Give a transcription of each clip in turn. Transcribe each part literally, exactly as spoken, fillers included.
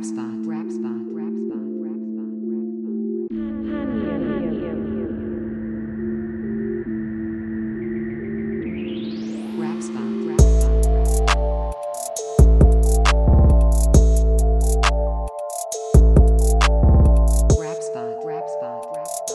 Rap spot, rap spot, rap spot, rap spot, rap spot. Rap spot, rap spot. Rap spot, rap spot, rap spot.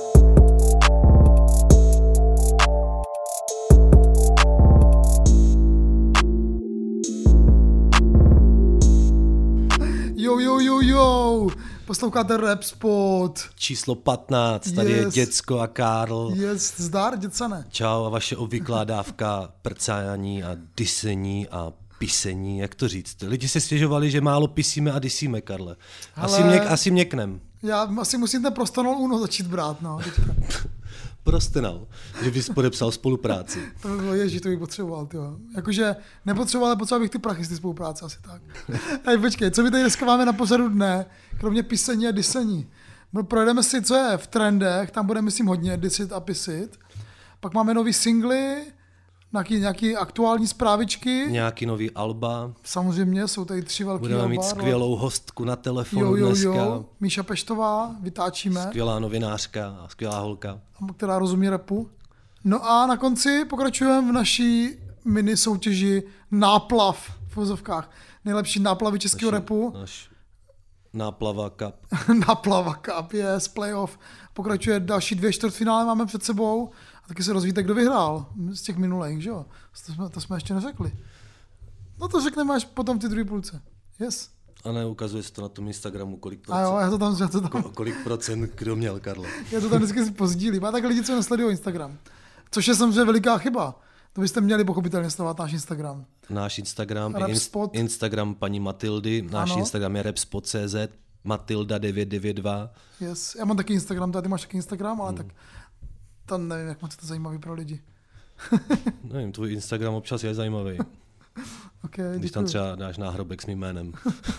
Jo, jo, jo, jo, posloucháte Rap Spot. Číslo patnáct, tady Yes. je Děcko a Karl. Jest, zdar, děcane. Čau a vaše obvyklá dávka prcání a disení a pisení, jak to říct. Lidi se stěžovali, že málo pisíme a disíme, Karle. Asi, Ale- měk, asi měknem. Já asi musím ten prostanol Uno začít brát, no, teďka. Prostenal, že bys podepsal spolupráci. To by bylo, ježi, to bych potřeboval, tyjo. Jakože nepotřeboval, ale potřeboval bych ty prachy z ty spolupráce, asi tak. Hej, počkej, co my tady dneska máme na pořadu dne, kromě pisení a disení? No, projedeme si, co je v trendech, tam bude, myslím, hodně disit a pisit. Pak máme nový singly, nějaký, nějaký aktuální zprávičky. Nějaký nový alba. Samozřejmě, jsou tady tři velký Budeme alba, mít skvělou hostku na telefonu jo, jo, dneska. jo. Míša Peštová, vytáčíme. Skvělá novinářka a skvělá holka. Která rozumí rapu. No a na konci pokračujeme v naší mini soutěži Náplav v vozovkách. Nejlepší náplavy českého rapu. Náš náplava cup. Náplava Cup, yes, playoff. Pokračuje další dvě čtvrtfinále máme před sebou. A taky se rozvíte, kdo vyhrál z těch minulých, že jo? To jsme, to jsme ještě neřekli. No to řekneme až potom v ty druhé půlce. Yes. A neukazuje se to na tom Instagramu, kolik A jo, procent, já to tam, já to tam, ko- kolik procent kdo měl, Karle. já to tam vždycky pozdílím. A tak lidi, co nesledují Instagram. Což je samozřejmě veliká chyba. To byste měli pochopitelně sledovat náš Instagram. Náš Instagram je Rapspot. in, Instagram paní Matildy, náš Ano. Instagram je rapspot tečka cé zet, Matilda devět devět dva. Yes. Já mám taky Instagram, ty máš taky Instagram, ale Hmm. tak to nevím, jak moc je to zajímavý pro lidi. Nevím, tvůj Instagram občas je zajímavý, Okay, když tam děkuju. třeba dáš náhrobek s mým jménem.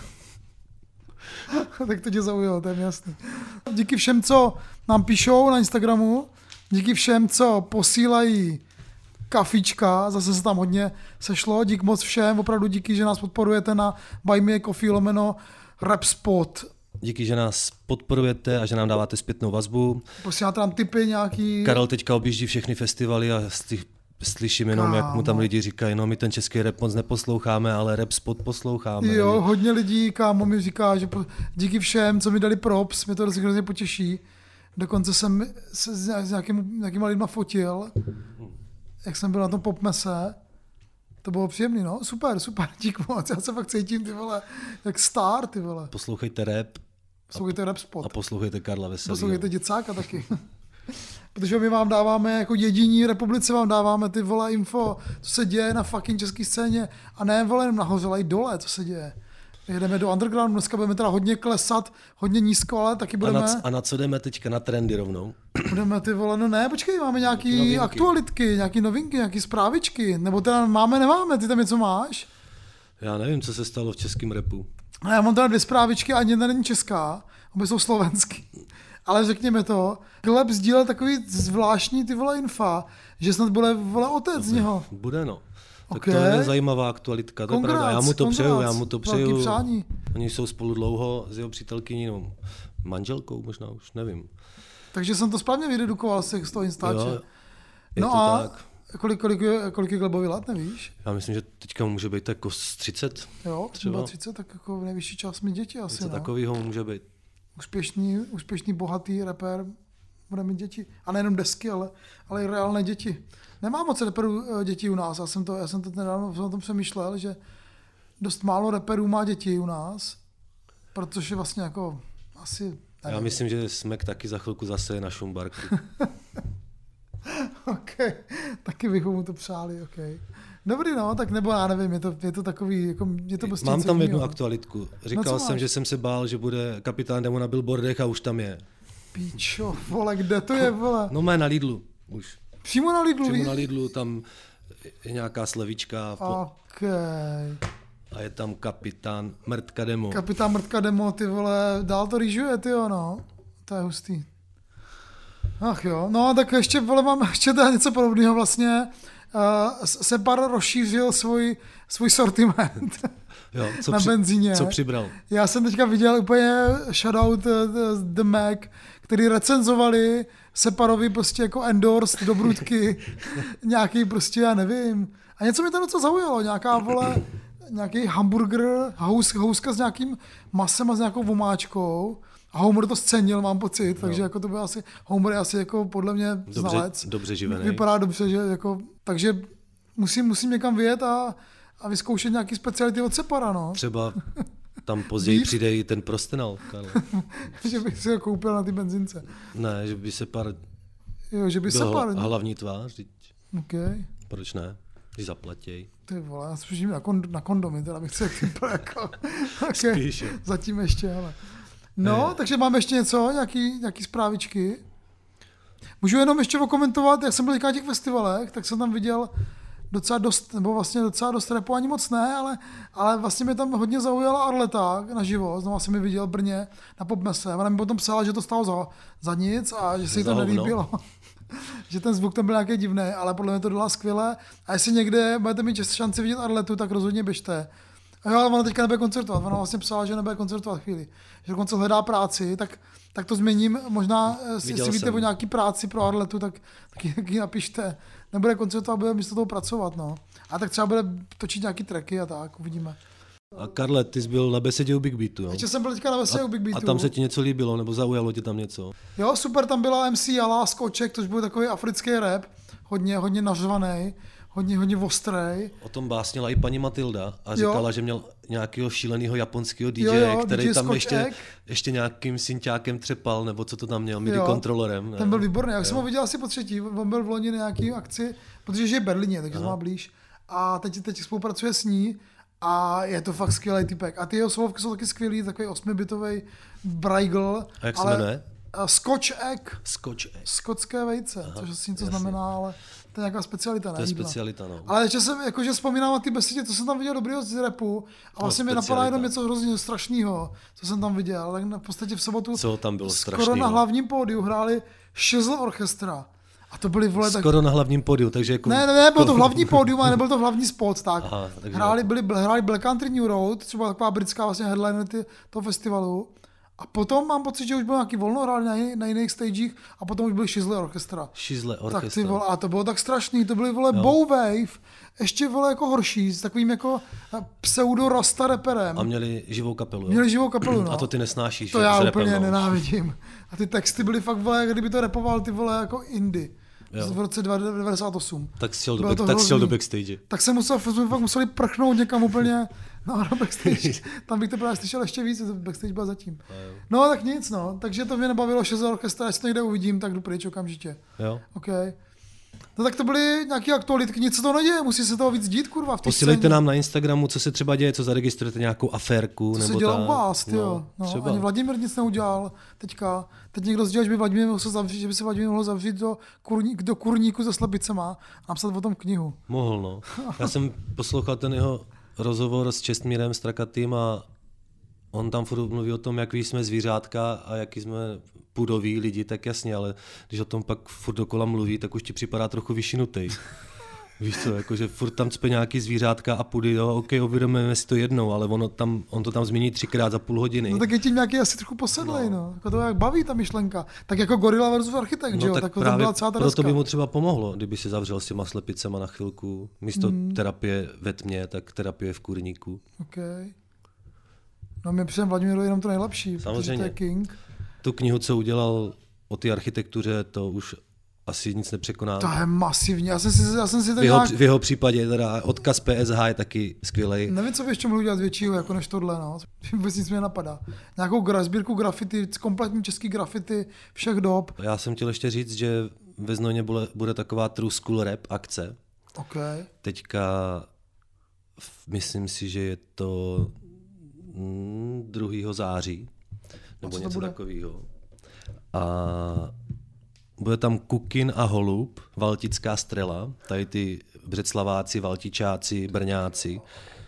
Tak to tě zaujalo, to je mi jasný. Díky všem, co nám píšou na Instagramu, díky všem, co posílají kafička, zase se tam hodně sešlo, dík moc všem, opravdu díky, že nás podporujete na Buy Me a Coffee lomeno Rapspot. Díky, že nás podporujete a že nám dáváte zpětnou vazbu. Posíláte nám tipy nějaký. Karel teďka objíždí všechny festivaly a sly, slyším jenom, jak mu tam Kámo. lidi říkají, no my ten český rap moc neposloucháme, ale Rapspot posloucháme. Jo, hodně lidí, kámo, mi říká, že po, díky všem, co mi dali props, mě to vždycky hrozně potěší. Dokonce jsem se s nějak- s nějakým, nějakýma lidma fotil, jak jsem byl na tom popmese. To bylo příjemný, no, super, super, dík moc, já se fakt cítím, ty vole, jak star, ty vole. Poslouchejte rap Poslouchejte Rap Spot, a poslouchejte Karla Veselýho. poslouchejte Děcáka taky. Protože my vám dáváme, jako jediní republice vám dáváme ty vole info, co se děje na fucking české scéně. A ne vole jenom nahoře, ale i dole, co se děje. Jedeme do undergroundu, dneska budeme teda hodně klesat, hodně nízko, ale taky A budeme, na, a na co jdeme teďka? Na trendy rovnou? budeme ty vole, no ne, počkej, máme nějaký Novinky. aktualitky, nějaký novinky, nějaký zprávičky, nebo teda máme, nemáme, ty tam něco máš? Já nevím, co se stalo v českém rapu. A já mám teda dvě zprávičky, ani jedna není česká, obě jsou slovenský. Ale řekněme to, Gleb sdílel takový zvláštní ty vole infa, že snad bude vole otec z něho. Bude no. Tak Ok. to je zajímavá aktualitka, to je Congrats, pravda. Já mu to congrats. přeju, já mu to Velký přeju. přání. Oni jsou spolu dlouho s jeho přítelkyní, no, manželkou možná už, nevím. Takže jsem to správně vydedukoval z těch- z toho Instače. Jo, je No to a tak. kolik, kolik, je, kolik je Glebovi let, nevíš? Já myslím, že teďka může být jako z třicet, Jo, Třeba. třeba třicet, tak jako nejvyšší čas mít děti asi, něco no. takového může být. Úspěšný, úspěšný, bohatý rapper bude mít děti. A nejenom desky, ale, ale i reálné děti. Nemá moc rapperů eh, dětí u nás. Já jsem to, já jsem to nedávno jsem o tom přemýšlel, že dost málo rapperů má děti u nás, protože vlastně jako asi... Já nevím. myslím, že Smek taky za chvilku zase na Šumbarku. OK, taky bychom mu to přáli, OK. Dobrý, no, tak nebo já nevím, je to, je to takový, jako, je to prostě Mám něco tam jinýho. jednu aktualitku. co Říkal jsem, máš? že jsem se bál, že bude kapitán Demo na billboardech a už tam je. Píčo, vole, kde to je, vole? No má na Lidlu už. Přímo na Lidlu, Přímo víš? na Lidlu, tam je nějaká slevička po, OK. a je tam kapitán Mrtka Demo. Kapitán Mrtka Demo, ty vole, dál to rýžuje, ty jo, no. To je hustý. Ach jo, no tak ještě, vole, mám ještě teda něco podobného vlastně. Separ rozšířil svůj, svůj sortiment Jo, co na při, benzíně. Co přibral? Já jsem teďka viděl úplně shoutout uh, The Mac, který recenzovali Separovi prostě jako endorsed do brudky, nějaký prostě, já nevím. A něco mi to docela zaujalo, nějaká vole, nějaký hamburger, hous, houska s nějakým masem a s nějakou vomáčkou. A Homer to scenil, mám pocit, no. Takže jako to byl asi, Homer je asi jako podle mě dobře, znalec. Dobře živený. Vypadá dobře, že jako, takže musím, musím někam vyjet a, a vyzkoušet nějaký speciality od Separa, no. Třeba tam později přijde i ten prostenal, Karlo. Že bych si ho koupil na ty benzince. Ne, že by Separ Jo, že by byl Separ. hlavní tvář, teď. Okay. Proč ne? Když zaplatěj. Ty vole, já spíš na, kond- na kondomy, teda bych si tím jako. Okay. Spíš, jo. Zatím ještě, ale. No, ne. Takže máme ještě něco, nějaký, nějaký zprávičky. Můžu jenom ještě okomentovat, jak jsem byl na těch festivalech, tak jsem tam viděl docela dost, nebo vlastně docela dost rapu, ani moc ne, ale, ale vlastně mě tam hodně zaujala Arleta naživo, znovu jsem ji viděl v Brně na Popmese. Ona mi potom psala, že to stalo za, za nic a že se jí to nelíbilo. Že ten zvuk tam byl nějaký divný, ale podle mě to dělá skvěle. A jestli někde budete mít šanci vidět Arletu, tak rozhodně běžte. A jo, ale ona teďka nebude koncertovat. Ona vlastně psala, že nebude koncertovat chvíli. Že dokonce hledá práci, tak, tak to změním. Možná, Viděl jestli víte o nějaký práci pro Arletu, tak, tak ji, tak ji napište. Nebude koncertovat, bude místo toho pracovat. No. A tak třeba bude točit nějaký tracky a tak, uvidíme. A Karle, ty jsi byl na besedě u Big Beatu, jo? Ještě jsem byl teďka na besedě u Big Beatu. A tam se ti něco líbilo, nebo zaujalo ti tam něco? Jo, super, tam byla M C Jala, Skoček, což byl takový africký rap, hodně, hodně nařvaný, hodně, hodně ostrej. O tom básnila i paní Matilda a říkala, jo. že měl nějakého šíleného japonského D J, jo, jo, který D J tam Skoček. ještě, ještě nějakým synťákem třepal, nebo co to tam měl, midi kontrolerem. Ten byl výborný, jak jsem ho viděl asi po třetí, on byl v loni na nějaký akci, protože žije v Berlíně, takže má blíž. A teď, teď spolupracuje s ní. A je to fakt skvělý typek. A ty jeho solovky jsou taky skvělý, takový osmibitový Braigl. A jak se jmenuje? Scotch egg. Scotch egg. Skotské vejce, aha, což asi něco jasně. znamená, ale to je nějaká specialita. To je specialita, no. Ale ještě jsem, jakože vzpomínám na ty besedě, co jsem tam viděl dobrýho z rapu a vlastně no, mi napadá jenom něco hrozně strašného, co jsem tam viděl. Tak v podstatě v sobotu co tam bylo strašného? Skoro na hlavním pódiu hráli Shizzle Orchestra. A to byly vole tak... Skoro na hlavním pódiu, takže jako... Ne, ne, ne, bylo to hlavní pódium, ale nebyl to hlavní spot, tak. Aha, takže... hráli, byli, hráli Black Country New Road, třeba taková britská vlastně headliner toho festivalu. A potom mám pocit, že už byl nějaký volno, hráli na, jiný, na jiných stagech a potom už byl Shizzle Orchestra. Shizzle Orchestra. Tak ty vole, a to bylo tak strašný, to byly vole no. Bow Wave, ještě vole jako horší, s takovým jako pseudo rasta reperem. A měli živou kapelu. Jo? Měli živou kapelu, no. A to ty nesnášíš. To já repem, úplně no. nenávidím. A ty texty byly fakt vole, kdyby to repoval ty vole jako indie. Jo. V roce devadesát osm. Tak jsi šel do, back, tak šel do backstage. Tak jsem musel, jsme fakt museli prchnout někam úplně no, do backstage. Tam bych to právě slyšel ještě víc, to backstage byl zatím. No tak nic, no. Takže to mě nebavilo Shizzle Orchestra, jestli to někde uvidím, tak jdu pryč okamžitě. Jo. Okay. No tak to byly nějaký aktualitky, nic se toho neděje, musí se toho víc dít, kurva, v té Posílejte scéně. nám na Instagramu, co se třeba děje, co zaregistrujete, nějakou aférku. Co nebo se dělá ta... u vás, ty no, jo. No, třeba. Ani Vladimír nic neudělal teďka. Teď někdo sdělal, že by Vladimír mohl se zavřít, že by se Vladimír mohl zavřít do, kurník, do kurníku se Slepicema a napsat o tom knihu. Mohl, no. Já jsem poslouchal ten jeho rozhovor s Čestmírem Strakatým a on tam furt mluví o tom, jak jsme zvířátka a jaký jsme půdoví lidi, tak jasně, ale když o tom pak furt dokola mluví, tak už ti připadá trochu vyšinutej. Víš co, jakože furt tam cpe nějaký zvířátka a půdy, jo, ok, uvědomujeme si to jednou, ale ono tam, on to tam zmíní třikrát za půl hodiny. No tak je tím nějaký asi trochu posedlej, no. no. Jako to jak baví ta myšlenka. Tak jako Gorilla versus Architekt, no, že jo, tak tak to právě tam byla celá ta proto deska. by mu třeba pomohlo, kdyby se zavřel s těma slepicema na chvilku, místo hmm. terapie ve tmě, tak terapie v kurníku. Okay. No my přijeme Vladimíru jenom to nejlepší, samozřejmě. To je king. Tu knihu, co udělal o té architektuře, to už asi nic nepřekoná. To je masivní, já jsem si, já jsem si to v, jeho, nějak... v jeho případě teda odkaz P S H je taky skvělej. Nevím, co by ještě mohl udělat většího, jako než tohle, no. Vůbec nic mě napadá. Nějakou gra, sbírku grafity, kompletní český grafity všech dob. Já jsem chtěl ještě říct, že ve Znojmě bude, bude taková True School Rap akce. Okay. Teďka myslím si, že je to druhého září, nebo něco takového. A bude tam Kukin a Holub, Valtická Strela, tady ty Břeclaváci, Valtičáci, Brňáci,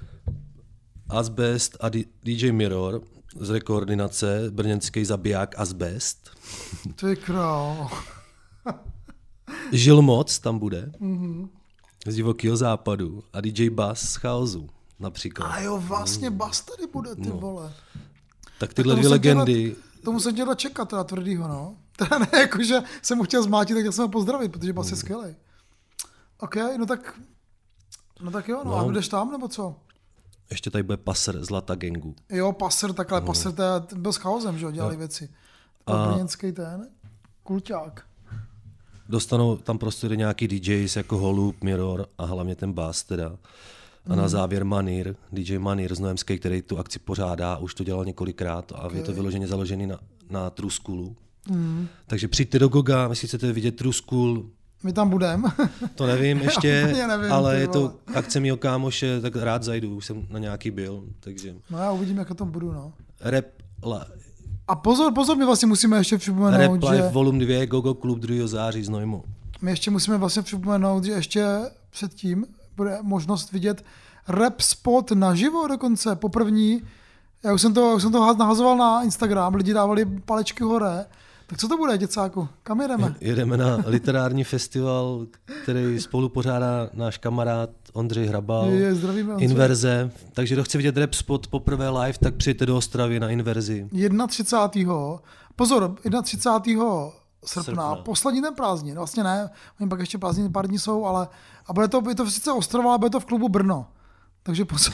Asbest a D J Mirror z rekoordinace, brněnský zabiják Asbest. To je král. Žilmoc tam bude. Mm-hmm. z divokého západu a D J Bass z Chaosu například. A jo, vlastně Bass tady bude, ty No. vole. Tak tyhle tomu dvě jsem chtěl legendy, dát- Tomu jsem chtěl dát čekat, teda tvrdýho, no. Teda ne, jakože jsem mu chtěl zmátit, tak chtěl jsem ho pozdravit, protože Bass je skvělej. OK, no tak, no tak jo, no, No. a budeš tam, nebo co? ještě tady bude Passer z Lata Gangu. Jo, Passer, takhle, no. Passer, to je- ten byl s Chaosem, že jo, dělali věci. A A- brněnský ten, kulťák. Dostanou tam prostě nějaký D Js jako Holub, Mirror a hlavně ten Bass teda. A na závěr Manir, D J Manir z Noemské, který tu akci pořádá, už to dělal několikrát a je to vyloženě založený na, na True Schoolu. Mm. Takže přijďte do Goga, jestli chcete vidět True School, My tam budem. to nevím ještě, úplně nevím, ale ty je vole. to akce mýho kámoše, tak rád zajdu, už jsem na nějaký byl, takže No já uvidím, jak o tom budu, no. rap, la, A pozor, pozor, my vlastně musíme ještě připomenout, rap Live že... Volume dva, Gogo Klub druhého září z Nojmu. My ještě musíme vlastně připomenout, že ještě předtím bude možnost vidět rap spot naživo dokonce, poprvní. Já už jsem to, už jsem to nahazoval na Instagram, lidi dávali palečky hore. Tak co to bude, děcáku? Kam jedeme? Jedeme na literární festival, který spolu pořádá náš kamarád Ondřej Hrabal. Je, je, zdravíme, Ondřej. Inverze. Takže kdo chce vidět rap spot poprvé live, tak přijďte do Ostravy na Inverzi. třicátého Pozor, třicátého srpna, Srpna. poslední den prázdnin, vlastně ne, oni pak ještě prázdniny pár dní jsou, ale a bude to, je to sice Ostrava, ale bude to v klubu Brno, takže pozor.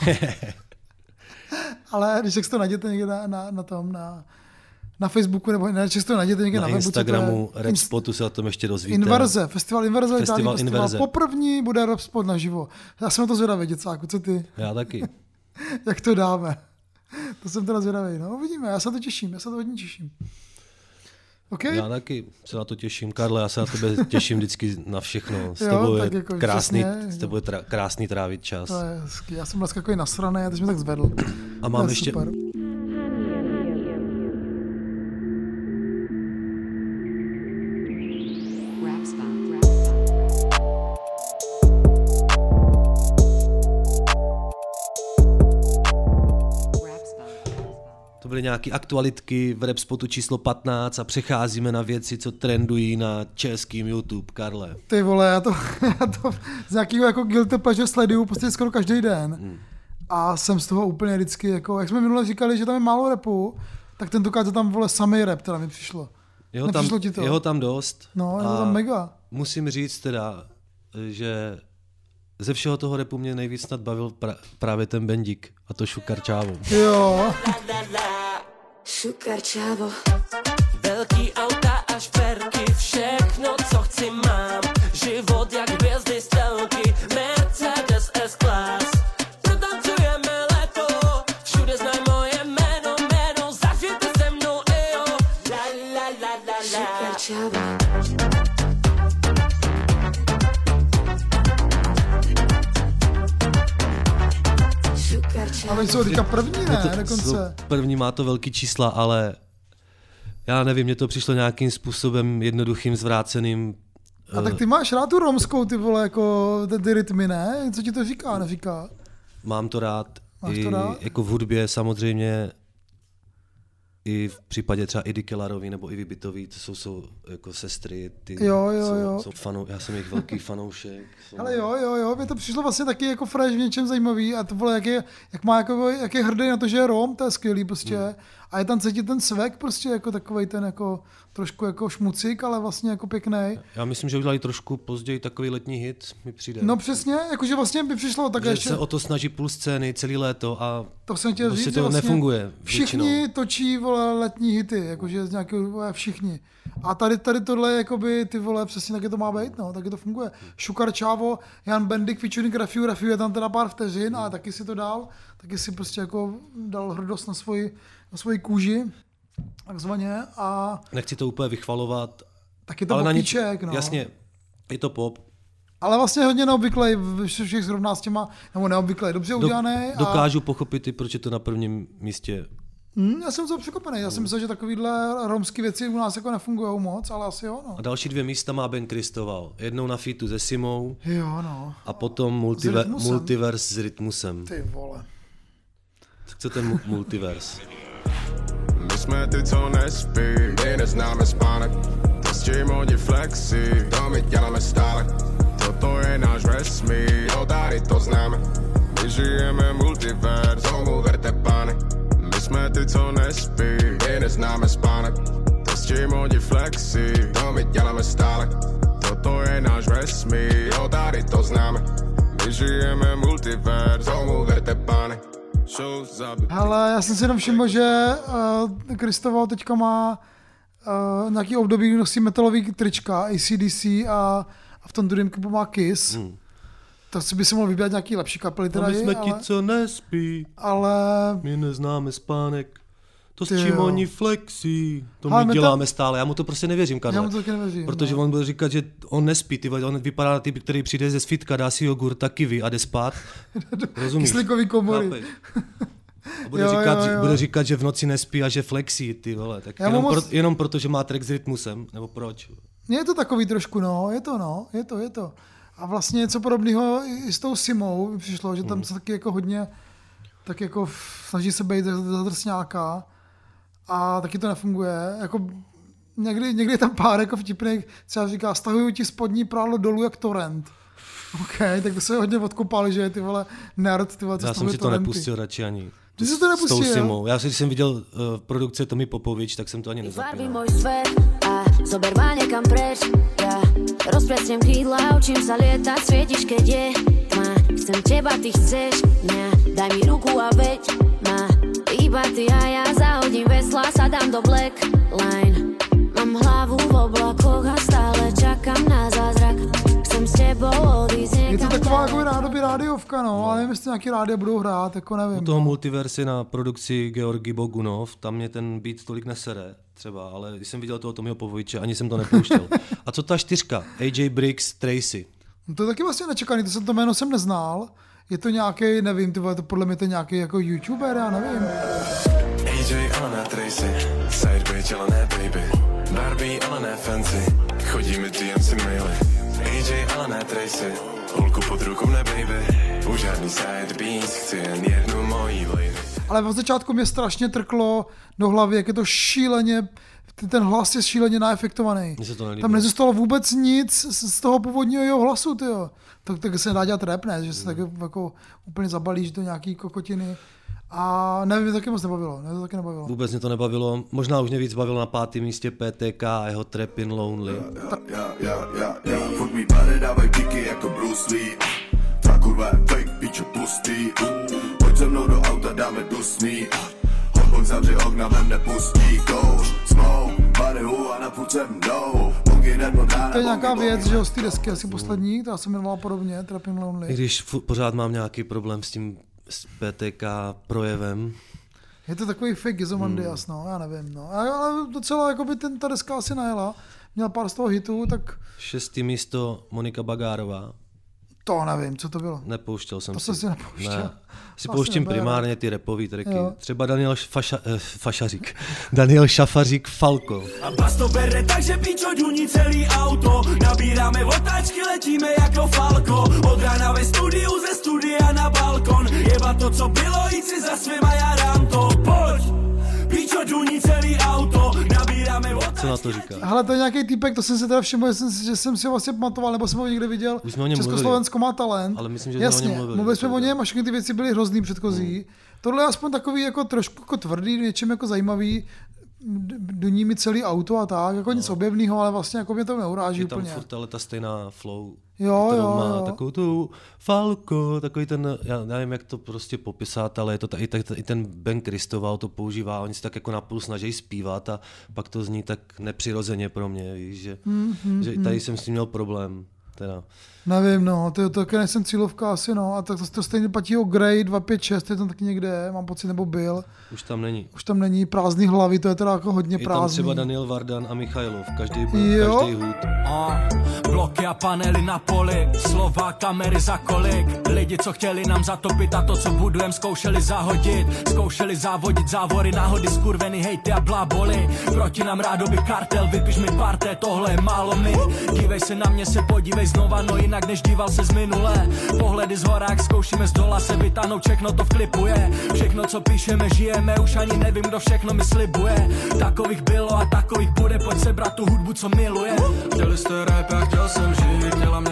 Ale když tak si to najděte někde na, na, na tom, na, na Facebooku, nebo ne, si to najděte někde na, Na webu. co to je. Instagramu rap Inst- spotu se o tom ještě dozvíte. Inverze, festival Inverze, Festival festival, festival. Inverze. Poprvní bude rap spot naživo. Já jsem na to zvědavý, děcáku, co ty? Já taky. Jak to dáme? To jsem teda zvědavý. No, uvidíme, já se to těším, já se to hodně těším. OK? Já taky se na to těším. Karle, já se na tebe těším vždycky na všechno. S Jo, tebou je tak jako krásný, přesně. s tebou je tra, krásný trávit čas. To je hezký. Já jsem dneska takový nasraný, a teď mě tak zvedl. A mám To je ještě, super. Rap spot. Rap spot. Rap spot. to byly nějaké aktualitky v rap spotu číslo patnáct a přecházíme na věci, co trendují na českým YouTube. Karle. Ty vole, já to, já to z nějakého jako guilty pleasure sleduju prostě skoro každý den. Hmm. A jsem z toho úplně vždycky, jako, jak jsme minule říkali, že tam je málo rapu, tak tentokrát je tam, vole, samej rap, teda mi přišlo. Jeho tam, Nepřišlo ti to? jeho tam dost. No, je to a tam mega. Musím říct teda, že ze všeho toho rapu mě nejvíc snad bavil pra, právě ten Bendík a to Šukar Čávo. Jo, Šukar Čávo. Velký auta až perky, všechno, co chci mám. Život jak hvězdy stelky, Mercedes S-Class. Protancujeme leto, všude znaj moje jméno, jméno, zažijte se mnou, ejo. La la la la la. Šukar Čávo. Šukar a Čávo. oni jsou teďka první, ne, To- dokonce. jsou- První má to velký čísla, ale já nevím, mně to přišlo nějakým způsobem jednoduchým, zvráceným. A tak ty máš rád tu romskou, ty vole, jako ty, ty rytmy, ne? Co ti to říká, neříká? Mám to rád. Máš I to rád? jako v hudbě samozřejmě, i v případě třeba Idy Kellarový nebo Ivy Bitový, to jsou, jsou jako sestry, ty Jo, jo, jsou, jo. jsou fanou, já jsem jejich velký fanoušek. Jsou, Ale jo, jo, jo, mě to přišlo vlastně taky jako fresh v něčem zajímavý a to bylo, jak je, jak má jako, jak je hrdý na to, že je Rom, to je skvělý prostě. Hmm. A je tam cítit ten svek prostě jako takovej ten jako trošku jako šmucik, ale vlastně jako pěkný. Já myslím, že udělali trošku později takový letní hit, mi přijde. No přesně, jakože vlastně by přišlo tak že ještě, se o to snaží půl scény celý léto a to jsem chtěl prostě říct, to že vlastně nefunguje všichni většinou. točí, vole, letní hity, jakože z nějakého, vole, všichni. A tady, tady tohle je jakoby, ty vole, přesně taky to má být, no, taky to funguje. Šukar Čávo, Jan Bendik, featuring Rafiu, Rafiu je tam teda pár vteřin a taky si to dal, taky si prostě jako dal hrdost na svoji, na svoji kůži, takzvaně, a Nechci to úplně vychvalovat, taky to ale na nic, popíček, no. jasně, je to pop. Ale vlastně hodně neobvyklý, ve všech zrovna s těma, nebo neobvyklý, dobře Do, udělaný. a... dokážu pochopit i, proč je to na prvním místě. Hmm, já jsem to překvapený, já jsem myslel, že takovýhle romský věci u nás jako nefungují moc, ale asi jo, no. A další dvě místa má Ben Kristoval. Jednou na featu se Simou Jo, no. a potom multiver, Rytmusem. multiverse s Rytmusem. Ty vole. Tak co ten mu- multiverse? My jsme ty, co nespí, my neznáme spánek. To s tím hodí flexi, to my děláme stále. Ty toto je náš vesmír, no tady to známe. My žijeme multiverzum, uverte pány. My jsme ty, co nespí, my neznáme spánek. To s tím oni flexí, to my děláme stále. Toto je náš vesmír, no tady to známe. My žijeme multiverzum, uverte pány. Hele, já jsem si jenom všiml, že uh, Kristoval teďka má uh, nějaký období, kdy nosí metalový trička, A C D C a, a v tom druhém klipu má Kiss. Hmm. Tak si by se mohl vybrat nějaký lepší kapely. A my jsme ale, ti, co nespí, ale my neznáme spánek. To s Ty čím jo. oni flexí, to Ale my my děláme tam- stále. Já mu to prostě nevěřím, Karle. já mu to taky nevěřím. Protože no. on bude říkat, že on nespí, ty, vole, on vypadá na typ, který přijde ze svítka, dá si jogurt a kiwi a jde spát. Rozumíš? Kyslíkový komory. Chápeš? A bude, Jo, říkat, jo, jo. bude říkat, že v noci nespí a že flexí, ty vole. Tak Já jenom, mám pro, moc- jenom proto, že má track s rytmusem, nebo proč? Je to takový trošku, no, je to, no, je to, je to. A vlastně něco podobného i s tou Simou mi přišlo, že tam se taky jako hodně, tak jako f- snaží se být zadrsňáka a taky to nefunguje. Jako někdy, někdy je tam pár jako vtipných, třeba říká, stahuju ti spodní prádlo dolů jak torrent. OK, tak to se hodně odkopali, že je ty vole nerd, ty vole, co Já jsem stahuje si to torrenty. nepustil radši ani. Ty jsi to S nepustil, tou jo? Simou. Já si, když jsem viděl uh, produkce Tommy Popovič, tak jsem to ani Vyfarbi nezapínal. môj svet a zober ma niekam preč. Ja rozprestiem krídla, učím sa lietať, svietiš, keď je tma. Chcem teba, ty chceš mňa, daj mi ruku a veď ma. Iba ty a ja zahodím vesla, sadám do black line. Mám hlavu v oblakoch a stále čakám na zázrak. Chcem s tebou odísť Je to niekam taková ďalej. jako nádoby rádiovka, no, ale nevím, jestli nějaký rádia budou hrát, jako nevím. U toho multiversy na produkci Georgi Bogunov, tam mě ten beat tolik nesere třeba, ale když jsem viděl toho Tommyho Popoviče, ani jsem to nepouštěl. A co ta čtyřka? A J Briggs, Tracy. No to je taky vlastně nečekaný, to, jsem, to jméno jsem neznal. Je to nějaký, nevím, ty vole, to podle mě to je nějaký jako youtuber, já nevím. A J, ale ne Tracy, side bitch, ale ne baby, Barbie, ale ne fancy, chodí mi D M C maily. A J, ale ne Tracy, holku pod rukou ne baby, už žádný side beats, chci jen jednu mojí lady. Ale od začátku mě strašně trklo do hlavy, jak je to šíleně, ten hlas je šíleně naefektovaný. Mně se to nelíbilo. Tam nezůstalo vůbec nic z z toho původního jeho hlasu, tyjo. Tak, tak se nedá dělat rap, ne? Že se tak jako úplně zabalíš do nějaký kokotiny. A nevím, mě to taky moc nebavilo. Mě to taky nebavilo. Vůbec mě to nebavilo. Možná už mě víc bavilo na pátém místě P T K a jeho Trappin' Lonely. Ja, ja, ja, ja, furt mi pare dávaj kiky jako Bruce Lee. Ta kurva je fake, pičo pustý. Pojď se mnou do auta, dáme dusný. Hotbox zavři okna, vem nepustí. Go, smoke, marihuana, furt se mnou. Bongy hned od rána, To je nějaká bongy, věc, bongy. že jo, z té desky asi poslední, která se jmenovala podobně, Trappin' I Lonely. když fu- pořád mám nějaký problém s tím s P T K projevem. Je to takový fake Izomandias, no, já nevím, no. A- Ale docela, jako by ten, ta deska asi najela. Měl pár z toho hitů, tak Šestý místo Monika Bagárová. to nevím, co to bylo. Nepouštěl jsem To si. jsem si nepouštěl. Ne. Si Asi pouštím nebude, primárně ty repový tracky. Jo. Třeba Daniel Faša, eh, Fašařík. Daniel Šafařík Falko. A bas to bere tak, že píčo duní celý auto. Nabíráme otáčky, letíme jako Falko. Od rána ve studiu, ze studia na balkon. Jeba to, co bylo, jít si za svým a já dám to. Pojď! Píčo duní celý auto. Nabíráme otáčky. Co na to říká? Hele, to je nějaký týpek, to jsem si teda všiml, že jsem, si- že jsem si ho vlastně pamatoval, nebo jsem ho někde viděl. Už jsme o něm Československo má talent. Ale myslím, že jsme o Jasně, něm mluvili. mluvili jsme o něm a všechny ty věci byly hrozný předchozí. Hmm. Tohle je aspoň takový jako trošku jako tvrdý, něčem jako zajímavý. D- Duní mi celý auto a tak, jako nic objevného, ale vlastně jako mě to neuráží Je tam úplně. furt ale ta stejná flow, Jo, kterou jo, má jo. takovou tu Falko, takový ten, já nevím, jak to prostě popisat, ale je to ta, i, ta, i ten Ben Kristoval to používá, oni se tak jako napůl snaží zpívat a pak to zní tak nepřirozeně pro mě, víš, že, Hmm, že i tady jsem s tím měl problém. Teda. Nevím, no, to, to taky nejsem cílovka asi, no, a tak to, to stejně platí o Grey dva pět šest, je tam taky někde, mám pocit, nebo byl. Už tam není. Už tam není prázdný hlavy, to je teda jako hodně Je tam prázdný. třeba Daniel Vardan a Michailov, každý, Jo. každý hud. A, bloky a panely na poli, slova, kamery za kolik. Lidi, co chtěli nám zatopit a to, co budujem, zkoušeli zahodit. Zkoušeli závodit závory, náhody, skurvený hejty a bláboli. Proti nám rádoby kartel, vypiš mi parté, tohle je málo my. Dívej se na mě, se podívej znova, no jinak než díval se z minulé. Pohledy z horák, zkoušíme z dola se vytáhnout, všechno to v klipu je. Všechno, co píšeme, žijeme, už ani nevím, kdo všechno mi slibuje. Takových bylo a takových bude, pojď sebrat tu hudbu, co miluje. Chtěli jste rap, já chtěl jsem žít, chtěla mě hned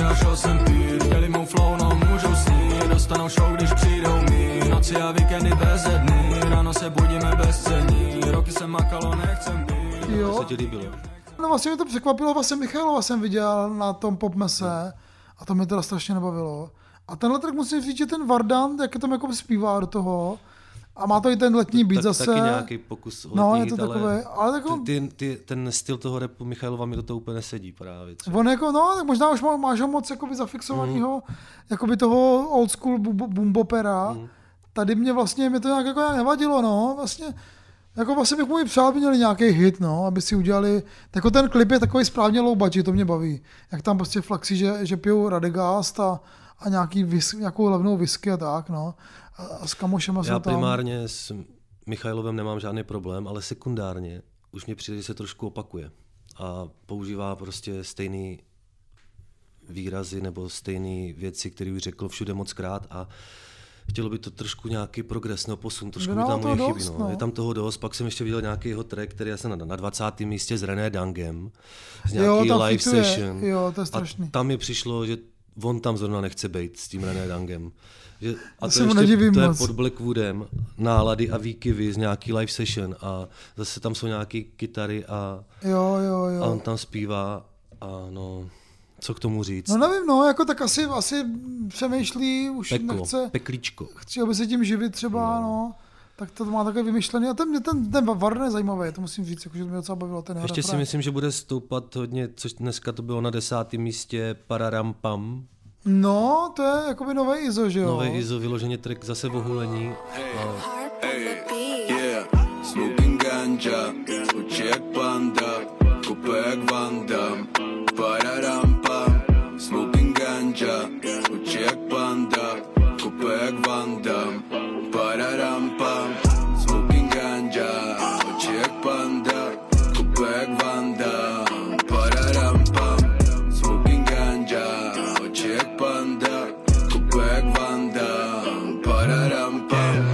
a šel jsem pít, chtěli mou flow, no můžou snít, dostanou show, když přijdou mý, noci a víkendy beze dny, ráno se budíme bez cení, roky jsem makalo, nechcem být. Jo. To se ti líbilo. No vlastně mě to překvapilo, vlastně Michailova jsem viděl na tom popmese a to mě teda strašně nebavilo. A tenhle track musím říct, že ten Vardan, jak je tam jako zpívá do toho, a má to i ten letní beat tak, zase. Taky nějaký pokus o No, letní, je to ale, takové, ale jako, ty, ty, ten styl toho rapu Michailova mi do toho úplně nesedí právě. Třeba. On jako, no, tak možná už má, máš ho moc jakoby zafixovanýho, mm. jakoby toho old school boombopera. Mm. Tady mě vlastně, mě to nějak jako nějak nevadilo, no, vlastně, jako vlastně bych můj přál, by měli nějaký hit, no, aby si udělali, jako ten klip je takový správně low budget, to mě baví. Jak tam prostě flaxí, že, že pijou Radegast a, a nějaký vis, nějakou levnou whisky a tak, no. A, a s kamošema jsem Já tam. primárně s Michailovem nemám žádný problém, ale sekundárně už mě přijde, že se trošku opakuje. A používá prostě stejný výrazy nebo stejné věci, které už řekl všude moc krát a chtělo by to trošku nějaký progres nebo posun, trošku mi tam může chybí. No. No. Je tam toho dost, pak jsem ještě viděl nějaký jeho track, který já jsem na, na dvacátém místě s René Dangem, z nějaký jo, live fituje. session. Jo, to je strašný. A tam mi přišlo, že on tam zrovna nechce být s tím René Dangem. Že, a to, to, ještě, to je moc. pod Blackwoodem, nálady a výkyvy z nějaký live session a zase tam jsou nějaký kytary a, jo, jo, jo. a on tam zpívá a no, co k tomu říct? No nevím, no, jako tak asi, asi přemýšlí, už Peklo, nechce, peklíčko. chci, aby se tím živit třeba, no. no. Tak to má takové vymyšlené. A ten, ten, ten Vardan je zajímavý, to musím říct, jako, že mě docela bavilo ten Ještě si myslím, že bude stoupat hodně, což dneska to bylo na desátém místě Pararam Pam. No, to je jakoby nový Izo, že jo? Nový Izo, vyloženě track zase ohulení. A... Hey, yeah, smoking ganja, oči jak panda, kope jak Van Damme, pararam pam, smoking ganja, oči jak panda, kope jak Van Damme, pararam pam, smoking ganja, oči jak panda, kope jak Van Damme, pararam pam, smoking ganja, oči jak panda, kope jak Van Damme, pararam pam.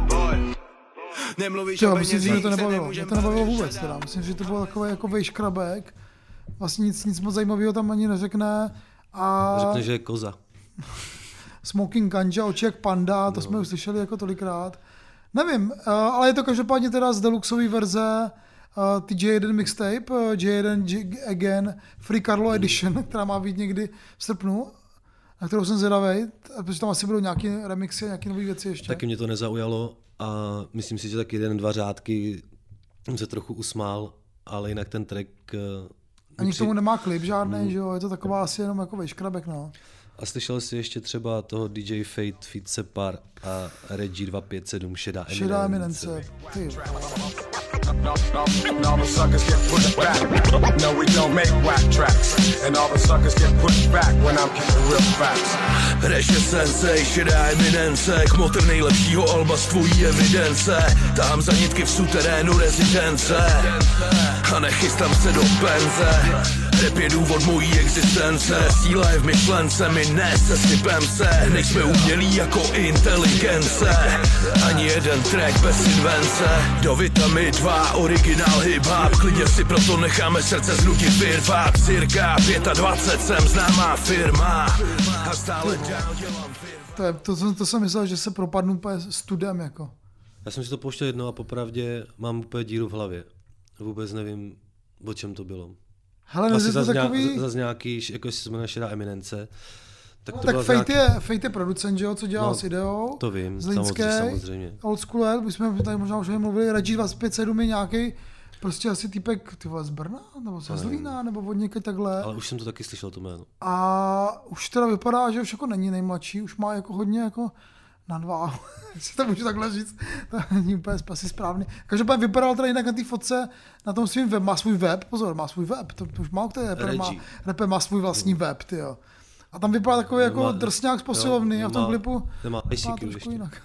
Nemluvíš jo, myslím, že mě to nebavilo. Mě to nebavilo vůbec. Teda. Myslím, že to bylo takový jako vejškrabek. Vlastně nic, nic moc zajímavého tam ani neřekne. A... Řekne, že je koza. Smoking ganja, oči jak panda, to no. jsme už slyšeli jako tolikrát. Nevím, ale je to každopádně teda z deluxové verze ty J jeden mixtape, J jeden Again Free Carlo Edition, hmm. která má být někdy v srpnu, na kterou jsem zvědavej, protože tam asi budou nějaké remixy, nějaké nové věci ještě. Taky mě to nezaujalo. A myslím si, že tak jeden, dva řádky se trochu usmál, ale jinak ten track... Ani k tomu nemá klip žádný, mm. že jo, je to taková asi jenom jako vejškrabek, no. A slyšel jsi ještě třeba toho D J Fate, Fit Separ a Reggie dva pět sedm Šedá Eminence. Šedá Eminence, ty. And all the suckers get pushed back. No, we don't make whack tracks. And all the suckers get pushed back when I'm kicking real facts. Reše sensei, Šedá Eminence, kmotr nejlepšího alba z tvojí evidence. Tahám za nitky v suterénu rezidence a nechystám se do penze. Rap je důvod mojí existence, síla je v myšlence, my ne se sypem se. Nejsme umělí jako inteligence, ani jeden track bez invence. Do Vitami dva, originál hip-hop, klidně si proto necháme srdce znutit vyrvat. Cirka dvacet pět jsem známá firma a stále dál dělám firma. To, je, to, to, to jsem myslel, že se propadnu úplně studem jako. Já jsem si to pouštěl jednou a popravdě mám úplně díru v hlavě. Vůbec nevím, o čem to bylo. Hele, asi zase takový... zaz nějaký, jako jestli se jmenuje Šedá Eminence. Tak, to no, tak Fate, nějaký... je, Fate je producent, že jo, co dělal no, s Ideou. To vím, Zlínské, samozřejmě. Old School, my jsme tady možná už mluvili, Reggie dva pět sedm je nějaký prostě asi týpek ty vole, z Brna, nebo z Zlína, nebo od někud takhle. Ale už jsem to taky slyšel, to jméno. A už teda vypadá, že už jako není nejmladší, už má jako hodně jako na dva, si to můžu takhle říct, to není úplně asi správně. Každopádně vypadal teda jinak na té fotce, na tom svým web, má svůj web, pozor, má svůj web, to, to už málo který rapper má, rapper má svůj vlastní mm. web, tyjo. A tam vypadá takový jako má, drsňák z posilovny a v tom má, klipu má, má trošku jinak.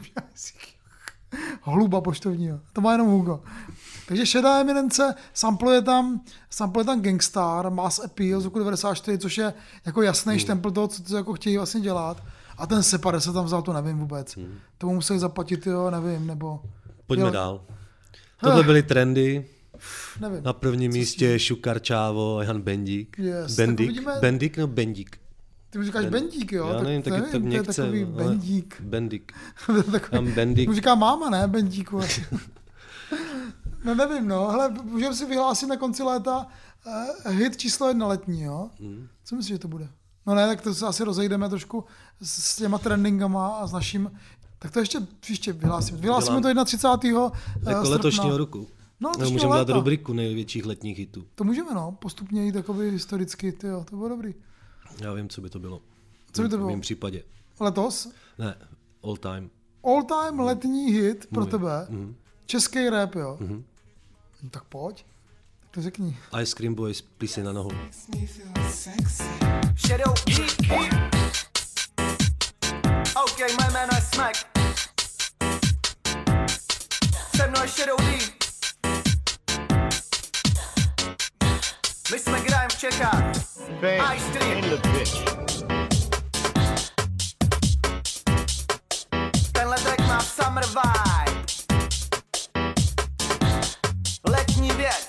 Hluba poštovního, to má jenom Hugo. Takže Šedá Eminence, sampluje tam, sampluje tam Gangstar, Mass Appeal z roku devadesát čtyři, což je jako jasný mm. štempel toho, co to jako chtějí vlastně dělat. A ten Separ se tam vzal, to nevím vůbec. Hmm. Tomu museli zaplatit, jo, nevím, nebo... Pojďme jo. dál. Tohle byly trendy. Nevím. Na prvním místě Šukar Čávo, Jan Bendík. Yes, Bendík, vidíme... Bendík nebo Bendík? Ty mu říkáš bendík, jo? Já tak, nevím, taky nevím, tak to mě je chce. takový bendík. Bendík. takový, Tam bendík. mu říká máma, ne? Bendíku. No nevím, no. Hele, můžeme si vyhlásit na konci léta uh, hit číslo jedna letní, jo? Mm. Co myslíš, že to bude? No ne, tak to se asi rozejdeme trošku s, s těma trendingama a s naším. Tak to ještě příště vyhlásíme. Vyhlásíme to třicátého prvního Jako srpna. letošního roku. No, no, můžeme léta. dát rubriku největších letních hitů. To můžeme, no. Postupně jít takový historicky, tyjo, to bylo dobrý. Já vím, co by to bylo. Co by to v bylo? mém případě. Letos? Ne, all time. All time letní hit pro Můj. tebe. Mhm. Český rap, jo. Mhm. No, tak pojď. Tak to řekni. Ice Cream Boys, plísni na nohu. Shadow E. Okay, my man, I smack. Se mnou je Shadow D. My jsme Grime v Čechách. Ice Cream. Tenhle track má summer vibe. Letní věc.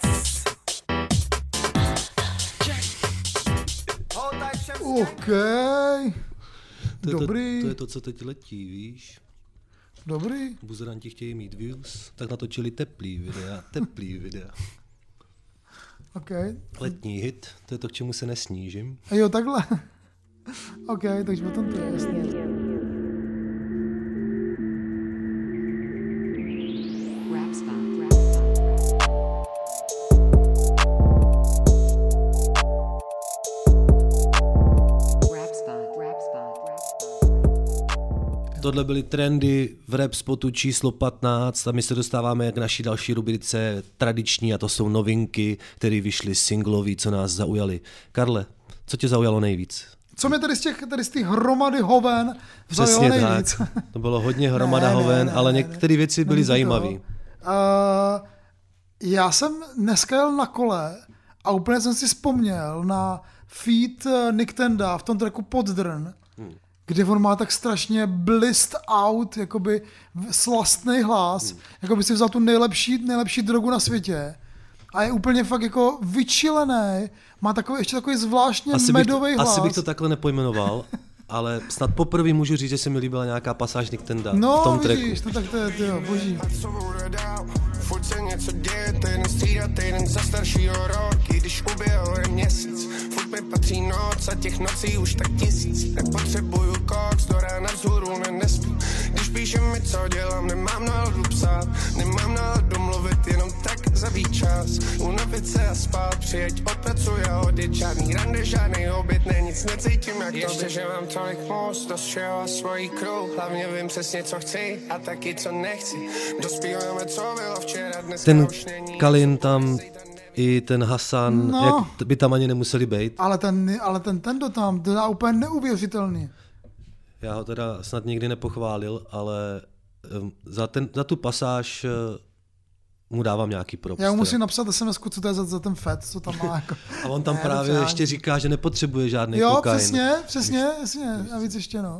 OK. To je Dobrý. To, to je to, co teď letí, víš? Dobrý. Buzeranti chtějí mít views, tak natočili teplý videa, teplý videa. OK. Letní hit, to je to, k čemu se nesnížím. A jo, takhle. OK, takže potom to je jasné. Rap spot. Rap spot. Rap spot. Rap spot. Tohle byly trendy v rap spotu číslo patnáct a my se dostáváme k naší další rubrice tradiční a to jsou novinky, které vyšly singlový, co nás zaujaly. Karle, co tě zaujalo nejvíc? Co mě tady z těch, tady z těch hromady hoven zaujalo Přesně nejvíc? tak. To bylo hodně hromada Ne, ne, hoven, ne, ale ne, některé ne. věci byly Není to. zajímavé. Uh, já jsem dneska jel na kole a úplně jsem si vzpomněl na feat Nick Tenda v tom tracku Poddrn, hmm. kde on má tak strašně blissed out, jakoby slastný hlas, hmm. jako by si vzal tu nejlepší, nejlepší drogu na světě a je úplně fakt jako vyčilený, má takový, ještě takový zvláštně Asi bych, medový hlas. asi bych to takhle nepojmenoval, ale snad poprvé můžu říct, že se mi líbila nějaká pasáž Nick Tenda no, v tom tracku. vidíš, no tak to je, tyjo, boží. Furt se něco děje, týden střídá týden za staršího rok, i když uběhl je měsíc. Furt mi patří noc a těch nocí už tak tisíc. Nepotřebuju koks, do rána vzhůru ne, nespím. Když píšem mi, co dělám, nemám náladu psát. Nemám náladu mluvit, jenom tak zabít čas. Unavit se a spát, přijeď, odpracuj a odjet. Žádný rande, žádný oběd, ne, nic necítím jak to. Ještě, že mám tolik most, dost všeho a svojí crew. Hlavně vím přesně, co chci a taky, co nechci. Dospíváme, co bylo včera. Ten Kalin tam i ten Hasan, No. jak by tam ani nemuseli být. Ale ten, ale ten Tendo tam, to je úplně neuvěřitelný. Já ho teda snad nikdy nepochválil, ale um, za, ten, za tu pasáž uh, mu dávám nějaký props. Já mu teda. musím napsat es em esku, co to je za, za ten fet, co tam má. Jako. A on tam Ne, právě dobře, ještě říká, že nepotřebuje žádný Jo, kokain. přesně, přesně, přesně. A víc ještě, no.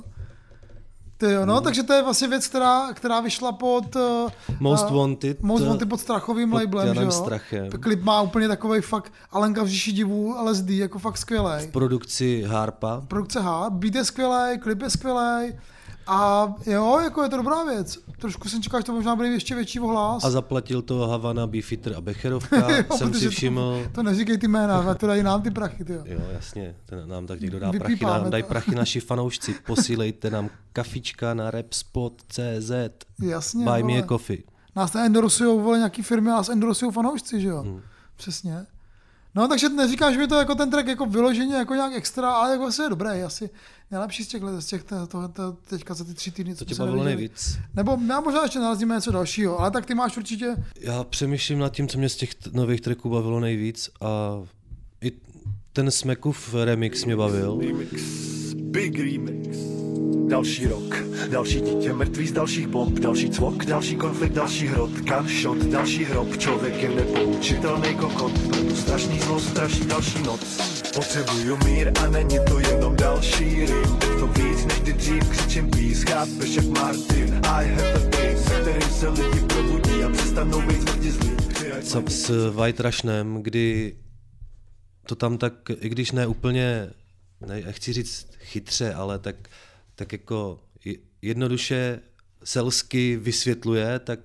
Ty jo, no, takže to je vlastně věc, která, která vyšla pod uh, Most Wanted. Most Wanted pod Strachovým pod labelem, že Janem jo? Strachem. Klip má úplně takovej fakt Alenka v říši divů, el es dé, jako fakt skvělej. Produkci Harpa. Produkce H, beat je skvělej, klip je skvělej a jo, jako je to dobrá věc. Trošku jsem čekal, že to možná bude ještě větší ohlas. A zaplatil to Havana, Beefeater a Becherovka, Jo, jsem si protože všiml. To, to neříkej ty jména, to dají nám ty prachy, ty jo. Jo, jasně, ten nám tak někdo dá prachy, Vypípáme nám dají to. prachy naši fanoušci, posílejte nám kafička na rapspot tečka cé zet, Jasně, buy me vole. a coffee. Nás neendorosujou, vole, nějaký firmy, nás endorosujou fanoušci, že jo? Hmm. Přesně. No, takže neříkáš, že mi to jako ten track jako vyloženě jako nějak extra, ale jako asi je dobrý, asi nejlepší z těch, z těch to, to, to, teďka za ty tři týdny. To co tě se bavilo neviděli. nejvíc? Nebo já možná ještě nalezíme něco dalšího, ale tak ty máš určitě... Já přemýšlím nad tím, co mě z těch t- nových tracků bavilo nejvíc a i ten Smekův remix mě bavil. Big remix. Další rok, další dítě mrtvý z dalších bomb, další cvok, další konflikt, další hrot, gunshot, další hrob, člověk je nepoučitelný kokot, proto strašný zlo, straší další noc. Potřebuju mír a není to jenom další rym, teď to víc než kdy dřív, křičím peace, chápeš jak Martin, I have a dream, se kterým se lidi probudí a přestanou být smrti zlí. S, s White Rushnem, kdy to tam tak, i když ne úplně ne, nechci říct chytře, ale tak, tak jako jednoduše selsky vysvětluje, tak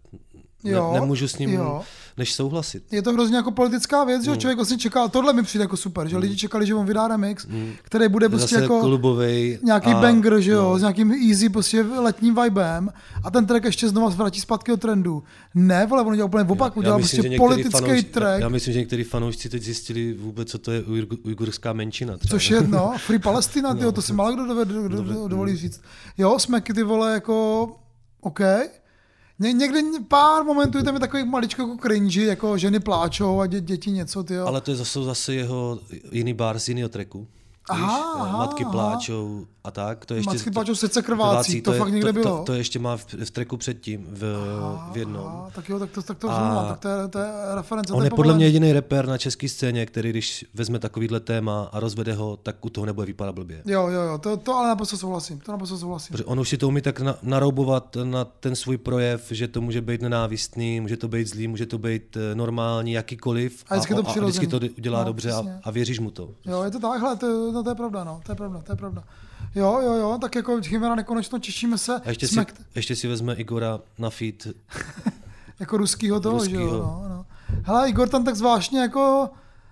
Jo, ne, nemůžu s ním jo. než souhlasit. Je to hrozně jako politická věc, že mm. člověk vlastně čekal, tohle mi přijde jako super, že mm. lidi čekali, že on vydá remix, mm. který bude prostě jako klubovej nějaký a, banger, že jo, no. s nějakým easy prostě letním vibem a ten track ještě znova vrátí zpátky do trendu. Ne, vole, on dělal úplně opak, udělal prostě politický fanouš, track. Já myslím, že některý fanoušci teď zjistili vůbec, co to je ujgurská menšina. Třeba, což je jedno, Free Palestina, tyjo, to si málo kdo dovede, do, do, do, dovolí říct. Jo, smeky ty vole jako, OK. Ně, někdy pár momentů je tam takový maličko jako cringy, jako ženy pláčou a dě, děti něco, tyjo. Ale to je zase, zase jeho jiný bar z jiného tracku. Aha, aha, matky aha. pláčou a tak. To ještě, matky pláčou, srdce krvácí, to, to je, fakt někde to, bylo. To, to ještě má v, v tracku předtím, v, aha, v jednom. Aha, tak jo, tak to, tak to a... tak to je, to je reference. On je podle mě jediný rapper na české scéně, který když vezme takovýhle téma a rozvede ho, tak u toho nebude vypadat blbě. Jo, jo, jo, to, to ale naprosto souhlasím, to naprosto souhlasím. Protože on už si to umí tak na, naroubovat na ten svůj projev, že to může být nenávistný, může to být zlý, může to být normální, jakýkoliv. A vždycky a, to, a, a vždycky to udělá no, dobře a, a věříš mu to. Jo, je to takhle, to, no, to je pravda, no, to je pravda, to je pravda. Jo, jo, jo, tak jako Chimera nekonečno, těšíme se. A ještě, jsme... si, ještě si vezme Igora na feed. jako ruskýho toho, ruskýho. že jo, no, no. Hele, Igor tam tak zvláštně jako,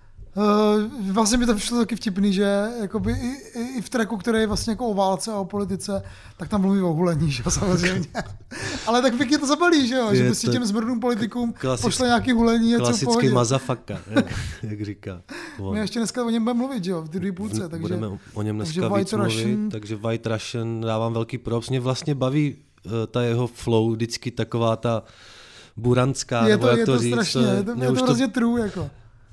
uh, vlastně mi to přišlo taky vtipný, že jakoby i, i, i v tracku, který je vlastně jako o válce a o politice, tak tam mluví o hulení, že jo, samozřejmě. Ale tak pěkně to zabalí, že jo, je že prostě těm zmrdným politikům klasick, pošle nějaký hulení. Klasický mazafaka, jak říká. On. My ještě dneska o něm budeme mluvit, že jo, v té druhé půlce. Takže, budeme o něm dneska takže víc White mluvit, Russian... takže White Russian dávám velký props. Mě vlastně baví uh, ta jeho flow, vždycky taková ta buranská, je nebo to, jak je to, to říct. Strašně, je to, je to hrozně to... true, jako.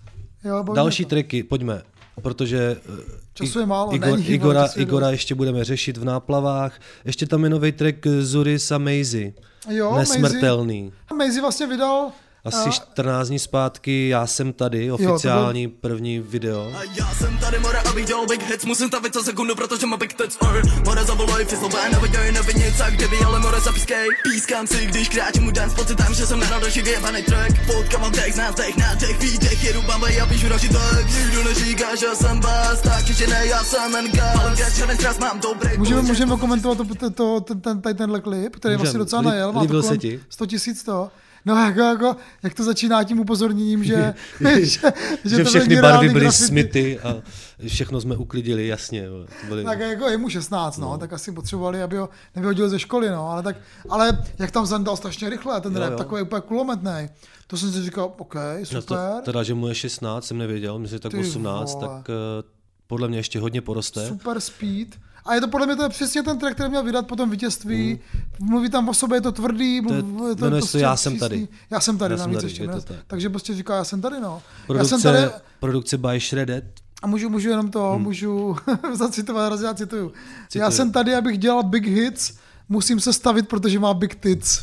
Jo, další to. tracky, pojďme. Protože času je málo, Igor, není Igora, Igora ještě budeme řešit v náplavách. Ještě tam je nový track Zuris a Maisie. Jo, Nesmrtelný. Maisie vlastně vydal asi čtrnáct dní zpátky, Já jsem tady, oficiální jo, byl... první video. A já jsem tady, more, abych dělal big hits, musím stavit co sekundu, protože má big tits. More zavolaj, fizzle, neviděj, neví nic, a kdyby, ale more zapískej. Pískám si, když kráčím u dance, pocitem, že jsem na další jebanej track. Potkávám těch, znám těch, na těch výdech, jedu bamba, já píšu další tak. Nikdo neříká, že jsem vás, tak že ne, já jsem jen gas. Ale když žádný stres mám dobrý. Můžeme, můžeme komentovat to, to, ten, ten, ten, tenhle klip, který vlastně docela najel, má to sto tisíc to. No jako, jako, jak to začíná tím upozorněním, že, že, že, že to všechny barvy byly smyty a všechno jsme uklidili, jasně. Byli... Tak jako je mu šestnáct, no, no, tak asi potřebovali, aby ho nevyhodili ze školy, no, ale tak, ale jak tam zandal strašně rychle, ten jo, rap, jo. takový úplně kulometnej. To jsem si říkal, OK, super. To, teda, že mu je šestnáct, jsem nevěděl, myslím, že tak Ty osmnáct, vole. tak uh, podle mě ještě hodně poroste. Super speed. A je to podle mě to je přesně ten track, který měl vydat po tom vítězství. Mm. Mluví tam o sobě, je to tvrdý. To je, je to prostě já jsem tady. Já jsem tady, já jsem navíc tady, ještě. to tak. Takže prostě říká, já jsem tady, no. Produkce, já jsem tady... produkce by Shredded. A můžu, můžu jenom to, hmm. můžu zacitovat, hrozně já cituju. Cituju. Já jsem tady, abych dělal big hits, musím se stavit, protože má big tits.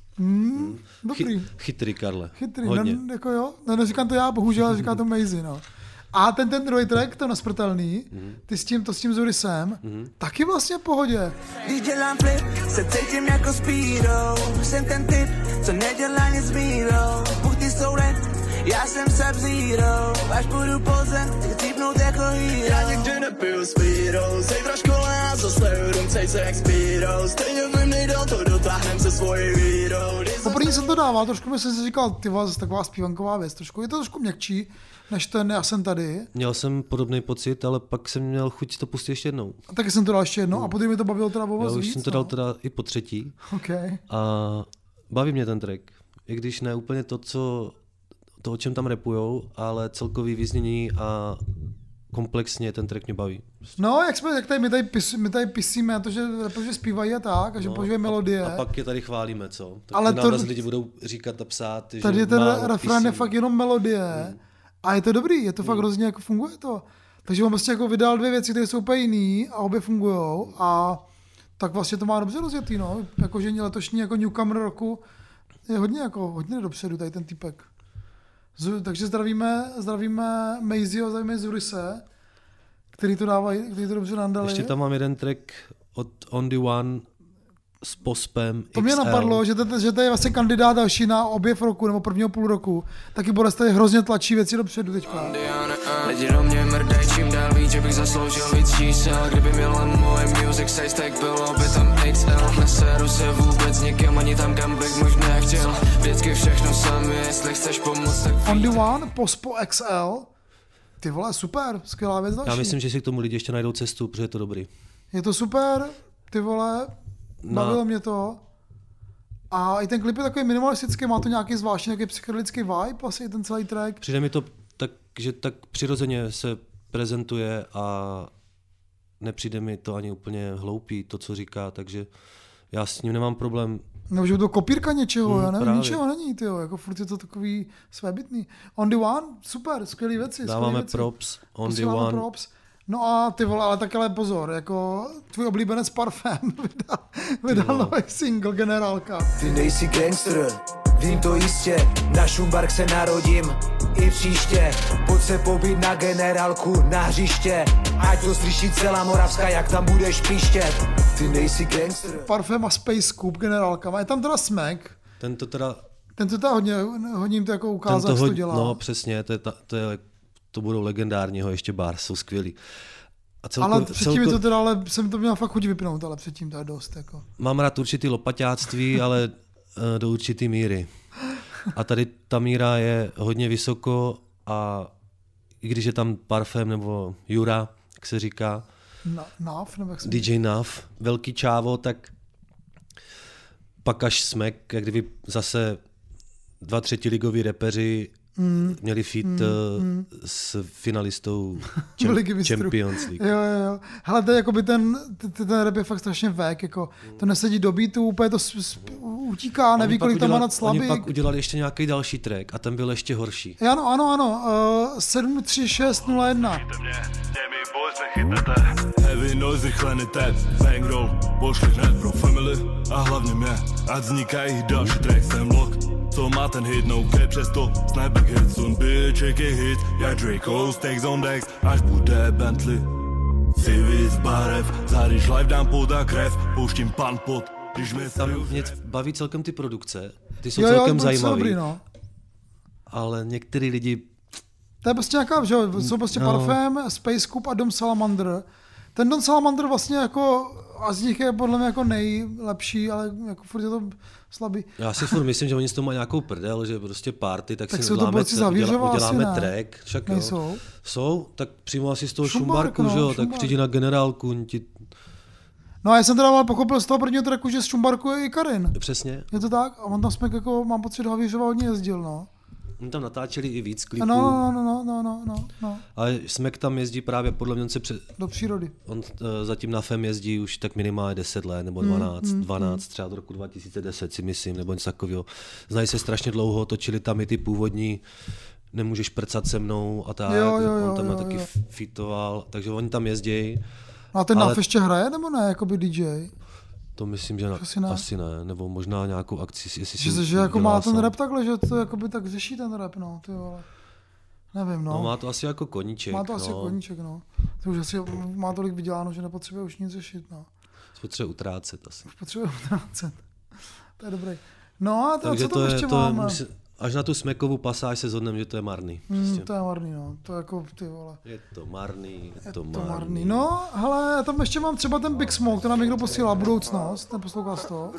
Hmm, dobrý. Chy, chytrý, Karle. Chytrý, hodně. No, jako jo. No, neříkám to já, bohužel, říká to Maisie, no. A ten, ten druhý track, to Nesmrtelný, mm. ty s tím, to s tím Zurisem, mm. taky vlastně v pohodě. Když dělám flip, se cítím jako Speedo, jsem ten typ, co nedělá nic s mírou. Buchty jsou red, já jsem Sub-Zero, až budu pozem, chci cípnout jako hero. Já někdy nepiju Speedo, zítra škola a zase rumcej se jak Speedo. Stejně vím nejdál, to dotáhnem se svojí vírou. Poprvé jsem to dával, trošku mi jsem si říkal, ty vás, taková zpívanková věc, trošku, je to trošku měkčí, než ten Já jsem tady. Měl jsem podobný pocit, ale pak jsem měl chuť to pustit ještě jednou. A taky jsem to dal ještě jednou no. a potom mi to bavilo teda vůbec víc. Já už jsem to dal teda i po třetí. Okay. A baví mě ten track. I když ne úplně to, co, to o čem tam rapujou, ale celkový vyznění a komplexně ten track mě baví. No, jak, jsme, jak tady, my, tady pis, my tady pisíme na to, že, že zpívají a tak, a že no, používají melodie. A pak je tady chválíme, co? Tak ale to nás lidi budou říkat a psát, tady že ten refrén je fakt jenom melodie. Hmm. A je to dobrý, je to fakt hmm. hrozně, jako funguje to. Takže on prostě jako vydal dvě věci, které jsou úplně jiný a obě fungujou a tak vlastně to má dobře rozjetý, no. Jakože letošní jako newcomer roku je hodně jako, hodně dopředu tady ten typek. Z, takže zdravíme, zdravíme Maisieho, zdravíme Zurise, který to dávají, který to dobře nandali. Ještě tam mám jeden track od On The One, s Pospem To mě X L. napadlo, že to, že to je vlastně kandidát další na objev roku nebo prvního půl roku. Taky Boris tady hrozně tlačí věci dopředu teďka. Lidi do mě mrdají čím dál víc, že bych zasloužil víc čísel. Kdyby měl len moje music size, tak bylo by tam X L. Neseru se vůbec nikam, ani tam, kam bych možná chtěl. Vždycky všechno sami, jestli chceš pomoct, tak On the One, Pospo X L. Ty vole, super, skvělá věc další. Já myslím, že si k tomu lidi ještě najdou cestu, protože je to dobrý. Je to super, ty vole, bavilo Na- mě to. A i ten klip je takový minimalistický, má to nějaký zvláštní, nějaký psychedelický vibe, asi i ten celý track. Přijde mi to tak, že tak přirozeně se prezentuje a nepřijde mi to ani úplně hloupý, to, co říká, takže já s ním nemám problém. Nebo že to kopírka něčeho, Mm, já nevím, právě. ničeho není, tyjo, jako furt je to takový svébytný. On the One, super, skvělý věci. Dáváme skvělý věci. props, On the Posíláme One. Props. No a ty vole, ale tak ale pozor, jako tvůj oblíbenec Parfém vydal, vydal nový single Generálka. Ty nejsi gangster, vím to jistě, na Šumbark se narodím i příště. Pojď se pobít na generálku, na hřiště, ať to slyší celá Moravská, jak tam budeš píštět. Ty nejsi gangster. Parfém a Space Scoop Generálka. Je tam teda Smek. Ten to teda... Ten to teda hodně, hodně jim to jako ukázal, jak to to dělá. No přesně, to, je ta, to, je, to budou legendárního ještě bars, jsou skvělí. A celko, ale předtím celko, je to teda, ale jsem to měl fakt chuť vypnout, ale předtím to je dost. Jako. Mám rád určitý lopaťáctví, ale uh, do určitý míry. A tady ta míra je hodně vysoko a i když je tam Parfém nebo Jura, jak se říká, Na, Nav, nebo jak se D J Nav, velký čávo, tak pak až Smek, jak kdyby zase dva třetiligoví repeři mm, měli feat mm, uh, mm. s finalistou Ligy čem, mistrů. Champions League. Jo, jo, jo. Hele, to je jakoby ten, ten, ten rap je fakt strašně vek, jako, to nesedí do beatu, úplně to s, s, utíká, neví, kolik tam má nad slabý. Oni pak udělali ještě nějaký další track a ten byl ještě horší. Ano, ano, ano, uh, sedm tři šest nula jedna. Heavy noise, zrychlený tep, bankroll, pošli hned pro family a hlavně mě, ať vznikají další track, jsem lock, co má ten hit, no cap, přesto sniper hit, sun bitch, jaký hit, jak Draco, stakes on decks, až bude Bentley. Si víc barev, když live dám pod a krev, pouštím pan pod, když mi Tam mě baví celkem ty produkce, ty jsou jo, celkem jo, zajímavý, dobrý, no. ale některý lidi... To je prostě nějaká, že jo, jsou prostě No. Parfém, Space Scoop a Dom Salamander. Ten Dom Salamander vlastně jako, a z nich je podle mě jako nejlepší, ale jako furt je to slabý. Já si furt myslím, že oni z toho mají nějakou prdel, že prostě party, tak, Tak si jsou to uděláme, borci za udělá, Vířova, uděláme asi ne. track. Však jo. Nejsou. Jsou, tak přímo asi z toho Šumbark, Šumbarku, no, že jo, tak Šumbark. přijdi na generálku. Ti... No a já jsem teda ale pochopil z toho prvního tracku, že z Šumbarku je i Karin. Přesně. Je to tak? A on tam jsme jako, mám pocit, do Havířova hodně jezdil, no. Oni tam natáčeli i víc klipů. No, no, no, no, no, no, no, no. Ale Smek tam jezdí právě, podle mě on se před... Do přírody. On uh, zatím na F E M jezdí už tak minimálně deset let, nebo Mm, dvanáct, mm, dvanáct, třeba do roku dva tisíce deset si myslím, nebo něco takového. Znají se strašně dlouho, točili tam i ty původní Nemůžeš prcat se mnou a tak, Jo, jo, jo, on tam jo, taky jo. fitoval, takže oni tam jezdí. A ten ale Nav ještě hraje, nebo ne, jakoby D J? To myslím, že na, Asi ne. asi ne, nebo možná nějakou akci, jestli si Že, že jako udělá má ten sám. rap takhle, že to jakoby tak řeší ten rap, no, ty vole. Nevím, no. No má to asi jako koníček. Má to asi no. koníček, no. To už asi má tolik vyděláno, že nepotřebuje už nic řešit, no. Potřebuje utrácet asi. Potřebuje utrácet. To je dobrý. No a to, Takže co tam to ještě je, to máme? musí, až na tu Smekovu pasáž se shodneme, že to je marný. Hmm, Prostě. to je marný, no. To jako, ty vole. Je to marný, je, Je to, to marný. marný. No, hele, já tam ještě mám třeba ten Big Smoke, to nám někdo posílá, Budoucnost, neposlouchal jsi to?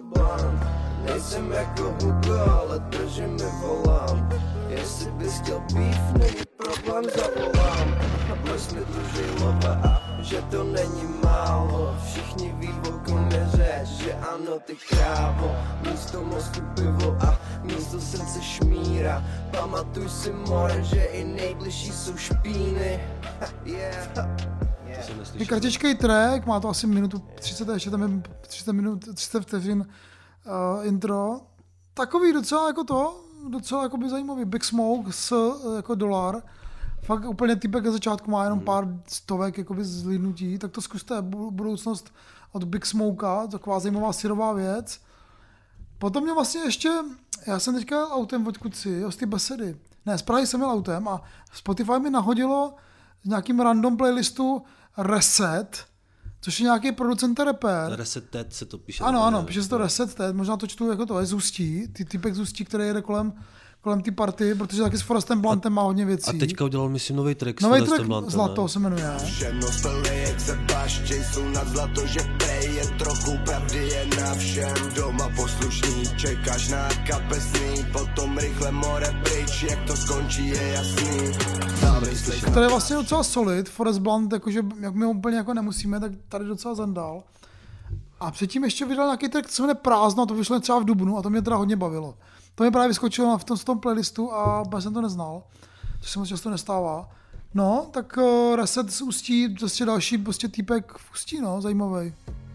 Nejsem jako Hugo, ale držím mi volám. Jestli bys chtěl beef, není problém, zavolám. A proč mi dluží lova a že to není málo. Všichni ví, o kom je řeč, že ano, ty krávo. Místo mozku pivo a místo srdce šmíra. Pamatuj si, more, že i nejbližší jsou špíny. Yeah. Je kratičkej track, má to asi minutu třicet, ještě tam je třicet minut, třicet vteřin uh, intro. Takový docela jako to, docela jako by zajímavý. Big Smoke s uh, jako dolar. Fakt úplně typek na začátku má jenom pár stovek jakoby zlídnutí, tak to zkuste, Budoucnost od Big Smokea, taková zajímavá syrová věc. Potom mě vlastně ještě, já jsem teďka autem od Kuci, z ty besedy. Ne, z Prahy jsem měl autem a Spotify mi nahodilo v nějakým random playlistu Reset, což je nějaký producent a rapper. Reset Ted se to píše. Ano, ano, píše se to Reset Ted, možná to čtu jako to, je z Ústí, ty typek z Ústí, který jede kolem, kolem té party, protože taky s Forestem Blantem má hodně věcí. A teďka udělal, myslím, nový track nový s Forestem track Blantem. Zlato se jmenuje. Všechno splnej, jak se baštěj, jsou nad zlato, že prej je trochu pravdy, je na všem. Doma poslušný, čekáš na kapesný, potom rychle more pryč, jak to skončí, je jasný. To je vlastně docela solid, Forest Blunt, jakože jak my ho úplně jako nemusíme, tak tady docela zandal. A předtím ještě vydal nějaký track, co se jmenuje Prázdno, to vyšlo třeba v dubnu a to mě teda hodně bavilo. To mě právě vyskočilo v tom, v tom playlistu a já jsem to neznal, což se moc často nestává. No, tak uh, Reset z Ústí, prostě další prostě týpek v Ústí, no, zajímavý.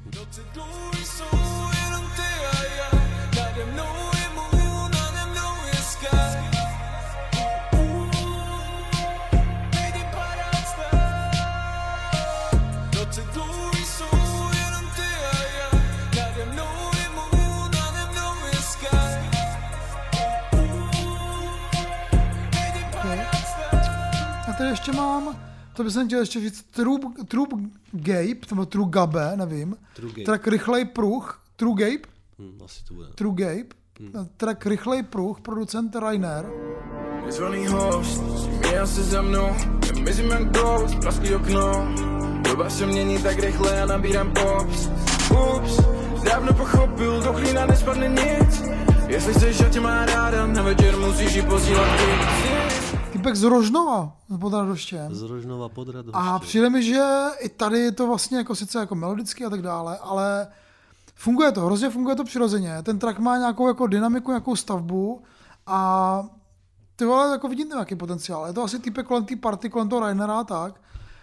Tady ještě mám, to bych jsem chtěl ještě říct, True, True Gabe, nebo True Gabe, nevím. True Gabe. Track Rychlej pruh, True Gabe? Hmm, asi to bude. True Gabe. Hmm. Track Rychlej pruh, producent Rainer. Nezvaný host, smějel se za mnou, jen mezi jak ghost, praský okno. Doba se mění tak rychle, já nabírám pops. Ups, dávno pochopil, do klína nespadne nic. Jestli chceš, že tě má ráda, na večer musíš jí posílat ty. Typek z Rožnova pod Radoštěm. Z Rožnova pod Radoštěm. A přijde mi, že i tady je to vlastně jako sice jako melodicky a tak dále, ale funguje to, hrozně funguje to přirozeně. Ten track má nějakou jako dynamiku, nějakou stavbu a ty vole, jako vidím nějaký potenciál. Je to asi typek kolem té party, kolem toho Rainera a tak.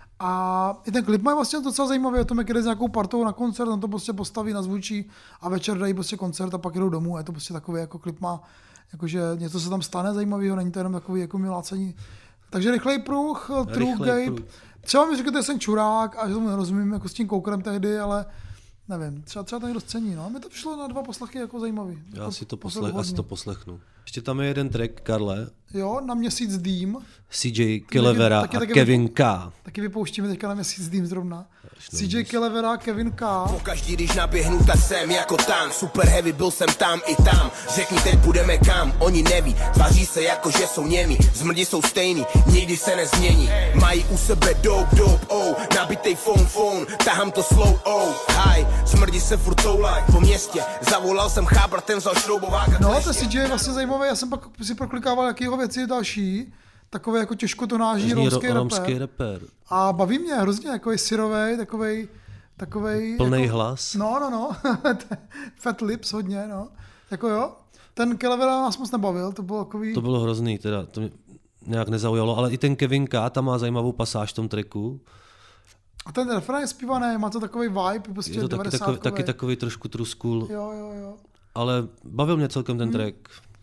A i ten klip má vlastně docela zajímavý o tom, jak jde s nějakou partou na koncert, on to prostě postaví, nazvučí a večer dají prostě koncert a pak jdou domů. A je to prostě takový jako klip má, jakože něco se tam stane zajímavého, není to jenom takový jako milácení. Takže Rychlej pruh, True Gabe. Pruh. Třeba mi říkáte, že jsem čurák a že tomu nerozumím jako s tím koukrem tehdy, ale nevím, třeba, třeba to někdo scení. No. Mi to přišlo na dva poslechy jako zajímavý. Já jako si to, posle, asi to poslechnu. Ještě tam je jeden track, Karle. Jo, Na měsíc dým. C J Kelevera taky, a taky, Kevin taky, K. Taky vypouštíme teďka Na měsíc dým zrovna. C J Kelevera a Kevin K. Pokaždý, když naběhnu, tak jsem jako tam. Super heavy, byl jsem tam i tam. Řekni, teď půjdeme kam, oni neví. Tváří se jako, že jsou němi. Zmrdi jsou stejný, nikdy se nezmění. Mají u sebe dope, dope, oh. Nabitej phone, phone, tahám to slow, oh. Hi, smrdi se furt toulaj po městě. Zavolal jsem chábr, ten vzal šroubovák. No, to C J je vlastně zajímavý. Já jsem pak si proklikával, jaký jeho věci je další. Takové jako těžkotonážní romský, romský rapper. A baví mě hrozně, takový syrovej, takovej, takovej... Plnej jako, hlas. No, no, no. Fat lips hodně, no. Jako jo. Ten Kelevera nás moc nebavil, to bylo takový... To bylo hrozný, teda, to mě nějak nezaujalo, ale i ten Kevin K, tam má zajímavou pasáž v tom tracku. A ten refrén je zpívaný, má to takový vibe, prostě je to taky takový, taky takový trošku true school. Jo, jo, jo. Ale bavil mě celkem ten track.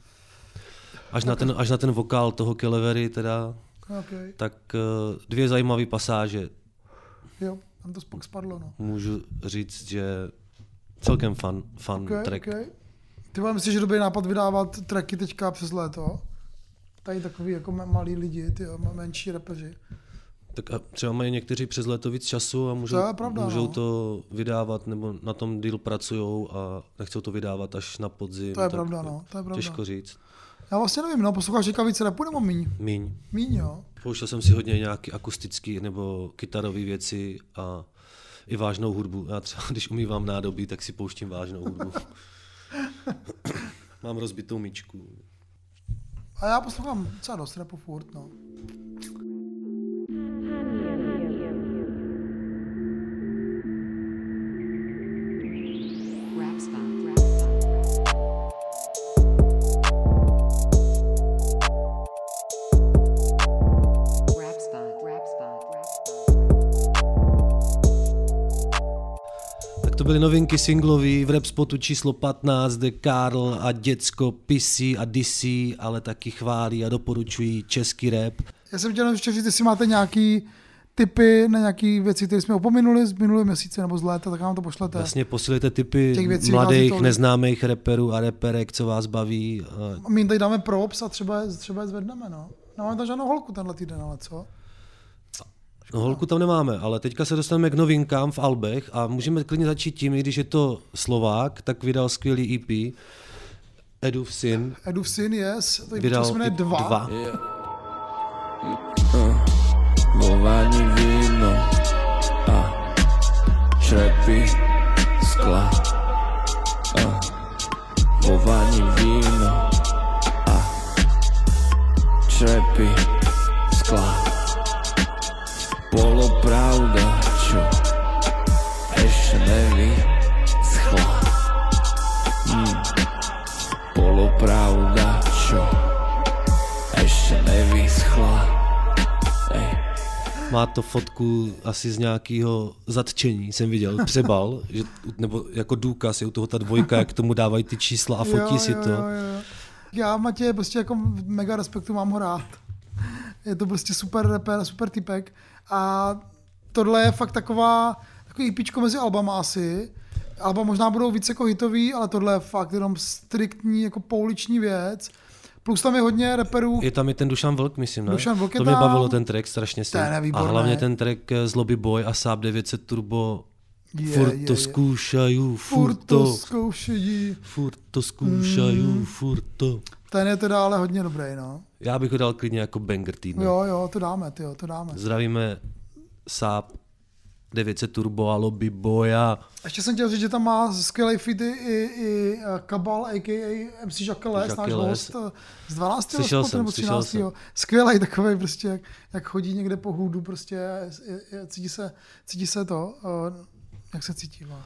Až na ten, až na ten vokál toho Kelevery teda, okay. Tak uh, dvě zajímavé pasáže. Jo, tam to pak spadlo, no. Můžu říct, že celkem fun, fun okay, track. Okay. Ty vám myslíš, že dobrý nápad vydávat tracky teďka přes léto? Tady takový jako malí lidi, ty menší rapeři. Tak a třeba mají někteří přes léto víc času a můžou, to, pravda, můžou no. to vydávat, nebo na tom deal pracujou a nechcou to vydávat až na podzim. To je pravda, no. To je pravda. Těžko říct. Já vlastně nevím, no, posloucháš říká víc rapu nebo míň? Míň. Míň, jo. Pouštěl jsem si hodně nějaký akustický nebo kytarové věci a i vážnou hudbu. Já třeba, když umývám nádobí, tak si pouštím vážnou hudbu. Mám rozbitou myčku. A já poslouchám docela dost rapu furt, no. To byly novinky singlový v Rapspotu číslo patnáct, kde Karl a Děcko pisí a disí, ale taky chválí a doporučují český rap. Já jsem chtěl ještě říct, jestli máte nějaký tipy na nějaké věci, které jsme opominuli z minulého měsíce nebo z léta, tak nám to pošlete. Jasně, posílejte tipy mladých, neznámých rapperů a rapperek, co vás baví. A my jim tady dáme props a třeba, třeba je zvedneme, no. Nemáme tam žádnou holku tenhle týden, ale co? No, holku tam nemáme, ale teďka se dostaneme k novinkám v albech a můžeme klidně začít tím, i když je to Slovák, tak vydal skvělý E P, Edův syn. Edův syn, yes, to vydal se jmenuje dva. dva. Yeah. Uh, Vování víno a šrepy skla. Uh, Vování víno a šrepy skla. Polopravda, čo ešte neví schla. Hmm. Polopravda, čo ešte neví schla. Ej. Má to fotku asi z nějakého zatčení, jsem viděl, přebal, že, nebo jako důkaz je u toho ta dvojka, jak tomu dávají ty čísla a fotí jo, si jo, to. Jo, jo. Já Matěje prostě jako mega respektu, mám ho rád. Je to prostě super rapper, super typek. A tohle je fakt taková, takový EPčko mezi albama asi. Alba možná budou víc jako hitový, ale tohle je fakt jenom striktní, jako pouliční věc. Plus tam je hodně rapperů. Je tam i ten Dušan Vlk, myslím, ne? Dušan Vlk je to mě tam. bavilo ten track strašně. To je A nevýborné. hlavně ten track z Lobby Boy a Saab devět set Turbo. Je, furt je, to je. zkoušaju, Furt furt to to, zkoušejí. furt to zkoušaju, Mm. furt to. Ten je teda ale hodně dobrý, no. Já bych ho dal klidně jako banger týdne. Jo, jo, to dáme, tyjo, to dáme. Zdravíme Saab devět set Turbo a Lobby Boy a Ještě jsem chtěl říct, že tam má skvělý feat i, i uh, Kabal, a k a. M C Jacques, náš Jacques. host uh, z dvanáctého Slyšel spotu jsem, nebo slyšel třináctého Skvělej takovej prostě, jak, jak chodí někde po hůdu, prostě je, je, cítí, se, cítí se to, uh, jak se cítí. No.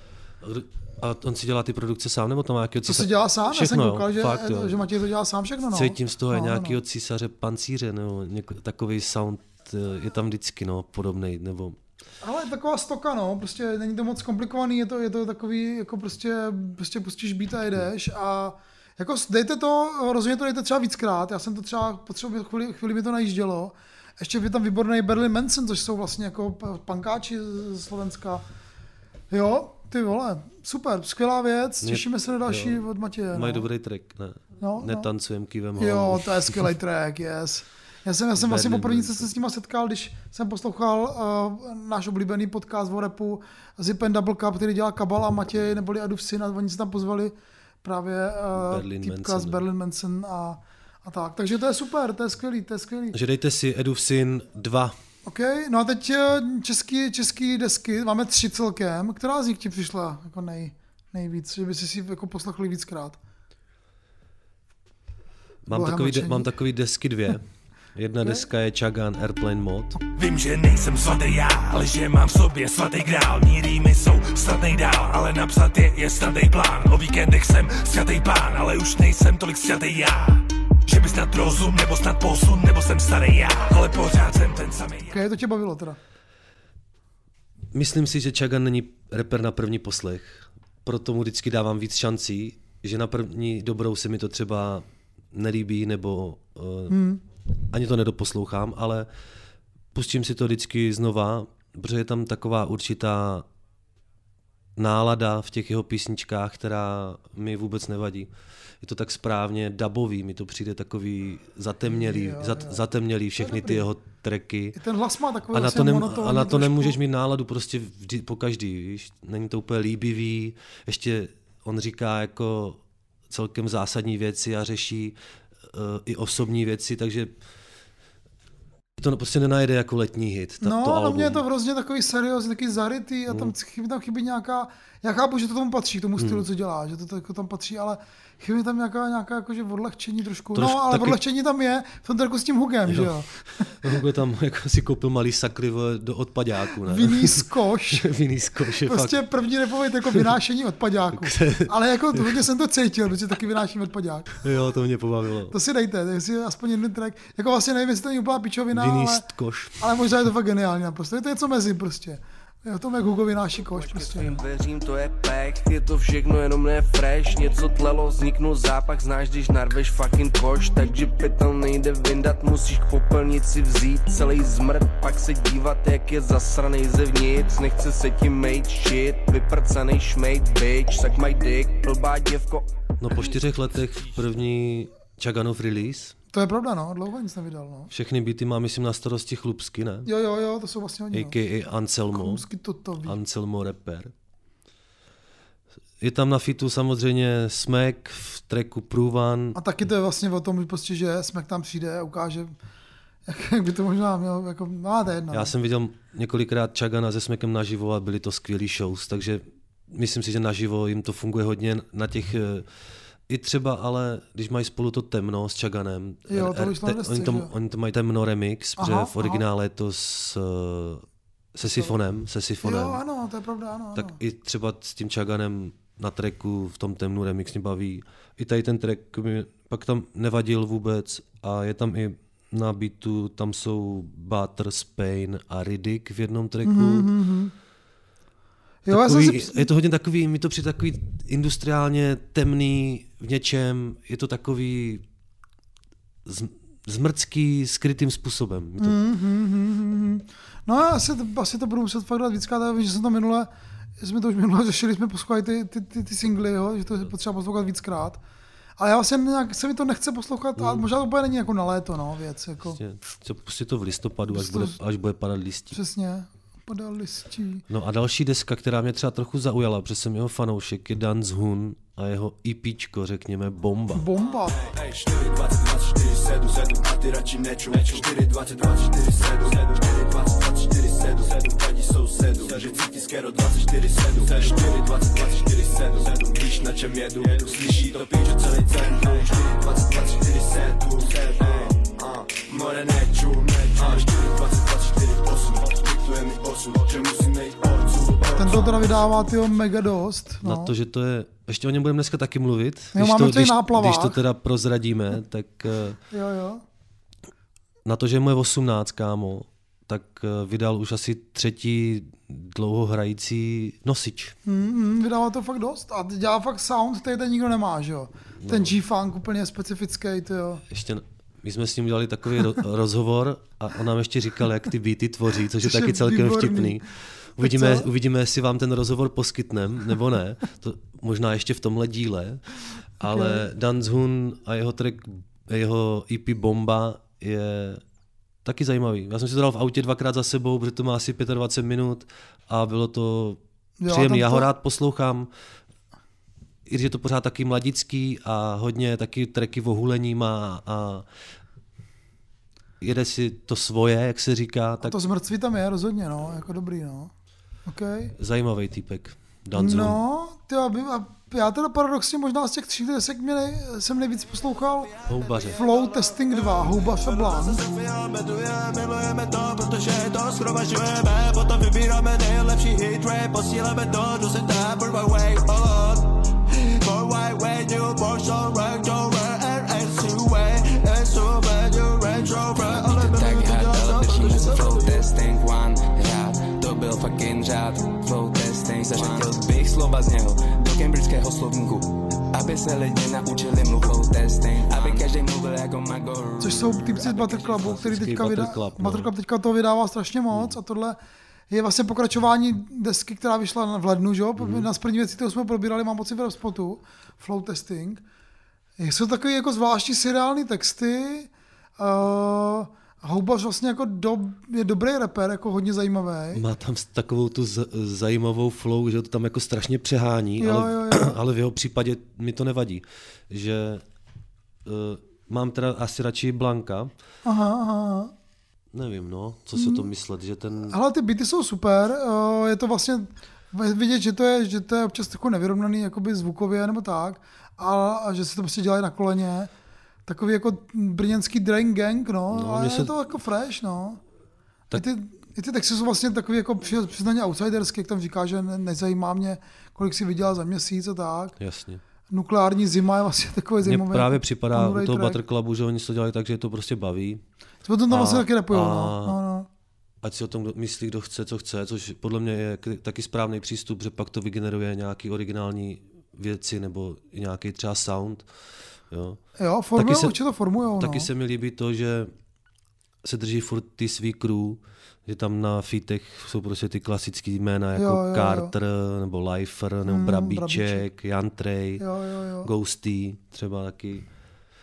A on si dělá ty produkce sám, nebo tam má nějakého To císaře? si dělá sám, Všechno, já jsem koukal, že, fakt, jo. že Matěj to dělá sám všechno. No. Cítím z toho no, nějakého no. císaře pancíře, nebo něko, takový sound je tam vždycky, no, podobnej, nebo... Ale je taková stoka, no, prostě není to moc komplikovaný, je to, je to takový, jako prostě, prostě pustíš beat a jedeš a jako dejte to, rozhodně to dejte třeba víckrát, já jsem to třeba potřeboval, chvíli, chvíli mi to najíždělo. Ještě je tam výborný Berlin Manson, což jsou vlastně jako punkáči z Slovenska. Jo, ty vole, super, skvělá věc, těšíme se na další jo. od Matěje. Mají no. dobrý track, ne? No, Netancujem kývem Jo, hlavou. to je skvělý track, yes. Já jsem, já jsem vlastně Berlin poprvé Manson. se s nima setkal, když jsem poslouchal uh, náš oblíbený podcast o rapu Zip and Double Cup, který dělá Kabal a Matěj, neboli Edův syn, a oni se tam pozvali právě uh, Berlin týpka Manson, z no. Berlin Manson a, a tak. Takže to je super, to je skvělý, to je skvělý. Že dejte si Edův syn dva. OK, no a teď uh, český, český desky, máme tři celkem. Která z nich ti přišla jako nej, nejvíc, že by si si jako poslechli víckrát? Mám Bylo takový, de, mlčení. mám takový desky dvě. Jedna Okay. deska je Chagan Airplane Mode. Vím, že nejsem svatý já, ale že mám v sobě svatý grál. Mí rýmy jsou snadnej dál, ale napsat je, je snadnej plán. O víkendech jsem svatý pán, ale už nejsem tolik svatý já. Že by snad rozum, nebo snad posun, nebo jsem starý já, ale pořád jsem ten samý. OK, to tě bavilo teda. Myslím si, že Chagan není rapper na první poslech, proto mu vždycky dávám víc šancí, že na první dobrou se mi to třeba nelíbí, nebo uh, Hmm. ani to nedoposlouchám, ale pustím si to vždycky znova, protože je tam taková určitá nálada v těch jeho písničkách, která mi vůbec nevadí. Je to tak správně dubový, mi to přijde takový zatemnělý, Jo, jo. zat, zatemnělý všechny ty jeho tracky. I ten hlas má takový A na vlastně to, nem, monotónní a na to trošku. nemůžeš mít náladu prostě vždy, po každý, víš? Není to úplně líbivý, ještě on říká jako celkem zásadní věci a řeší uh, i osobní věci, takže to prostě nenajde jako letní hit, ta, No, to na album. mě je to hrozně takový seriózní, takový zarytý a tam, Mm. chybí, tam chybí nějaká, já chápu, že to tomu patří, k tomu stylu, Mm. co dělá, že to, to jako tam patří, ale chybí tam nějaká, nějaká jakože odlehčení trošku. Trošku no, ale taky- odlehčení tam je, v tom tracku s tím hugem, že jo. Hugo tam jako si koupil malý sakry vole, do odpadáku, ne? Vinný skoš. Vinný skoš je Prostě fakt... první repový jako vynášení odpadáku. Ale jako hodně jsem to cítil, protože taky vynáším odpadák. Jo, to mě pobavilo. To si dejte, tak si aspoň jeden track. Jako vlastně nevím, jestli to není úplná pičovina, Vinný ale, koš. ale možná je to fakt geniální naprosto. Je to něco mezi prostě. Je o tom, jak Hugo vynáší koš prostě. Tvým dveřím to je pech, je to všechno jenom ne fresh. Něco tlelo, vzniknul zápach, znáš, když narveš fucking koš. Takže pytel nejde vyndat, musíš k popelnici vzít celý zmrt. Pak se dívat, jak je zasranej zevnitř. Nechce se ti mate shit, vyprcanej šmejt bitch. Suck my dick, blbá děvko. No po čtyřech letech první Chaganov release. To je pravda, no, dlouho nic nevydal, no. Všechny beaty má, myslím, na starosti Chlupsky, ne? Jo, jo, jo, to jsou vlastně oni, A K A Anselmo. Chlupsky to to ví. Anselmo rapper. Je tam na fitu samozřejmě Smek v tracku Průvan. A taky to je vlastně o tom, že prostě, že Smek tam přijde a ukáže, jak, jak by to možná měl, jako, no, to je jedno. Já jsem viděl několikrát Chagana se Smekem naživo a byly to skvělý shows, takže myslím si, že naživo jim to funguje hodně na těch, i třeba, ale když mají spolu to temno s Chaganem, jo, to te, oni, to, oni to mají temno remix, aha, protože v originále je to s, se sifonem, se sifonem. Jo, ano, to je pravda, ano. Tak ano. i třeba s tím Chaganem na tracku v tom temnu remix mě baví. I tady ten track mi pak tam nevadil vůbec a je tam i na beatu, tam jsou Butter, Spain a Riddick v jednom tracku. Mm-hmm. Jo, takový, já si... Je to hodně takový, mi to přijde takový industriálně temný v něčem, je to takový z, zmrcký, skrytým způsobem. To... Mm-hmm. No já asi, asi to budu muset fakt dát víckrát, já vím, že jsem to minule, jsme to už minule řešili, jsme poslouchali ty, ty, ty, ty singly, jo, že to je potřeba poslouchat víckrát. Ale já vlastně nějak, se mi to nechce poslouchat, mm. a možná to úplně není jako na léto, no, věc. Jako... Prostě, prostě to v listopadu, až bude, až bude padat listí. Přesně, padat listí. No a další deska, která mě třeba trochu zaujala, protože jsem jeho fanoušek, je Dan Zhun a jeho EPčko, řekněme, Bomba. Bomba. čtyři dvacet dvacet čtyři sedm sedm a ty radši neču čtyři dvacet dvacet čtyři sedm čtyři dvacet dvacet čtyři sedm sedm padí jsou sedm že cítí skero dvacet čtyři sedm čtyři dvacet dvacet čtyři sedm sedm víš na čem jedu slyší to píče celý centrum čtyři dvacet dvacet čtyři sedm more neču čtyři dvacet dvacet čtyři osm diktuje mi osud že musím nejít odsud. Ten to teda vydává tyho mega dost. No. Na to, že to je, ještě o něm budeme dneska taky mluvit, jo, když, to, když, náplavách. když to teda prozradíme, tak jo, jo. Na to, že je moje osmnáct, kámo, tak vydal už asi třetí dlouhohrající nosič. Mm, vydává to fakt dost a dělá fakt sound, který ten nikdo nemá, že jo? Ten no. G-funk úplně specifický, to jo. Ještě my jsme s ním udělali takový ro- rozhovor a on nám ještě říkal, jak ty beaty tvoří, což je taky celkem výborný. Vtipný. Uvidíme, uvidíme, jestli vám ten rozhovor poskytnem, nebo ne. To možná ještě v tomhle díle. Ale okay. Dan Zhun a jeho track, jeho E P Bomba je taky zajímavý. Já jsem si to dal v autě dvakrát za sebou, protože to má asi dvacet pět minut a bylo to příjemné. Já ho rád poslouchám. I když je to pořád taky mladický a hodně taky tracky o hulení má a jede si to svoje, jak se říká. Tak... A to zmrtví tam je rozhodně, no, jako dobrý, no. Okay. Zajímavý týpek, Dan Zhun. No, tyjo, já teda paradoxně možná z těch tří desek mě nej, jsem nejvíc poslouchal Houbaře. Flow Testing dva, Houbař a Blanc. Milujeme to, protože to shromažďujeme, potom vybíráme nejlepší hit rap, posíláme to, do se dá, burn my way on. Burn my way, new portion, rank, don't run, and S U A, S U A, new range rover, ale my tak hádal, držíme se Flow Testing one, řád, to byl fucking řád, Flow Testing, zařadil bych slova z něho do cambridgeského slovníku, aby se lidi naučili mluv Flow Testing, aby každý mluvil jako Magor. Což jsou typci z Butter Clubu, který teďka vydá, Butter Club teďka toho vydává strašně moc a tohle je vlastně pokračování desky, která vyšla v lednu, že jo? Mm. Na první věci, kterou jsme probírali, mám pocit v Rapspotu, Flow Testing. Jsou takové jako zvláštní seriální texty. Uh, Houbař vlastně jako do, je dobrý rapper, jako hodně zajímavý. Má tam takovou tu z, zajímavou flow, že to tam jako strašně přehání, jo, ale, jo, jo. ale v jeho případě mi to nevadí. Že uh, mám teda asi radši Blanka. Aha, aha. Nevím, no, co si o tom myslet, že ten... Ale ty beaty jsou super, je to vlastně vidět, že to je, že to je občas takový nevyrovnaný jakoby zvukově nebo tak, a, a že se to prostě dělají na koleně. Takový jako brněnský Drain Gang, no, no ale se... je to jako fresh, no. Tak... I, ty, I ty texty jsou vlastně takový jako přiznaně outsiderský, jak tam říká, že ne, nezajímá mě, kolik si vydělal za měsíc a tak. Jasně. Nukleární zima je vlastně takový zajímavý. Mně právě připadá u toho Butter Clubu, že oni to dělají tak, že je to prostě baví. Jsme to tam vlastně taky repujou, no. no, no. Ať si o tom myslí, kdo chce, co chce, což podle mě je taky správný přístup, že pak to vygeneruje nějaký originální věci nebo nějaký třeba sound. Jo, jo formujou, určitě to formujou. Taky no. se mi líbí to, že se drží furt ty svý crew, že tam na featech jsou prostě ty klasické jména jako jo, jo, Carter, jo. nebo Lifer, nebo hmm, Brabíček, Jan Trey, Ghosty třeba taky.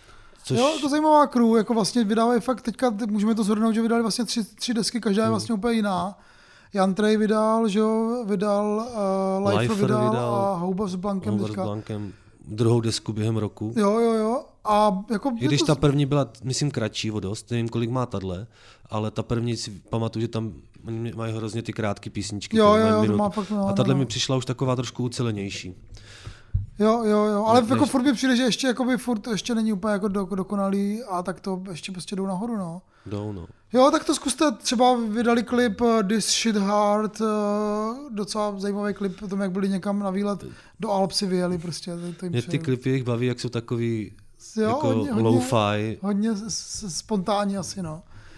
Což... Jo, to zajímavá crew, jako vlastně vydávají fakt, teďka můžeme to zhodnout, že vydali vlastně tři, tři desky, každá je vlastně úplně jiná. Jan Trey vydal, že jo, vydal, uh, Lifer vydal, vydal a Houba s Blankem. Houba s Blankem, druhou desku během roku. Jo, jo, jo. A jako I když to... ta první byla, myslím, kratší o dost, nevím, kolik má tadle, ale ta první si pamatuju, že tam mají hrozně ty krátké písničky. Jo, jo, jo, to má fakt, no, a tahle no, no. mi přišla už taková trošku ucelenější. Jo, jo, jo, ale Než... jako furt mi přijde, že ještě, jakoby, furt ještě není úplně jako do, dokonalý a tak to ještě prostě jdou nahoru, no. Jdou, no. Jo, tak to zkuste, třeba vydali klip uh, This Shit Hard, uh, docela zajímavý klip o tom, jak byli někam na výlet, do Alp si vyjeli prostě. To, to Mě ty klipy jich baví, jak jsou takový jo, jako hodně, lo-fi. Hodně, hodně spontánní asi, no.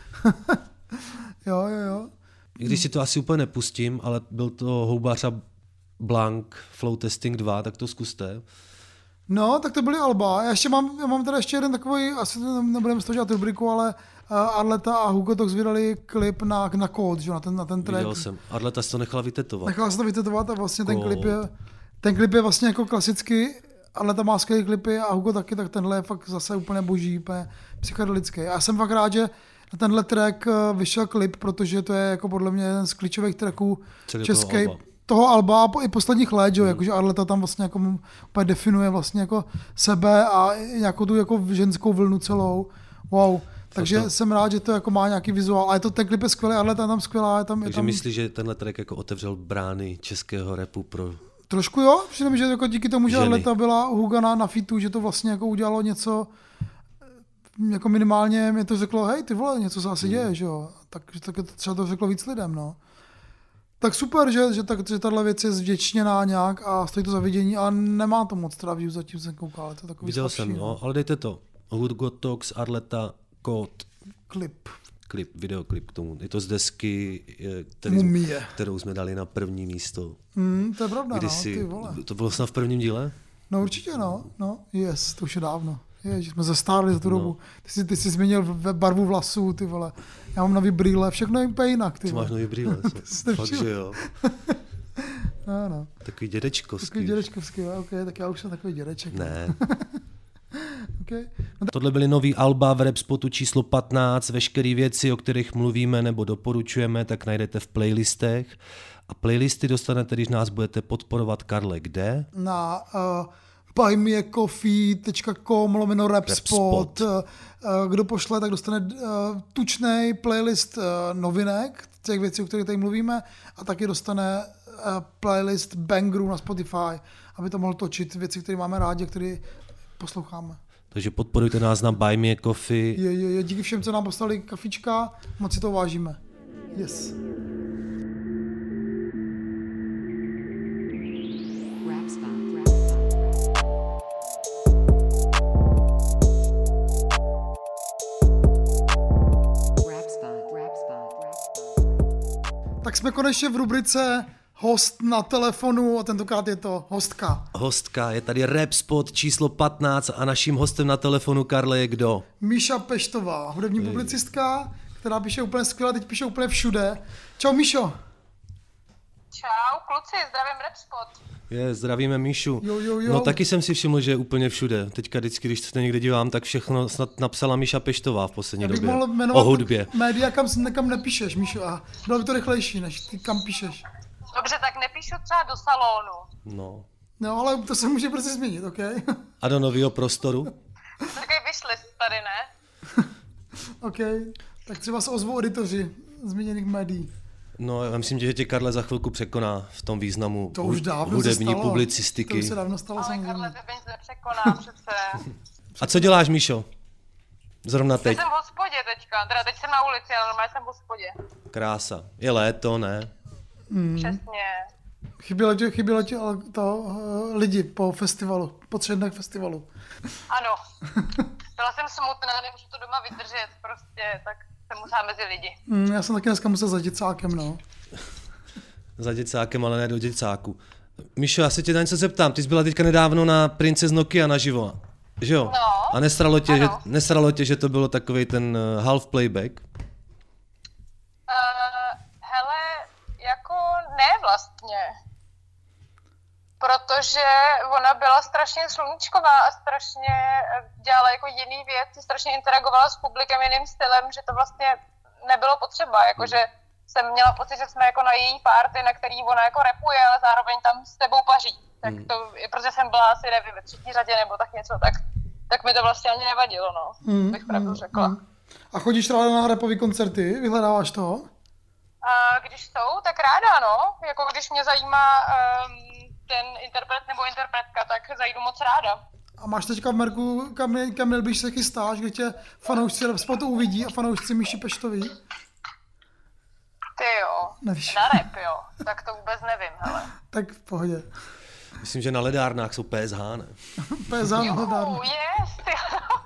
jo, jo, jo. I když si to asi úplně nepustím, ale byl to Houbař a Blank Flow Testing dva, tak to zkuste. No, tak to byly alba. Já ještě mám, já mám teda ještě jeden takový, asi nebudeme z toho dělat rubriku, ale uh, Arleta a Hugo Tox vydali klip na, na kód, že, na ten, na ten track. Viděl jsem. Arleta si to nechala vytetovat. Nechala se to vytetovat a vlastně ten klip je, ten klip je vlastně jako klasicky, Arleta má skvělý klipy a Hugo taky, tak tenhle je fakt zase úplně boží, úplně psychedelický. A já jsem fakt rád, že na tenhle track vyšel klip, protože to je jako podle mě jeden z klíčových tracků český. Toho alba a i posledních let, že? Hmm. Jakože Arleta tam vlastně jako úplně definuje vlastně jako sebe a nějakou tu jako ženskou vlnu celou. Wow. Takže to... jsem rád, že to jako má nějaký vizuál. A je to, ten klip je skvělý, Arleta je tam skvělá. Je tam, Takže je tam... myslíš, že tenhle track jako otevřel brány českého rapu pro... Trošku jo, přijde mi, že jako díky tomu, že ženy. Arleta byla u Huga na, na fitu, že to vlastně jako udělalo něco, jako minimálně mi to řeklo, hej, ty vole, něco se asi hmm. děje, že jo. Tak, tak to třeba to řeklo víc lidem, no. Tak super, že, že, tak, že tahle věc je zvděčněná nějak a stojí to za vidění, ale nemá to moc teda view, zatím jsem koukal, ale to je takový Viděl slabší, jsem, no, ale dejte to. Hugo Tox, Arleta, Kód. Klip. Klip, videoklip k tomu. Je to z desky, který jsme, kterou jsme dali na první místo. Mm, to je pravda, Kdy no, si, ty vole. To bylo snad v prvním díle? No určitě, no, no, yes, to už je dávno. Ježiš, jsme zastárli za tu no. dobu. Ty jsi, ty jsi změnil barvu vlasů, ty vole. Já mám nový brýle, všechno je úplně jinak, ty Ty vole. máš nový brýle, fakt, že jo. no, no. Takový dědečkovský. Takový dědečkovský, jo, ok, tak já už jsem takový dědeček. Ne. okay. no, Tohle byly nový alba v Rapspotu číslo patnáct, veškeré věci, o kterých mluvíme nebo doporučujeme, tak najdete v playlistech. A playlisty dostanete, když nás budete podporovat, Karle, kde? Na uh, buymeacoffee tečka com lomeno Rapspot. Uh, kdo pošle, tak dostane uh, tučnej playlist uh, novinek, těch věcí, o kterých tady mluvíme, a taky dostane uh, playlist bangerů na Spotify, aby to mohl točit věci, které máme rádi, které posloucháme. Takže podporujte nás na Buy Me a Coffee. Je, je, je, díky všem, co nám poslali kafička, moc si to vážíme. Yes. Tak jsme konečně v rubrice host na telefonu a tentokrát je to hostka. Hostka, je tady Rapspot číslo patnáct a naším hostem na telefonu, Karle, je kdo? Míša Peštová, hudební Ej. publicistka, která píše úplně skvěle, teď píše úplně všude. Čau Míšo. Čau kluci, zdravím Rapspot. Je, zdravíme Míšu. Jo, jo, jo. No taky jsem si všiml, že je úplně všude. Teďka vždycky, když se někde dívám, tak všechno snad napsala Míša Peštová v poslední Já bych době. mohl jmenovat o hudbě. Média, kam, nekam nepíšeš, Míšo, a bylo by to rychlejší, než ty kam píšeš. Dobře, tak nepíšu třeba do salonu. No. No, ale to se může prostě změnit, OK? A do nového prostoru? Taky vyšli tady, ne? OK, tak třeba se ozvou editoři zmíněných médií. No, já myslím, že tě Karle za chvilku překoná v tom významu to už dávno hudební se stalo. publicistiky. To už se dávno stalo, ale samozřejmě. Karle, tebe nic nepřekoná přece. A co děláš, Míšo? Zrovna teď. Já jsem v hospodě teďka, teda teď jsem na ulici, ale normálně jsem v hospodě. Krása. Je léto, ne? Mm. Přesně. Chybělo ti, chybělo ti ale to uh, lidi po festivalu, po třech dnech festivalu. Ano. Byla jsem smutná, nemůžu to doma vydržet, prostě, tak jsem musela mezi lidi. Mm, já jsem taky dneska musel za děcákem, no. Za děcákem, ale ne do děcáku. Míšo, já se tě na něco zeptám. Ty jsi byla teďka nedávno na Princess Nokia naživo, že jo? No. A nesralo tě, že, nesralo tě, že to bylo takovej ten uh, half playback? Uh, hele, jako ne vlastně. protože ona byla strašně sluníčková a strašně dělala jako jiný věci, strašně interagovala s publikem jiným stylem, že to vlastně nebylo potřeba, jakože jsem měla pocit, že jsme jako na její party, na který ona jako rapuje, ale zároveň tam s tebou paří. Tak to, protože jsem byla asi nevím, ve třetí řadě nebo tak něco, tak, tak mi to vlastně ani nevadilo, no, mm, bych pravdu mm, řekla. Mm. A chodíš ráda na rapové koncerty? Vyhledáváš to? A když jsou, tak ráda, no. Jako když mě zajímá um, ten interpret nebo interpretka, tak zajdu moc ráda. A máš teďka v merku, kam, kam měl bych se chystáš, kde tě fanoušci rapspotu uvidí a fanoušci Míši Peštový? Ty jo, Nevíš. Na rap jo, tak to vůbec nevím, hele. Tak v pohodě. Myslím, že na ledárnách jsou P S H, ne? P S H na ledárnách. Yes, ty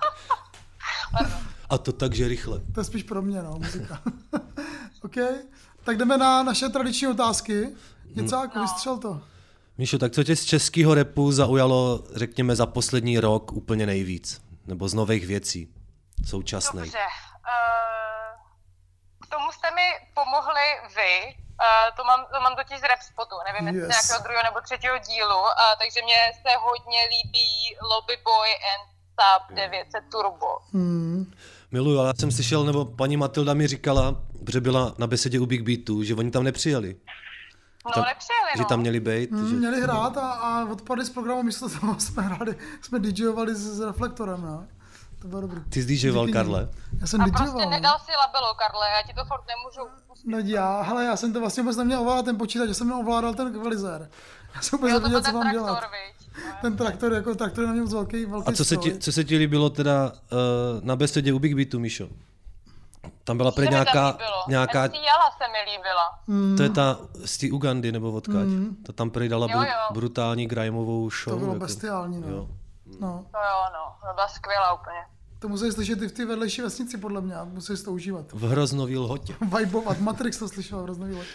A to takže rychle. To je spíš pro mě, no, muzika. OK, tak jdeme na naše tradiční otázky. Děcáku, no. Vystřel to. Míšo, tak co tě z českého rapu zaujalo, řekněme, za poslední rok úplně nejvíc? Nebo z nových věcí současných? Dobře. Uh, k tomu jste mi pomohli vy. Uh, to, mám, to mám totiž z Rapspotu, nevím, jestli yes. nějakého druhého nebo třetího dílu, uh, takže mě se hodně líbí Lobby Boy and Sub devět set Turbo. Hmm. Miluju, ale já jsem slyšel, nebo paní Matilda mi říkala, že byla na besedě u Big Beatu, že oni tam nepřijeli. No, tam, nepřijeli, že no. tam měli být. Hmm, že... Měli hrát a, a odpadli z programu, místo toho jsme hráli, jsme DJovali s, s Reflektorem, no. To bylo dobrý. Ty jsi DJoval, Karle? Já jsem a DJoval. prostě nedal si labelo, Karle, já ti to furt nemůžu pustit. No já, hele, já jsem to vlastně vůbec neměl ovládat ten počítač, já jsem měl ovládal ten kvalizér. Já jsem vůbec nevěděl, co mám dělat. Viď? Ten traktor, jako traktor na něm z velký, velký A co se, ti, co se ti líbilo teda uh, na besedě u Big Beatu, Míšo? Tam byla prý nějaká... nějaká... Jala se mi líbila. Mm. To je ta z té Ugandy, nebo odkaď. Mm. Ta tam prý dala jo, jo. Br- brutální grimeovou show. To bylo jako... bestiální, no. Jo. no. To jo, no. To byla skvělá úplně. To musíš slyšet i v té vedlejší vesnici, podle mě. Musíš to užívat. V Hroznový Lhotě. Vibovat. Matrix to slyšel v Hroznový Lhotě.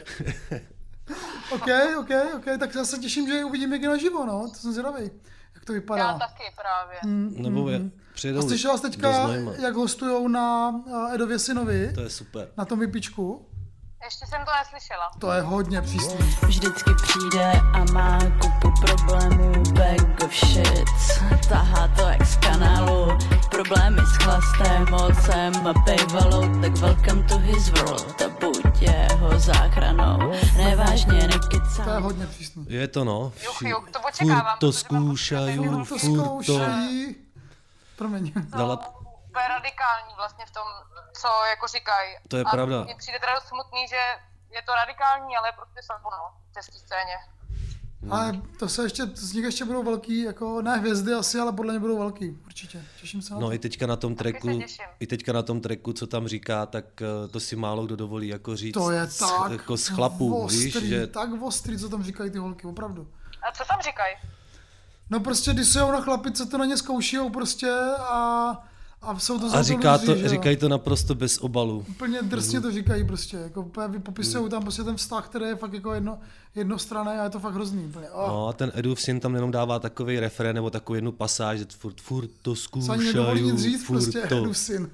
OK, OK, OK. Tak já se těším, že uvidím někdy naživo, no. To jsem zvědavý. Jak to vypadá. Já taky právě. Mm, Nebo mm, je, mm. přijedou A slyšela jsi teďka, jak hostujou na uh, Edově synovi? To je super. Na tom vypičku? Ještě jsem to neslyšela. To je hodně přísný. Vždycky přijde a má kupu problémů, bag of shit. Tahá to jak z kanálu. Problémy s chlastem, mocem a bejvalou, tak welcome to his world. A buď jeho záchranou. Nevážně nekecám. To je hodně přísný. Je to no. Juch, juch, to počekávám. Furt to zkoušaju, to furt to... zkoušají. Promiň. Dala... To je radikální vlastně v tom, co jako říkají. To je a pravda. mně přijde teda dost smutný, že je to radikální, ale prostě samo, no, v české scéně. Hmm. Ale to se ještě, z nich ještě budou velký, jako ne hvězdy asi, ale podle mě budou velký, určitě. Těším se na No to. i teďka na tom tracku, i teďka na tom tracku, co tam říká, tak to si málo kdo dovolí jako říct. To je tak jako z chlapů, ostrý, víš, že... tak ostrý, co tam říkají ty holky, opravdu. A co tam říkají? No prostě, když se na chlapi, co to na ně zkoušijou prostě a... A, jsou to a říká lidi, to, říkají to naprosto bez obalu. Úplně drsně to říkají prostě, jako popisují tam prostě ten vztah, který je fakt jako jedno, jednostranný a je to fakt hrozný. Úplně. Oh. No a ten Edův syn tam jenom dává takový refrén nebo takovou jednu pasáž, že furt, furt to zkoušaju, říct, furt prostě to. Edův syn.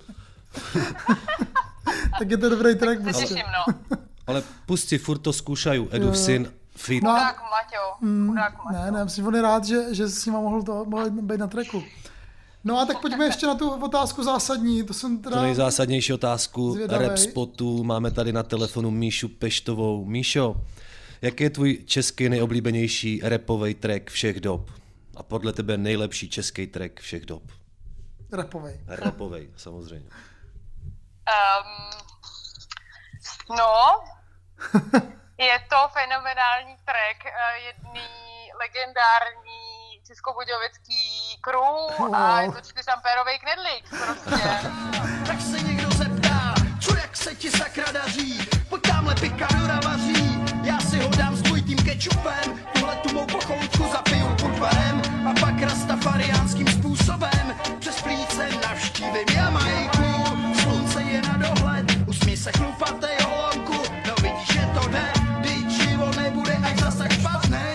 Tak je to dobrý track. Tak se těším, no. Ale pust si, furt to zkoušaju, Edův syn, fit. No, chudák Maťo, mm, chudák Maťo. Ne, ne, myslím, on je rád, že, že s ním mohl, to, mohl být na tracku. No a tak pojďme ještě na tu otázku zásadní, to jsem teda... To nejzásadnější otázku zvědavej. Rap Spotu, máme tady na telefonu Míšu Peštovou. Míšo, jaký je tvůj český nejoblíbenější rapový track všech dob? A podle tebe nejlepší český track všech dob? Rapovej. Rapovej, samozřejmě. Um, no, je to fenomenální track uh, jedný legendární českobudějovický crew wow. A je to čtyřampérovej knedlík prostě. Tak se někdo zeptá, co jak se ti sakra daří, pojď tamhle pikadora vaří, já si ho dám s dvojitým kečupem, tuhle tu mou pochoutku zapiju purvarem a pak rastafariánským způsobem přes plíce navštívím Jamajku, slunce je na dohled, usmí se chlupatej holonku, no vidíš, že to jde, vždyť život nebude až zas tak špatnej.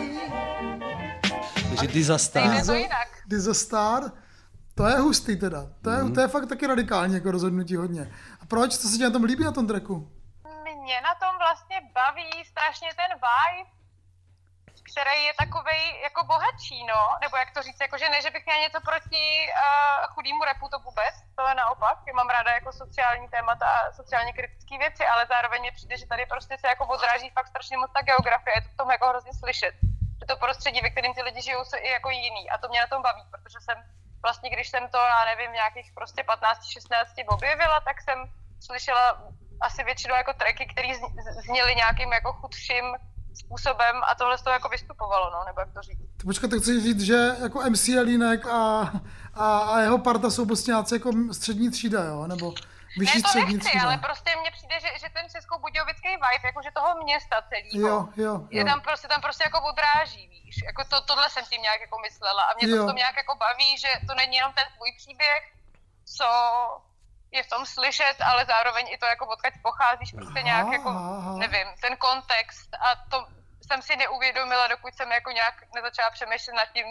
Takže Dizastar. Dizastar, to je hustý teda. To je, mm. to je fakt taky radikální jako rozhodnutí hodně. A proč? Co se ti na tom líbí na tom tracku? Mě na tom vlastně baví strašně ten vibe, který je takovej jako bohatší, no, nebo jak to říct, jakože ne, že bych měla něco proti uh, chudýmu rapu, to vůbec, to je naopak, já mám ráda jako sociální témata a sociálně kritické věci, ale zároveň mi přijde, že tady prostě se jako odráží fakt strašně moc ta geografie, je to v tom jako hrozně slyšet, že to prostředí, ve kterém ty lidi žijou, jsou i jako jiný a to mě na tom baví, protože jsem vlastně, když jsem to, já nevím, nějakých prostě patnáct šestnáct objevila, tak jsem slyšela asi většinou jako tracky, které zněly nějakým jako chudším způsobem a tohle z toho jako vystupovalo, no, nebo jak to říct. Počkat, tak chci říct, že jako M C Jelínek a, a, a jeho parta jsou prostě nějací jako střední třída, jo, nebo vyšší ne, to střední nechci, třída. ale prostě mně přijde, že, že ten českobudějovický vibe, jakože toho města celého, jo, jo, jo. je tam prostě, tam prostě jako odráží, víš, jako to, tohle jsem tím nějak jako myslela a mě to v tom nějak jako baví, že to není jenom ten tvůj příběh, co je v tom slyšet, ale zároveň i to jako odkud pocházíš, prostě nějak jako, nevím, ten kontext a to jsem si neuvědomila, dokud jsem jako nějak nezačala přemýšlet nad tím,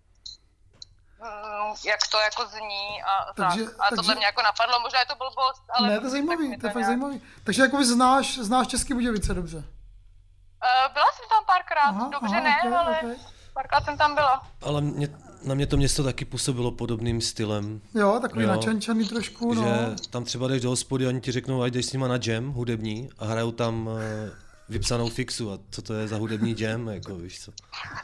jak to jako zní a takže, tak. A takže, tohle mě jako napadlo, možná je to blbost, ale... Ne, to je zajímavý, to je fakt zajímavý. Takže jako znáš, znáš Český Budějovice dobře? Uh, byla jsem tam párkrát, aha, dobře aha, ne, okay, ale okay. párkrát jsem tam byla. Ale mě, na mě to město taky působilo podobným stylem. Jo, takový jo, načančaný trošku, no. Že tam třeba jdeš do hospody, oni ti řeknou, ať jdeš s nima na jam hudební a hrajou tam uh, vypsanou fixu a co to je za hudební jam, jako víš co.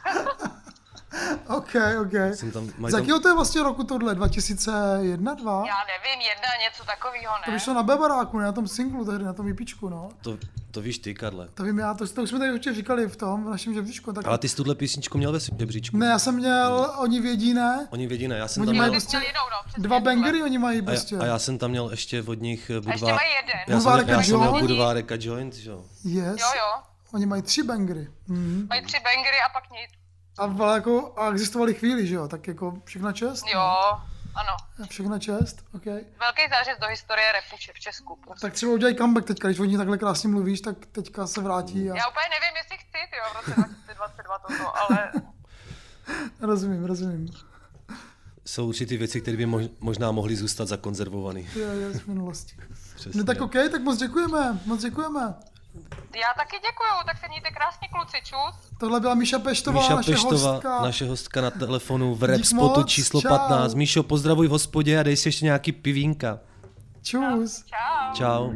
OK, OK. Tam, z jakého to je vlastně roku tohle? dva tisíce jedna, dva? Já nevím, jedna, něco takového, ne? To vyšlo na Bebaráku, ne? Na tom singlu tehdy, na tom výpičku, no. To, to víš ty, Karle. To vím já, to, to už jsme tady určitě říkali v tom, v našem žebříčku. Tak... Ale ty jsi tuhle písničku měl ve svém žebříčku. Ne, já jsem měl Oni vědí, ne? Oni vědí, ne, já jsem oni tam mají měl... prostě dva bangery, oni mají prostě. A já, a já jsem tam měl ještě od nich Budvar... Ještě mají jeden. Já jsem, já jsem měl Budvárek a Joint, jo. Yes. Jo, jo. Oni mají tři bangery. Mm. Mají tři bangery a pak nic. A, jako, a existovaly chvíli, že jo? Tak jako všechna čest? Jo, ano. Všechna čest, ok. Velký zářez do historie rapu v Česku. Prostě. Tak třeba udělají comeback teďka, když o ní takhle krásně mluvíš, tak teďka se vrátí. A... Já úplně nevím, jestli chci, tyjo, v roce dva tisíce dvacet dva toto, ale... rozumím, rozumím. Jsou určitý věci, které by možná mohly zůstat zakonzervovaný. Jo, jo, z minulosti. No tak ok, tak moc děkujeme, moc děkujeme. Já taky děkuju, tak se mějte krásně, kluci, čus. Tohle byla Míša Peštová, Míša naše Peštová, hostka. naše hostka na telefonu v Rapspotu číslo čau. patnáct. Míšo, pozdravuj v hospodě a dej si ještě nějaký pivínka. Čus. Čau. Čau.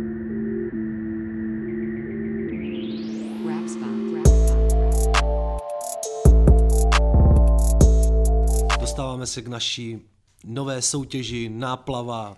Dostáváme se k naší nové soutěži Náplava.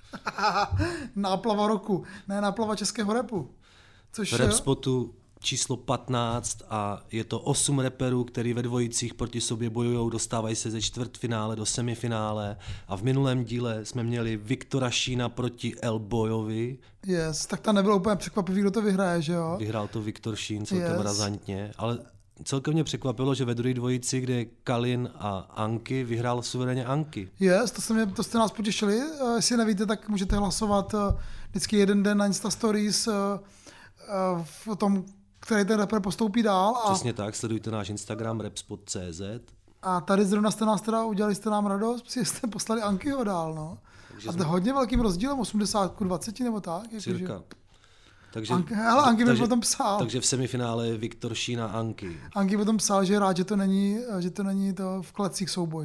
Náplava roku, ne náplava českého rapu. Což v Rapspotu číslo patnáct a je to osm reperů, který ve dvojicích proti sobě bojujou, dostávají se ze čtvrtfinále do semifinále a v minulém díle jsme měli Viktora Šína proti L-Boyovi. Yes, tak tam nebylo úplně překvapivý, kdo to vyhraje, že jo? Vyhrál to Viktor Šín celkem yes. razantně, ale celkem mě překvapilo, že ve druhé dvojici, kde je Kalin a Anky, vyhrál suverénně Anky. Yes, to, se mě, to jste nás potěšili. Uh, jestli nevíte, tak můžete hlasovat uh, vždycky jeden den na Insta Stories uh, uh, o tom, který ten rapper postoupí dál. A... Přesně tak, sledujte náš Instagram rapspot tečka cé zet. A tady zrovna jste nás teda udělali jste nám radost, protože jste poslali Ankyho dál, no. Takže a to jsme... hodně velkým rozdílem, osmdesát ku dvaceti nebo tak. Cirka. Jako, takže, Anky, hele, Anky mi potom psal. Takže v semifinále je Viktor Šín a Anky. Anky potom psal, že je rád, že to není, že to, není to v klecích souboj.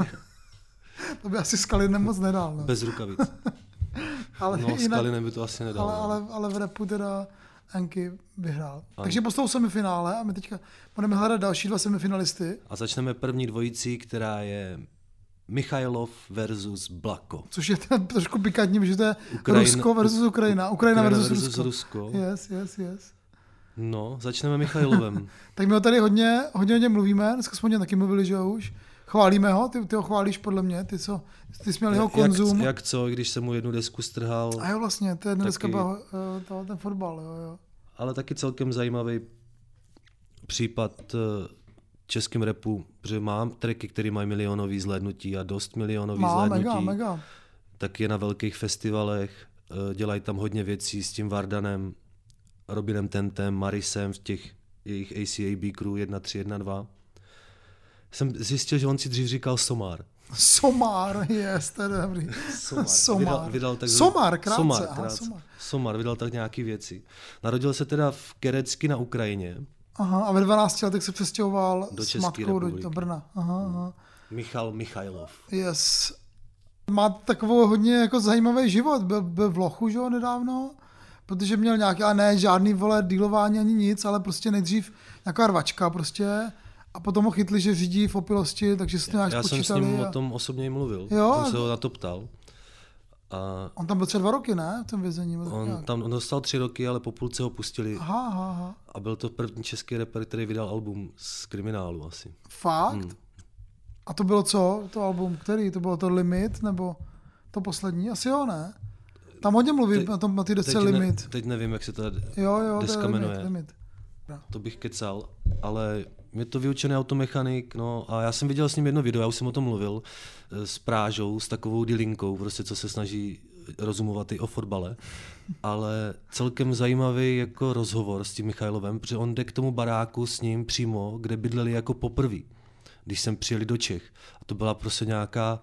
To by asi s Kalinem moc nedal. No. Bez rukavic. Ale no, s Kalinem by to asi nedal. Ale, ale, ale v rapu teda Anky vyhrál. Ano. Takže postou semifinále a my teďka budeme hledat další dva semifinalisty. A začneme první dvojicí, která je Michailov versus Blako. Což je trošku pikantní, že to je Ukrajina, Rusko versus Ukrajina. Ukrajina, Ukrajina versus, versus Rusko. Rusko. Yes, yes, yes. No, začneme Michailovem. Tak my ho tady hodně, hodně o něm mluvíme, dneska jsme o něm taky mluvili, že už. Chválíme ho, ty, ty ho chválíš podle mě, ty, co, ty jsi měl jeho konzum. Jak, jak co, když jsem mu jednu desku strhal. A jo, vlastně, to je dneska byl to, ten fotbal, jo, jo. Ale taky celkem zajímavý případ českým rapu, protože mám tracky, které mají milionový zhlédnutí a dost milionový Má, zhlédnutí. Mega, mega. Tak je na velkých festivalech, dělají tam hodně věcí s tím Vardanem, Robinem Tentem, Marisem v těch jejich A C A B crew jedna tři jedna dva. Jsem zjistil, že on si dřív říkal Somár. Somár, yes, to je dobrý. Somár. Somár. Vydal, vydal tak Somár, krátce. Somár, Aha, krátce. Somár. Somár, vydal tak nějaký věci. Narodil se teda v Kerecky na Ukrajině Aha, a ve dvanácti letech se přestěhoval do s matkou do, do Brna. Aha, aha. Michal Michajlov. Yes. Má takovou hodně jako zajímavý život. Byl, byl v Lochu, že jo, nedávno, protože měl nějaký, ale ne žádný, vole, dealování ani nic, ale prostě nejdřív nějaká rvačka prostě a potom ho chytli, že řídí v opilosti, takže se to nějak Já spočítali. jsem s ním a... o tom osobně mluvil, jo, jsem se ho na to ptal. A on tam byl třeba dva roky, ne? V tom vězení. On tam on dostal tři roky, ale po půlce ho pustili. Aha, aha, aha. A byl to první český rapper, který vydal album z Kriminálu asi. Fakt? Hmm. A to bylo co? To album, který? To bylo to Limit, nebo to poslední? Asi jo, ne? Tam hodně mluví Te, na, tom, na ty desce teď Limit. Ne, teď nevím, jak se ta jo, jo, deska to je jmenuje. Limit, limit. To bych kecal, ale je to vyučený automechanik, no a já jsem viděl s ním jedno video, já už jsem o tom mluvil, s Prážou, s takovou dilinkou, prostě co se snaží rozumovat i o fotbale, ale celkem zajímavý jako rozhovor s tím Michajlovem, protože on jde k tomu baráku s ním přímo, kde bydleli jako poprvé, když jsem přijeli do Čech. A to byla prostě nějaká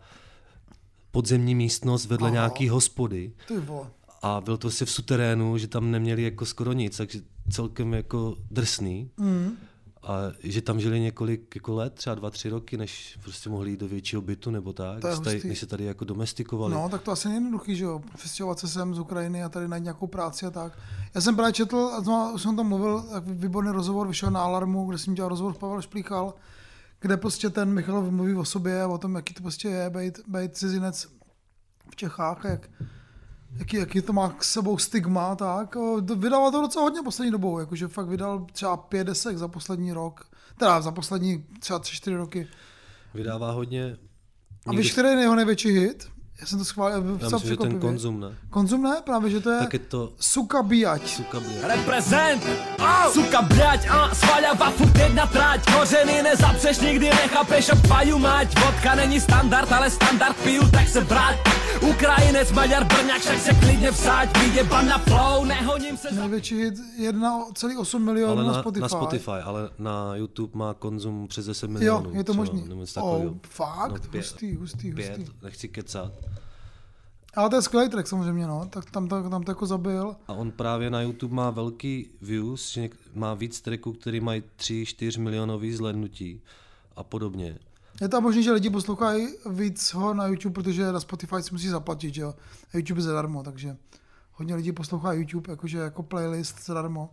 podzemní místnost vedle Aha. nějaký hospody. Ty vole. A byl to prostě v suterénu, že tam neměli jako skoro nic, takže celkem jako drsný. Mm. A že tam žili několik jako let, třeba dva, tři roky, než prostě mohli jít do většího bytu nebo tak, než, tady, než se tady jako domestikovali. No, tak to asi není jednoduchý, že jo, přestěhovat se sem z Ukrajiny a tady najít nějakou práci a tak. Já jsem právě četl, a znovu, už jsem tam mluvil, výborný rozhovor, vyšel na Alarmu, kde jsem dělal rozhovor s Pavel Šplíchal, kde prostě ten Michalov mluví o sobě, o tom, jaký to prostě je, být, být cizinec v Čechách, jak, jaký, jaký to má k sebou stigma, tak. Vydával to docela hodně poslední dobou, jakože fakt vydal třeba pět desek za poslední rok, teda za poslední třeba tři, čtyři roky. Vydává hodně. A víš, který je jeho největší hit? Já jsem to schválil. Já myslím, že ten Konzum, ne? Konzum ne, právě, že to je, tak je to... Suka Biať. Suka Biať. Reprezent, oh! Suka Biať, a svaľava furt jedna trať, kořeny nezapřeš, nikdy nechápeš, opaju mať, vodka není standard, ale standard piju, tak se vrať. Ukrajinec, Maďar, Brňák, však se klidně vsáď, vyjebám na flow, nehoním se... Největší hit jedna celá osm milionů na, na Spotify. Na Spotify, ale na YouTube má Konzum přes deset milionů. Jo, je to možný. Oh, fakt? No, pět, hustý, hustý, pět, hustý. Nechci kecat. Ale to je skvělý track samozřejmě, no. Tak tam to, tam to jako zabil. A on právě na YouTube má velký views, že má víc tracků, který mají tři čtyři milionový zhlédnutí a podobně. Je to možný, že lidi poslouchají víc ho na YouTube, protože na Spotify si musí zaplatit, že jo. A YouTube je zadarmo, takže hodně lidí poslouchá YouTube jakože jako playlist zadarmo.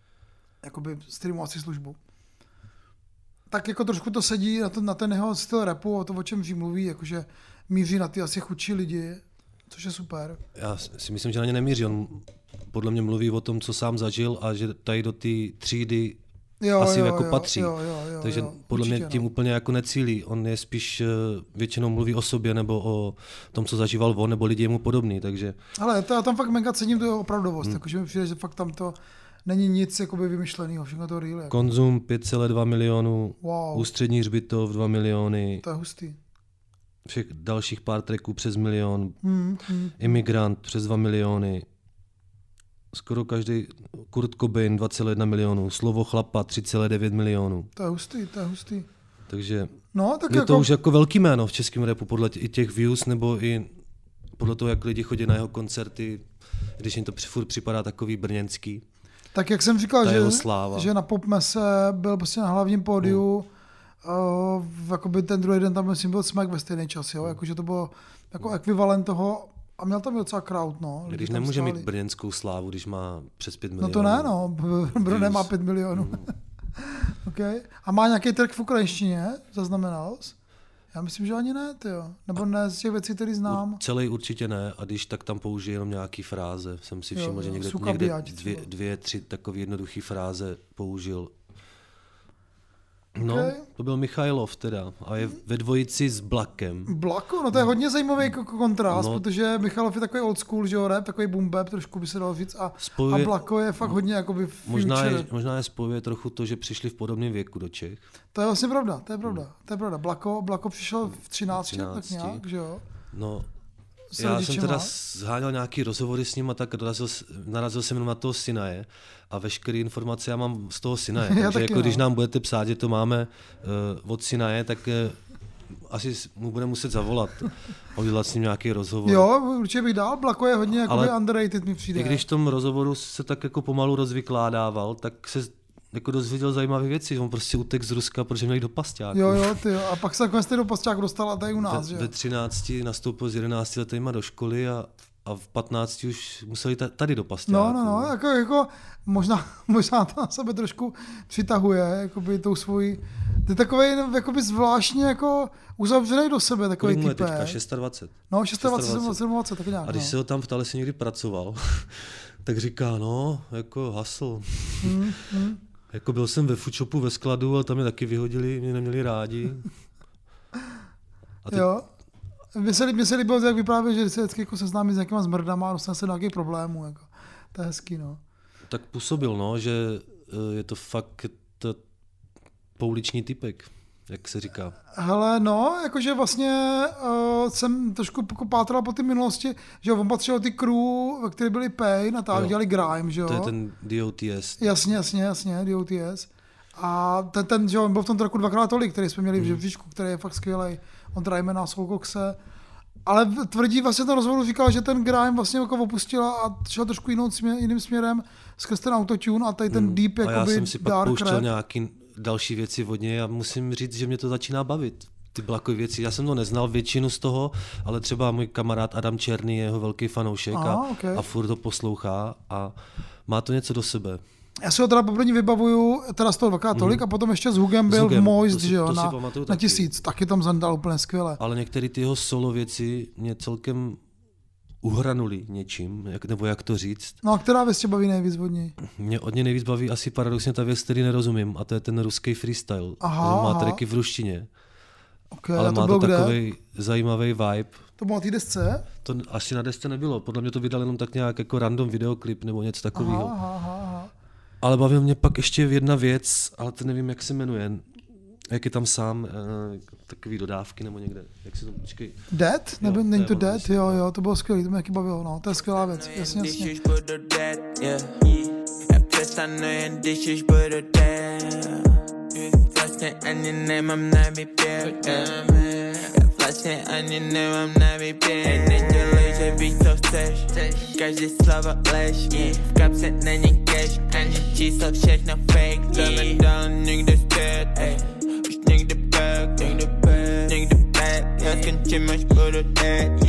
Jakoby streamovací službu. Tak jako trošku to sedí na, to, na ten jeho styl rapu a to, o čem vždy mluví, jakože míří na ty asi chudší lidi, což je super. Já si myslím, že na ně nemíří. On podle mě mluví o tom, co sám zažil a že tady do té třídy jo, asi jo, jako jo, patří. Jo, jo, jo, Takže jo, podle určitě, mě tím no. úplně jako necílí. On je spíš většinou mluví o sobě nebo o tom, co zažíval on, nebo lidi jemu podobný. Takže... Ale to, já tam fakt mega cením tu jeho opravdovost. Hmm. Jakože mi přijde, že fakt tam to není nic jakoby vymyšleného, všechno to real. Jako. Konzum pět celá dva milionů, wow. Ústřední hřbitov dva miliony. To je hustý. Všech dalších pár tracků přes milion. Hmm, hmm. Imigrant přes dva miliony. Skoro každý, Kurt Cobain dva celá jedna milionu, Slovo chlapa tři celá devět milionů. To je hustý, to je hustý. Takže no, tak je jako... to už jako velký jméno v českém rapu, podle tě, i těch views, nebo i podle toho, jak lidi chodí na jeho koncerty, když jim to furt připadá takový brněnský. Tak jak jsem říkal, že, sláva. že na Popmese byl prostě na hlavním pódiu, hmm. uh, jakoby ten druhý den tam myslím byl Smack ve stejný čas, jo? Jakože to bylo jako ekvivalent toho. A měl tam docela crowd, no. Když nemůže stáli. Mít brněnskou slávu, když má přes pět milionů. No to ne, no. Brno má pět milionů. Mm. Okay. A má nějaký track v ukrajinštině? Zaznamenal jsi? Já myslím, že ani ne, tyjo. Nebo ne z těch věcí, které znám. Celý určitě ne, a když tak tam použije jenom nějaký fráze. Jsem si všiml, jo, že někde, někde dvě, dvě, tři takové jednoduché fráze použil. No, okay. To byl Michajlov teda a je ve dvojici s Blakem. Blako, no to je hodně zajímavý kontrast, no, protože Michalov je takový old school, že jo, rap, takový boom bap, trošku by se dalo říct, a, spojuje, a Blako je fakt hodně jakoby future. Možná je, možná je spojuje trochu to, že přišli v podobném věku do Čech. To je vlastně pravda, to je pravda, hmm. to je pravda. Blako, Blako přišel v třinácti, tak nějak, že jo. No, já jsem teda zháněl nějaký rozhovory s ním a tak narazil, narazil jsem jenom na toho Sinaje a veškeré informace já mám z toho Sinaje. Takže taky, jako no. Když nám budete psát, že to máme uh, od Sinaje, tak uh, asi mu budeme muset zavolat a udělat s ním nějaký rozhovor. Jo, určitě bych dal. Blako je hodně jakoby underrated mi přijde. I když v tom rozhovoru se tak jako pomalu rozvykládával, tak se jako dozvěděl zajímavé věci. On prostě utek z Ruska, protože měl jít do pasťáku. Jo, jo, ty jo. A pak se nakonec do pasťáku dostal a tady u nás, ve, že? Ve třinácti nastoupil s jedenácti letýma do školy a, a v patnácti už museli tady do pasťáku. No, no, no, jako, jako možná, možná to na sebe trošku přitahuje, jakoby tou svojí, to je takovej, jakoby zvláštně jako uzavřený do sebe, takový typek. Kolik mu je teďka? dvacet šest? No, dvacet šest, sedmdesát, tak nějak. A když no. se ho tam ptali, jestli někdy pracoval, tak říká, no, jako hasl. Mm, mm. Jako byl jsem ve foodshopu ve skladu, ale tam mě taky vyhodili, mě neměli rádi. A teď... Jo. Mně se, mně se líbilo, jak vyprávěl, že se vždycky jako seznámí s nějakýma zmrdama a dostane se do nějakých problémů. Jako. To je hezký, no. Tak působil, no, že je to fakt to pouliční typek, jak se říká. Hele, no, jakože vlastně uh, jsem trošku pátral po té minulosti, že on patřil ty crew, ve které byli Pain a tak, jo. Dělali grime, že jo. To je ten D O T S. Jasně, jasně, jasně, D O T S. A ten, ten že on byl v tom tracku dvakrát tolik, který jsme měli v žebříčku, který je fakt skvělej. On drajme na Soulcoxe. Ale tvrdí vlastně ten rozhovor říkal, že ten grime vlastně jako opustila a šel trošku jinou směr, jiným směrem skrz ten autotune a tady ten hmm. deep, jakoby dark rap. A já jsem si pak pouštěl nějaký další věci od něj a musím říct, že mě to začíná bavit. Ty blakové věci. Já jsem to neznal většinu z toho, ale třeba můj kamarád Adam Černý je jeho velký fanoušek Aha, a, okay. a furt to poslouchá a má to něco do sebe. Já si ho teda poprvé vybavuju, teda z toho dvakrát tolik, mm. a potom ještě s Hugem byl v Moist, že jo, na, na tisíc. Taky tam zandal úplně skvěle. Ale některé ty jeho solo věci mě celkem uhranuli něčím, jak, nebo jak to říct. No a která věc tě baví nejvíc od něj? Mě od něj nejvíc baví asi paradoxně ta věc, který nerozumím, a to je ten ruský freestyle. Aha, má aha. tracky v ruštině. Okay, ale to má to kde? takový zajímavý vibe. To bylo na té desce? To asi na desce nebylo. Podle mě to vydal jenom tak nějak jako random videoklip nebo něco takového. Aha, aha, aha. Ale bavil mě pak ještě jedna věc, ale to nevím, jak se jmenuje. Jak je tam sám, eh, takový dodávky nebo někde. Jak se to, počkej. Dead? Nebo není to Dead? Jo, jo, to bylo skvělý, to mě taky bavilo, no. To je skvělá věc, jasně, jasně. Vlastně ani nemám na výběr. Nedělej, že víš, co chceš. Každý slovo lež. V kapse není cash, ani číslo, všechno fake. Jdeme dál, někde zpět. Už někde back, někde back, někde back. Já skončím, až budu dead.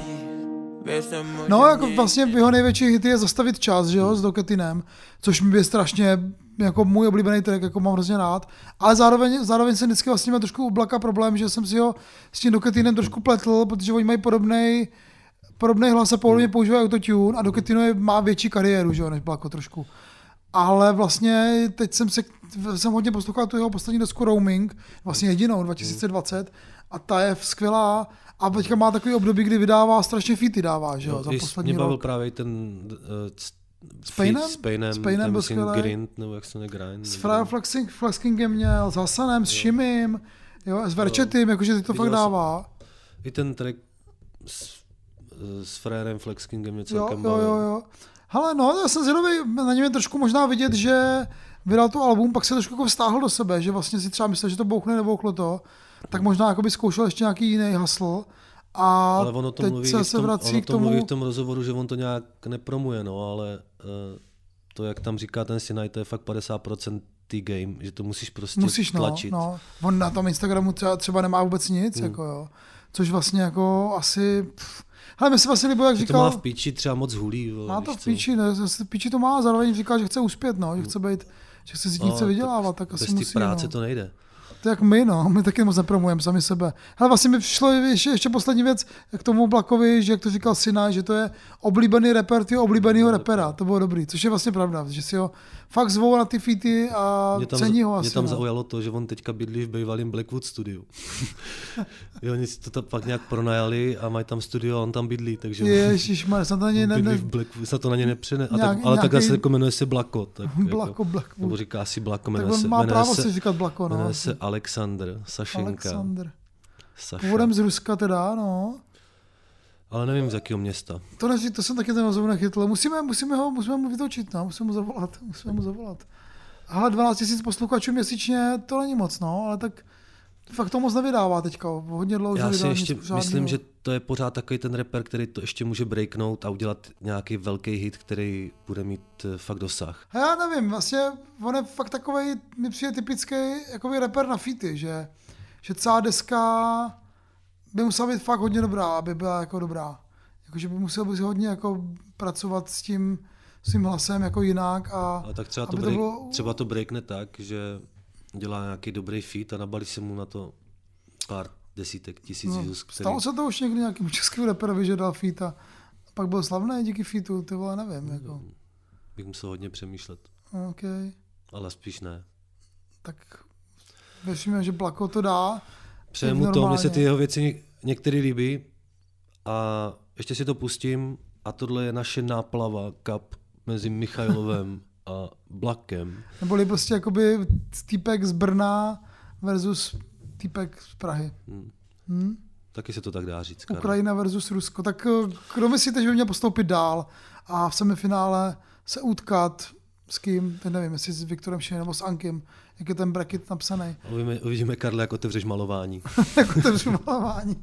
No, jako vlastně jeho největší hity je Zastavit čas, že jo, s Doketinem, což mi je strašně jako můj oblíbený track, jako mám hrozně rád, ale zároveň, zároveň jsem vždycky vlastně měl trošku u Blacka problém, že jsem si ho s tím Doketinem trošku pletl, protože oni mají podobnej, podobnej hlas a podobně používají autotune a Doketino má větší kariéru, že jo, než Blacko trošku. Ale vlastně teď jsem se, jsem hodně poslouchal tu jeho poslední desku Roaming, vlastně jedinou, dva tisíce dvacet, a ta je skvělá. A teďka má takový období, kdy vydává strašně featy dává, že jo, za poslední mě bavil rok. právě ten uh, s Painem? S Painem, s Painem byl skvělý. Grind, nebo jak se ne Grind. S Fryer Flexing, Flexkingem měl, s Hasanem, s Shimim, jo, s Verčetým, jakože ty to fakt dává. I ten track s, s Fryerem Flexkingem mě celkem jo, jo, jo, jo. Hele, no, já jsem zvědavý, na něm je trošku možná vidět, že vydal to album, pak se trošku jako vztáhl do sebe, že vlastně si třeba myslel, že to bouchne, nebouchlo to, tak možná jakoby zkoušel ještě nějaký jiný hasl. A ale ono to teď mluví, se, se vrací ono k to tomu... mluví v tom rozhovoru, že on to nějak nepromuje, no, ale uh, to, jak tam říká ten Sinai, to je fakt padesát procent tý game, že to musíš prostě musíš, tlačit. No, no. On na tom Instagramu třeba, třeba nemá vůbec nic, hmm. jako jo. Což vlastně jako asi... Pff. Hele, mi se vlastně líbilo, jak že říkal... to má v píči třeba moc hulí. Má to v píči, ne, v píči to má, zároveň říká, že chce uspět, no, že chce být, že chce si nic no, vydělávat, tak, tak asi musí. Bez té práce no. to nejde. To jak my, no, my taky moc nepromujeme sami sebe. Hele, vlastně mi přišlo ještě, ještě poslední věc k tomu Blackovi, že jak to říkal Sinai, že to je oblíbený rapper tyho oblíbenýho rapera, to bylo dobrý, což je vlastně pravda, že si ho fakt zvou na ty featy a mě tam, cení ho asi. Mě tam no. zaujalo to, že on teďka bydlí v bývalém Blackwood studiu. Jo, oni si to tam pak nějak pronajali a mají tam studio a on tam bydlí, takže Ježišmar, snad to na něj ne, ne... snad to na něj nepřene, a nějak, tak, ale nějaký... takhle se jako jmenuje se Blacko. Tak Blacko, jako, Blackwood. Nebo říká si Blacko, tak jmenuje on se, má jmenuje právo se, si říkat Blacko, no. Jmenuje se Alexander Sašenka. Alexander. Saša. Původem z Ruska teda, no. Ale nevím, z jakého města. To, neří, to jsem taky ten rozhovor nechytl. Musíme, musíme, ho, musíme mu vytočit, no. Musíme mu zavolat. Musíme mu zavolat. Ale dvanáct tisíc posluchačů měsíčně, to není moc, no, ale tak Fakt to moc nevydává teďka, hodně dlouho Já si vydá ještě nic myslím, žádného. že to je pořád takový ten rapper, který to ještě může breaknout a udělat nějaký velký hit, který bude mít eh, fakt dosah. A já nevím, vlastně on je fakt takovej, mi přijde typický jakoby rapper na featy, že, že celá deska by musela být fakt hodně dobrá, aby byla jako dobrá. Jakože by musel být hodně jako pracovat s tím svým hlasem jako jinak a Ale tak třeba to, aby break, to bylo... třeba to breakne tak, že dělá nějaký dobrý feat a nabalí se mu na to pár desítek tisíc No, views, který... stalo se to už někdy nějakým českým rapperovi, že dal feat a pak byl slavný díky featu, ty vole, nevím. Jako. Bych musel hodně přemýšlet. OK. Ale spíš ne. Tak věříme, že Blako to dá. Přeju mu to, mně se ty jeho věci něk- některý líbí a ještě si to pustím a tohle je naše náplava kap mezi Michailovem a Blakem. Neboli prostě jakoby týpek z Brna versus týpek z Prahy. Hmm. Hmm? Taky se to tak dá říct. Karel. Ukrajina versus Rusko. Tak kdo myslíte, že by měl postoupit dál a v semifinále se utkat s kým, teď nevím, jestli s Viktorem Šiny nebo s Ankim, jak je ten bracket napsaný. Uvidíme, uvidíme Karle, jak otevřeš malování. Jak otevřu malování.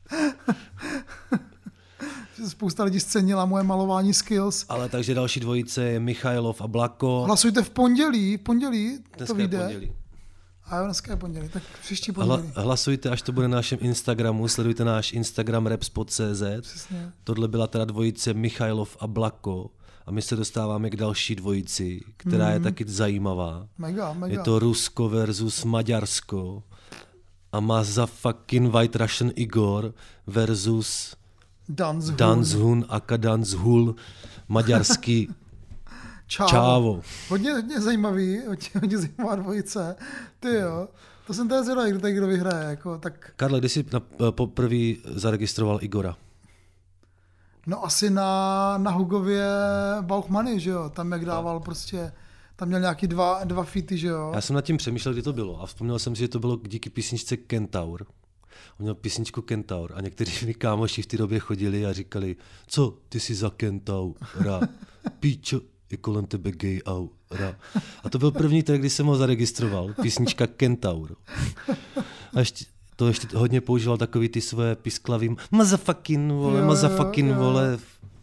Spousta lidí scenila moje malování skills. Ale takže další dvojice je Michailov a Blako. Hlasujte v pondělí, v pondělí Dneska to vyjde. je pondělí. A jo, dneska je pondělí, tak příští pondělí. Hla, hlasujte, až to bude na našem Instagramu, sledujte náš Instagram rapspot tečka cé zet. Přesně. Tohle byla teda dvojice Michailov a Blako a my se dostáváme k další dvojici, která mm. je taky zajímavá. Mega, mega. Je to Rusko versus Maďarsko a motherfucking White Russian Igor versus Danzhun, Danzhun aka Danzhul, maďarský Čávo. Čávo. Hodně, hodně zajímavý, hodně, hodně zajímavá dvojice. Ty jo, to jsem teda zvědavý, kdo tady kdo vyhraje. Jako, tak... Karle, kdy jsi na, poprvé zaregistroval Igora? No asi na, na Hugově Bauchmany, že jo, tam jak dával prostě, tam měl nějaký dva, dva featy, že jo. Já jsem nad tím přemýšlel, kdy to bylo a vzpomněl jsem si, že to bylo díky písničce Kentaur. On měl písničku Kentaur a někteří mi kámoši v té době chodili a říkali, co ty jsi za Kentaura, píčo, je kolem tebe gay aura. A to byl první track, kdy jsem ho zaregistroval, písnička Kentaur. A ještě, to ještě hodně používal takový ty své pisklavý motherfucking vole, motherfucking vole.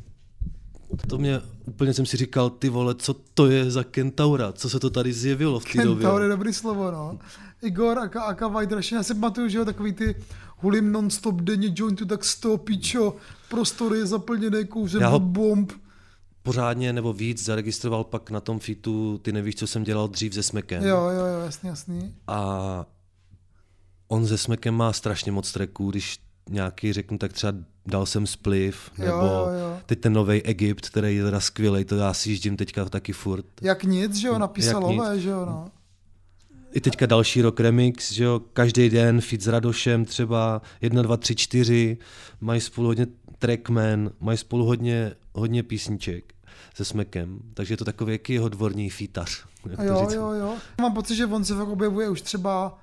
To mě, úplně jsem si říkal, ty vole, co to je za Kentaura, co se to tady zjevilo v té době. Kentaur je dobrý slovo, no. Igor aka, aka White Russian, já si pamatuju, že jo, takový ty hulím non-stop denně jointu, tak sto pičo, prostor je zaplněný kouřem ho... bomb. Pořádně nebo víc zaregistroval pak na tom featu, ty nevíš, co jsem dělal dřív se Smekem. Jo, jo, jo, jasný, jasný. A on se Smekem má strašně moc tracků, když nějaký řeknu, tak třeba Dal jsem spliv, nebo jo, jo, jo. teď ten novej Egypt, který je teda skvělej, to já si jíždím teďka taky furt. Jak nic, že jo, napísal ové, že jo, no. I teďka další rok remix, že jo, každý den feat s Radošem třeba jedna, dva, tři, čtyři, mají spolu hodně trackman, mají spolu hodně, hodně písniček se Smekem, takže je to takový jaký jeho dvorní featař. Jo, jo, jo. Mám pocit, že on se fakt objevuje už třeba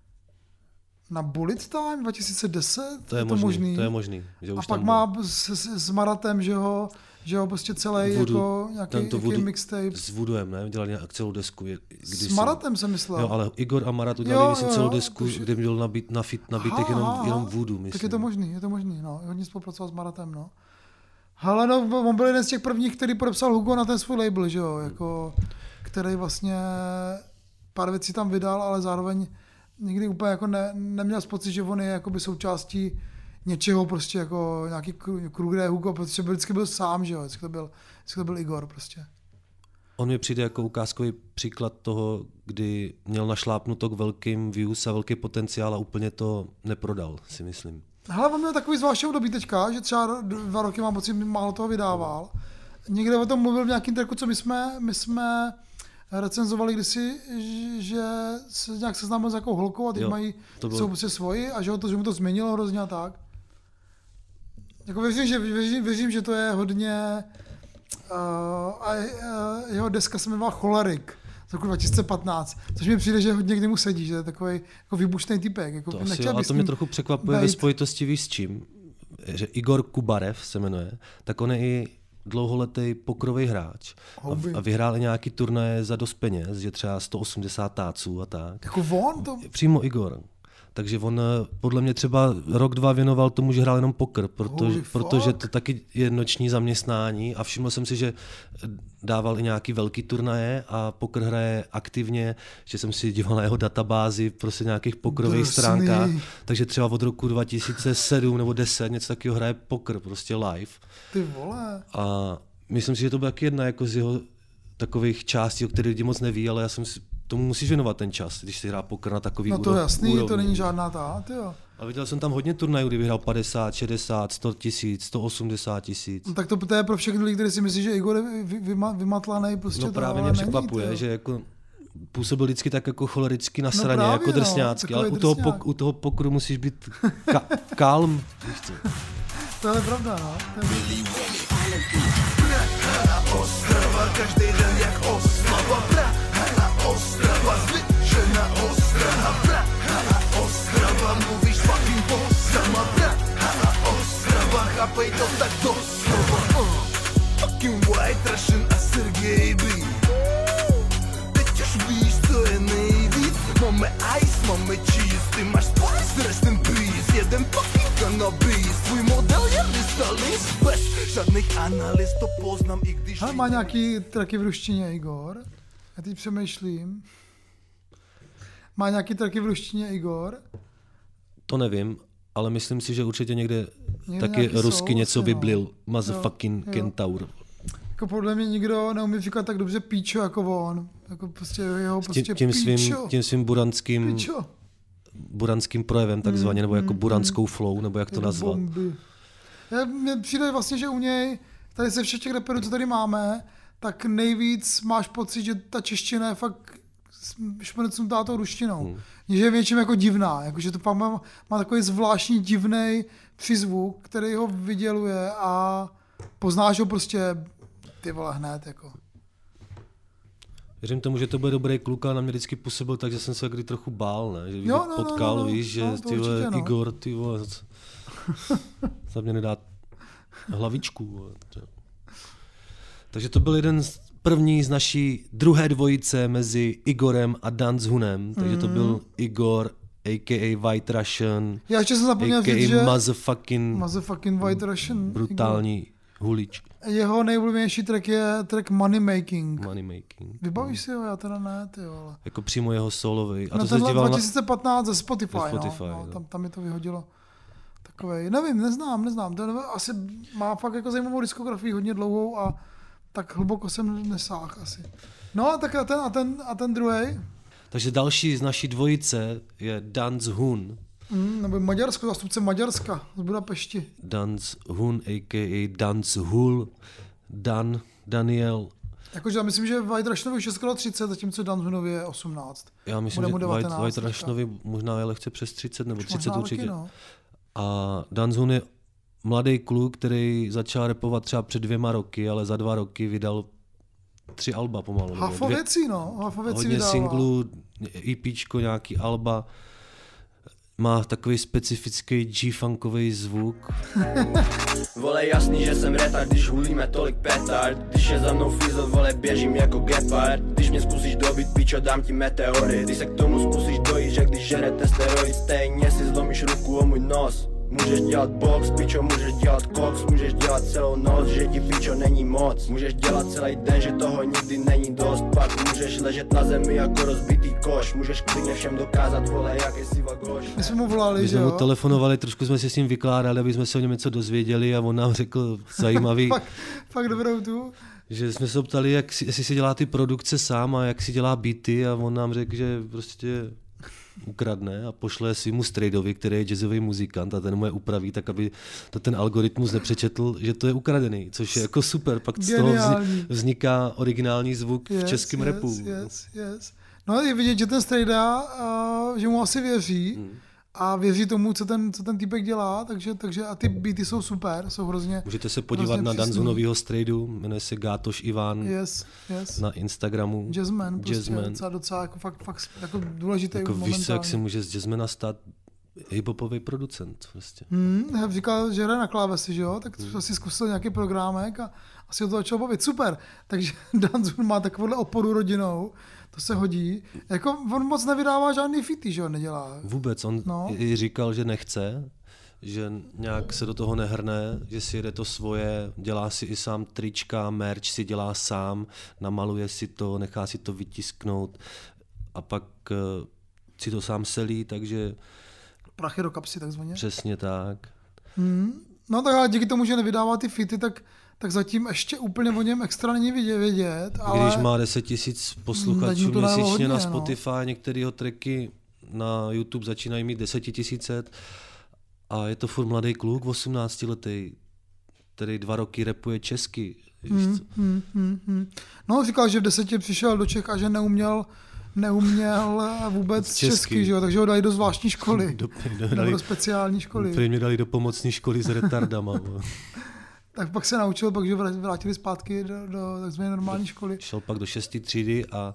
na Bullet Time dva tisíce deset, to je, je to možný, možný. To je možný. Že a už pak tam má s, s, s Maratem, že ho, že ho prostě celý jako nějaký, nějaký mixtape. S Voodooem, ne? Dělali nějak celou desku. S Maratem jsem myslel. Jo, ale Igor a Marat udělali myslím, celou desku, tuž... kde měl nabít, na fit, nabítek jenom, aha, jenom Voodoo, myslím. Tak je to možný, je to možný, no. Hodně spolupracoval s Maratem, no. Hele, no, on byl jeden z těch prvních, který podepsal Hugo na ten svůj label, že jo, jako, který vlastně pár věcí tam vydal, ale zároveň nikdy úplně jako ne, neměl pocit, že on je jakoby součástí něčeho prostě jako nějaký kruh, kde je Hugo, protože byl, vždycky byl sám, že jo, vždycky to byl, vždycky to byl Igor prostě. On mi přijde jako ukázkový příklad toho, kdy měl našlápnuto k velkým views a velký potenciál a úplně to neprodal, si myslím. Hele, on měl takový zvláštní období teďka, že třeba dva roky mám pocit, málo toho vydával. Někde o tom mluvil v nějakém tracku, co my jsme, my jsme recenzovali kdysi, že se nějak seznámil s nějakou holkou a teď jo, mají, bylo... jsou prostě svoji a že, ho to, že mu to změnilo hrozně a tak. Jako věřím, že, věřím, věřím, že to je hodně... Uh, a uh, jeho deska se jmenovala Cholerik z roku dva tisíce patnáct, což mi přijde, že hodně k němu sedí, že je takový jako výbušný typek. Jako to asi, ale to mě trochu překvapuje ve spojitosti, víš s čím, že Igor Kubarev se jmenuje, tak on je i dlouholetý pokrový hráč a, a vyhrál i nějaký turnaje za dost peněz, že třeba sto osmdesát táců a tak. Jako on? To... Přímo Igor. Takže on podle mě třeba rok, dva věnoval tomu, že hrál jenom poker, protože, protože to taky je noční zaměstnání a všiml jsem si, že dával i nějaký velký turnaje a poker hraje aktivně, že jsem si díval na jeho databázi prostě nějakých pokerových Drsný. stránkách, takže třeba od roku dva tisíce sedm nebo deset něco takového hraje poker prostě live. Ty vole. A myslím si, že to byla taky jedna jako z jeho takových částí, o kterých lidi moc neví, ale já jsem si tomu musíš věnovat ten čas, když si hrá poker na takový No to úrovni. jasný, to není žádná ta, tyjo. A viděl jsem tam hodně turnajů, kdy vyhrál padesát, šedesát, sto tisíc, sto osmdesát tisíc. No, tak to, to je pro všechny lidi, kteří si myslí, že Igor je vy, vyma, vymatlaný. Prostě no to, právě mě překvapuje, není, že jako působil vždycky tak jako cholericky na straně, no jako drsňácky, no, ale u toho, pok, u toho pokru musíš být ka, kalm. To je pravda, no. To je... Praha, Ostrava, každý den jak oslava. Praha, Ostrava, zvyšená ostraha. Praha, Ostrava, mluvíš fucking posama. Praha, Ostrava, chápej to tak doslova. uh. Fucking White Russian a Sergej B. Teď už víš, co je nejvíc. Máme ice, máme cheese, ty máš spice, rest in peace. Jeden fucking cannabis, tvůj model je vystalý bez žádných analýz, to poznám, i když... Ale má nějaký tracky v ruštině, Igor? Já teď přemýšlím. Má nějaký tracky v ruštině, Igor? To nevím, ale myslím si, že určitě někde, někde taky rusky jsou, něco no. vyblil. Motherfucking kentaur. Jako podle mě nikdo neumí říkat tak dobře píčo jako on. Jako prostě jeho prostě tím, tím, svým, tím svým buranským, píčo. buranským projevem takzvaně, mm, nebo jako mm, buranskou mm. flow, nebo jak to nazvat. Bomby. Mně přijde vlastně, že u něj, tady se všech těch raperů, co tady máme, tak nejvíc máš pocit, že ta čeština je fakt šmrcnutá tátou ruštinou. Hmm. Že je většinou jako divná, jakože to pak má, má takový zvláštní divný přízvuk, který ho vyděluje a poznáš ho prostě ty vole hned. Jako. Věřím tomu, že to bude dobrý kluk, a na mě vždycky působil tak, že jsem se kdy trochu bál, ne? Že bych jo, ho no, potkal, no, no, víš, že no, ty vole, určitě, no. Igor, ty vole, za mě nedá hlavičku. Vole. Takže to byl jeden z první z naší druhé dvojice mezi Igorem a Danzhunem, takže to byl Igor, a k a. White Russian, Já ještě jsem zapomněl a k a. říct, že motherfucking, motherfucking White Russian brutální Igor. hulič. Jeho nejoblíbenější track je track Money Making. Money Making. Vybavíš si ho? Já teda ne, ty vole. Jako přímo jeho solový. A no to se díval dva tisíce patnáct ze Spotify, na Spotify no. no no. tam, tam mi to vyhodilo. Takovej, nevím, neznám, neznám. Ten asi má fakt jako zajímavou diskografii, hodně dlouhou a tak hluboko jsem nesáhl asi. No a tak a ten, a ten, a ten druhej. Takže další z naší dvojice je Danzhun. Mm, nebo Maďarsko, zástupce Maďarska z Budapešti. Danzhun, a k a. Danzhul, Dan, Daniel. Jakože já myslím, že White Russianovi je skoro třicet, zatímco Danzhunovi je osmnáct. Já myslím, Bude že White, White Russianovi možná je lehce přes třicet, nebo třicet možná určitě. Taky, no. A Danzhun je mladý kluk, který začal rapovat třeba před dvěma roky, ale za dva roky vydal tři alba pomalu. Hafo věcí, no. Hafo věcí hodně vydává. singlů, EPčko, nějaký alba. Má takový specifický G-funkový zvuk. Vole jasný, že jsem retard, když hulíme tolik petard. Když je za mnou fízel, vole běžím jako gepard. Když mě zkusíš dobit, pičo, dám ti meteory. Když se k tomu zkusíš dojít, že když ženete steroid, stejně si zlomíš ruku o můj nos. Můžeš dělat box, pičo, můžeš dělat koks, můžeš dělat celou noc, že ti pičo není moc. Můžeš dělat celý den, že toho nikdy není dost. Pak můžeš ležet na zemi jako rozbitý koš. Můžeš klidně všem dokázat, vole, jak jsi vagoš. My jsme mu volali, My že jsme jo? mu telefonovali, trošku jsme si s ním vykládali, aby jsme se o něm něco dozvěděli a on nám řekl zajímavý. fakt, fakt dobrou tu. Že jsme se ptali, jak si, jestli si dělá ty produkce sám a jak si dělá beaty a on nám řekl, že prostě ukradne a pošle svýmu strejdovi, který je jazzový muzikant a ten mu je upraví tak, aby to ten algoritmus nepřečetl, že to je ukradený, což je jako super. Pak z toho vzniká originální zvuk yes, v českém yes, rapu. Yes, yes. No je vidět, že ten strejda, uh, že mu asi věří hmm. a věří tomu, co ten, co ten týpek dělá, takže, takže a ty beaty jsou super, jsou hrozně. Můžete se podívat na Danzunovýho strejdu, jmenuje se Gátoš Ivan yes, yes. na Instagramu. Jazzman, Jazzman. Prostě docela, docela jako fakt, fakt jako důležitý jako momentálně. Víš co, jak si může z jazzmana stát hip-hopový producent. Vlastně. Hmm, říkal, že hraje na klávesi, že jo? Tak hmm. asi zkusil nějaký programek a asi o to začal bavit. Super. Takže Dan Zun má takovouhle oporu rodinou. To se hodí. Jako on moc nevydává žádný fity, že jo? Nedělá. Vůbec. On no. i říkal, že nechce, že nějak se do toho nehrne, že si jede to svoje, dělá si i sám trička, merch si dělá sám, namaluje si to, nechá si to vytisknout a pak uh, si to sám selí, takže... Prachy do kapsy takzvaně. Přesně tak. Hmm. No tak ale díky tomu, že nevydává ty fity, tak, tak zatím ještě úplně o něm extra není vidět. vědět ale... Když má deset tisíc posluchačů měsíčně hodně, na Spotify, no. Některého tracky na YouTube začínají mít deset tisíc. A je to furt mladý kluk, osmnáctiletý, který dva roky rapuje česky. Hmm, hmm, hmm, hmm. No, říkal, že v deseti přišel do Čech a že neuměl, neuměl vůbec česky, česky že jo? Takže ho dali do zvláštní školy, do, do, dali, do speciální školy. Prý mě dali do pomocní školy s retardama. Tak pak se naučil, pak že vrátili zpátky do, do takzvané normální školy. Šel pak do šesté třídy a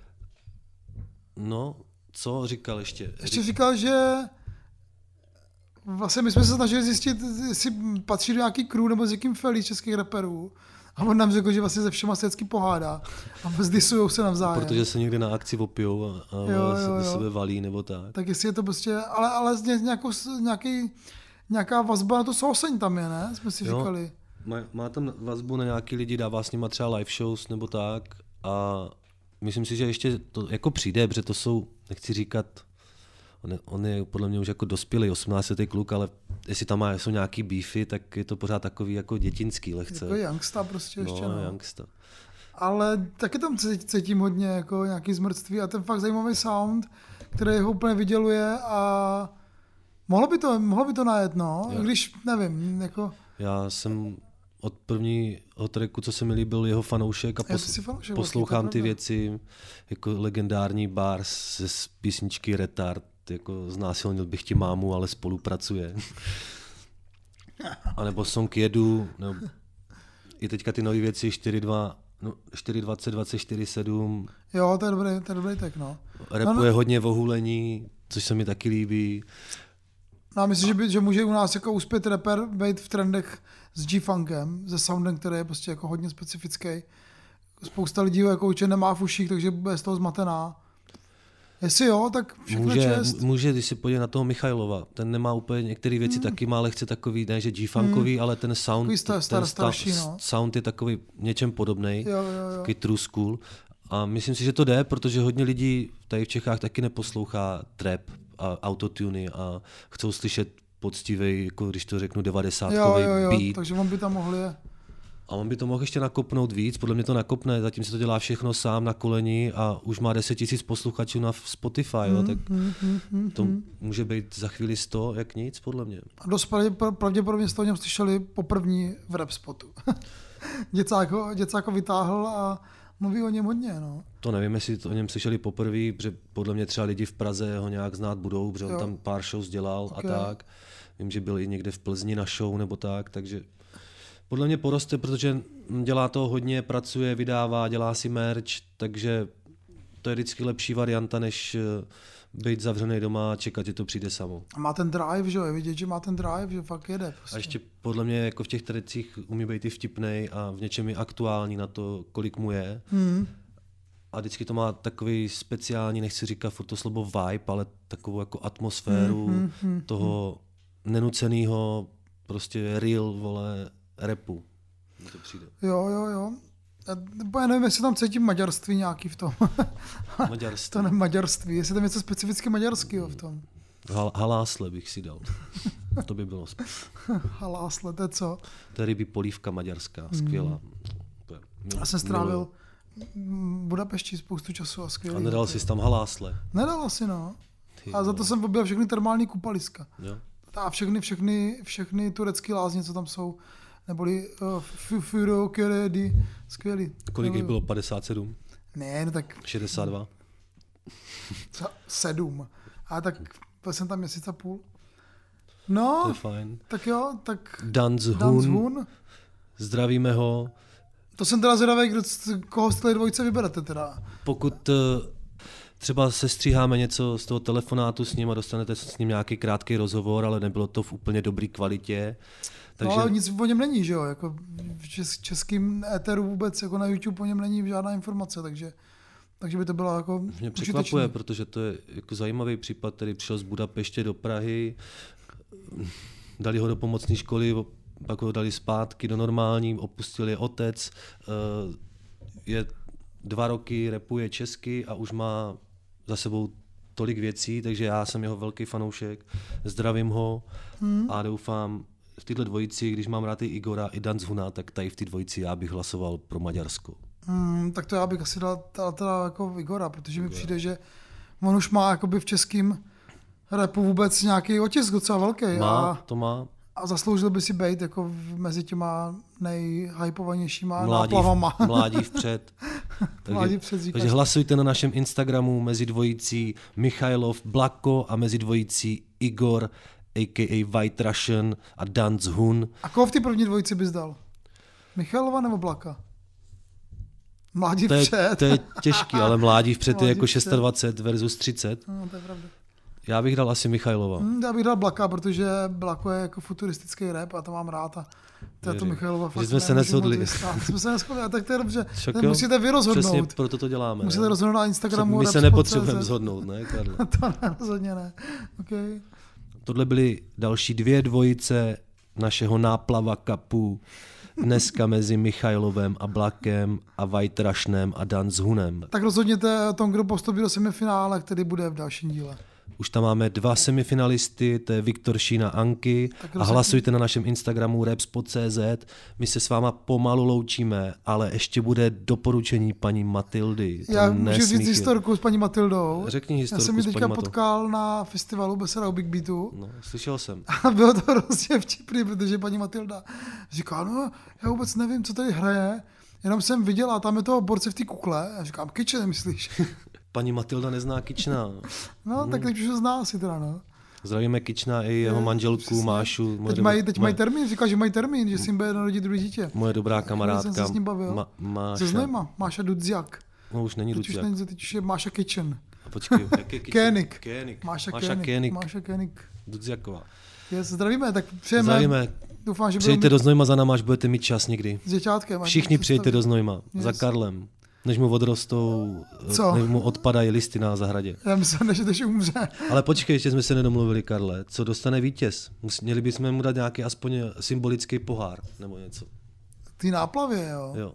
no, co říkal ještě? Ještě říkal, že vlastně my jsme se snažili zjistit, jestli patří do nějaký crew nebo s jakým felí českých raperů. A on nám řekl, že vlastně se všema se vždycky pohádá. A zdisujou se navzájem. Protože se někde na akci opijou a, a jo, jo, se do sebe valí nebo tak. Tak jestli je to prostě, ale, ale nějakou, nějaký, nějaká vazba na to souseň tam je, ne? Jsme si jo, říkali. Má, má tam vazbu na nějaký lidi, dává s nima třeba live shows nebo tak. A myslím si, že ještě to jako přijde, protože to jsou, nechci říkat, On je, on je podle mě už jako dospělý osmnáctiletý kluk, ale jestli tam má, jsou nějaký beefy, tak je to pořád takový jako dětinský lehce. Jako youngsta prostě ještě. No, no. youngsta. Ale taky tam cítím hodně jako nějaký zmrtství a ten fakt zajímavý sound, který ho úplně vyděluje a mohlo by to, mohlo by to najet, no, já. Když nevím, jako... Já jsem od prvního tracku, co se mi líbil, jeho fanoušek a pos- fanoušek, poslouchám ty věci, jako legendární bars ze písničky Retard, jako znásilnil bych ti mámu, ale spolupracuje. A nebo song Jedu, nebo i teďka ty nové věci čtyři dva, no, čtyři dvacet, dvacet čtyři sedm. Jo, to je dobrý, to je dobrý tak, no. Rapuje no, no. hodně o hulení, což se mi taky líbí. No a myslím, že, by, že může u nás jako uspět rapper být v trendech s G-funkem, se soundem, který je prostě jako hodně specifický. Spousta lidí jako určitě nemá v uších, takže bude z toho zmatená. Jestli jo, tak všechno může, čest. Může, když si podívej na toho Michailova, ten nemá úplně některé věci hmm. taky má lehce takový, ne že G-funkový, hmm. ale ten sound, star, star, ten starší, no. sound je takový něčem podobnej, takový true school. A myslím si, že to jde, protože hodně lidí tady v Čechách taky neposlouchá trap a autotuny a chcou slyšet poctivý, jako když to řeknu, devadesátkový beat. Takže on by tam mohl je. A on by to mohl ještě nakopnout víc, podle mě to nakopne, zatím se to dělá všechno sám na koleni a už má deset tisíc posluchačů na Spotify, mm, jo, tak mm, mm, to mm. může být za chvíli sto, jak nic, podle mě. A dost pravděpodobně jste o něm slyšeli poprvní v rap spotu. Děcák ho, děcák ho vytáhl a mluví o něm hodně, no. To nevím, jestli to o něm slyšeli poprvé, protože podle mě třeba lidi v Praze ho nějak znát budou, protože on tam pár shows dělal okay. a tak. Vím, že byl i někde v Plzni na show nebo tak, takže podle mě poroste, protože dělá toho hodně, pracuje, vydává, dělá si merch, takže to je vždycky lepší varianta, než být zavřený doma a čekat, že to přijde samo. A má ten drive, že jo, je vidět, že má ten drive, že fakt jede. Prostě. A ještě podle mě jako v těch tradicích umí být i vtipnej a v něčem je aktuální na to, kolik mu je. Hmm. A vždycky to má takový speciální, nechci říkat furt to slovo vibe, ale takovou jako atmosféru hmm, hmm, toho nenucenýho, prostě real, vole, rapu. To přijde. Jo, jo, jo. Já nevím, jestli tam cítím maďarství nějaký v tom. Maďarství. To ne maďarství, jestli tam něco specificky maďarského v tom. Hal, halásle bych si dal. To by bylo. Halásle, to je co? To je ryby polívka maďarská, skvělá. Mm. Já jsem strávil v Budapešti spoustu času a skvělý. A nedal jsi tam halásle? Nedal si, no. A za to jsem objel všechny termální kupaliska. Jo. A všechny, všechny, všechny turecké lázně, co tam jsou. Neboli uh, Furo, Keredy, skvělý. Kolik jich bylo? padesát sedm? Ne, no tak... šedesát dva? sedm. A tak byl jsem tam měsíc a půl. No, to je fajn. Tak jo, tak... Dan Zhun. Zdravíme ho. To jsem teda zvědavý, koho z té dvojice vyberete teda. Pokud uh, třeba sestříháme něco z toho telefonátu s ním a dostanete s ním nějaký krátký rozhovor, ale nebylo to v úplně dobré kvalitě. Takže... No ale nic o něm není, že jo? Jako v čes- českým éteru vůbec jako na YouTube o něm není žádná informace, takže, takže by to bylo jako mě překvapuje, protože to je jako zajímavý případ, který přišel z Budapeště do Prahy, dali ho do pomocné školy, pak ho dali zpátky do normální, opustil je otec, je dva roky, rapuje česky a už má za sebou tolik věcí, takže já jsem jeho velký fanoušek, zdravím ho hmm. a doufám, v této dvojici, když mám rád i Igora, i Dan Zhuna, tak tady v té dvojici já bych hlasoval pro Maďarsko. Hmm, tak to já bych asi dal, dal teda jako Igora, protože mi přijde, že on už má jakoby v českém rapu vůbec nějaký otisk docela velký. Má, a, to má. A zasloužil by si být jako mezi těma nejhypovanějšíma mládí, náplavama. Mládí vpřed. takže, mládí vpřed takže hlasujte na našem Instagramu mezi dvojicí Michailov Blako a mezi dvojicí Igor a k a. White Russian a Dan Zhun. A koho v té první dvojici bys dal? Michailova nebo Blaka? Mládí to je, vpřed. To je těžký, ale mládí vpřed mládí je jako dvacet šest versus třicet. No, to je pravda. Já bych dal asi Michailova. Hmm, já bych dal Blaka, protože Blako je jako futuristický rap a to mám rád. A to je to Michailova fakt. Že jsme se neshodli. Jsme se neshodli, a tak to je dobře. Tak musíte vy rozhodnout. Přesně proto to děláme. Musíte ne? rozhodnout na Instagramu. My se nepotřebujeme zhodnout, ne, Karle? To ne, rozhodně ne. Okay. Tohle byly další dvě dvojice našeho náplava kapu. Dneska mezi Michailovem a Blakem a White Russianem a Dan Zhunem. Tak rozhodněte o tom, kdo postoupí do semifinále, který bude v dalším díle. Už tam máme dva semifinalisty, to je Viktor Šína a Anky a hlasujte na našem Instagramu rapspod tečka cé zet. My se s váma pomalu loučíme, ale ještě bude doporučení paní Matildy. Já můžu říct historku s paní Matildou. Řekni historku. Já jsem ji teďka potkal na festivalu Beseda u Big Beatu. No, slyšel jsem. A bylo to hrozně vtipný, protože paní Matilda říká, no já vůbec nevím, co tady hraje, jenom jsem viděla, tam je toho borce v té kukle. A říkám, Kyče, nemyslíš? Paní Matilda nezná Kyčna. No, tak teď už ho zná asi teda, no. Zdravíme Kyčna i jeho manželku přesně. Mášu. Teď mají, teď mají termín, říká, že mají termín, že si jim bude narodit druhé dítě. Moje dobrá kamarádka. Jsem se s ním bavil. Ma, Máša. Se Znojma, Máša Dudziak. No už není Dudziak. Teď už, teď už je Máša Kitchen. A počkej, jak je Kitchen? Kénik. Kénik. Máša, Máša Kénik. Kénik. Máša Kénik. Dudziaková. Je, zdravíme, tak přijeme. Zdravíme. Doufám, že přijďte do Znojma za náma, až budete mít čas někdy. S děťátkem. Všichni přijďte do Znojma. Yes. Za Karlem. Než mu odrostou, Co? než mu odpadají listy na zahradě. Já myslím, že to už umře. Ale počkej, ještě jsme se nedomluvili, Karle. Co dostane vítěz? Měli bychom mu dát nějaký aspoň symbolický pohár, nebo něco. Ty náplavě, jo. Jo.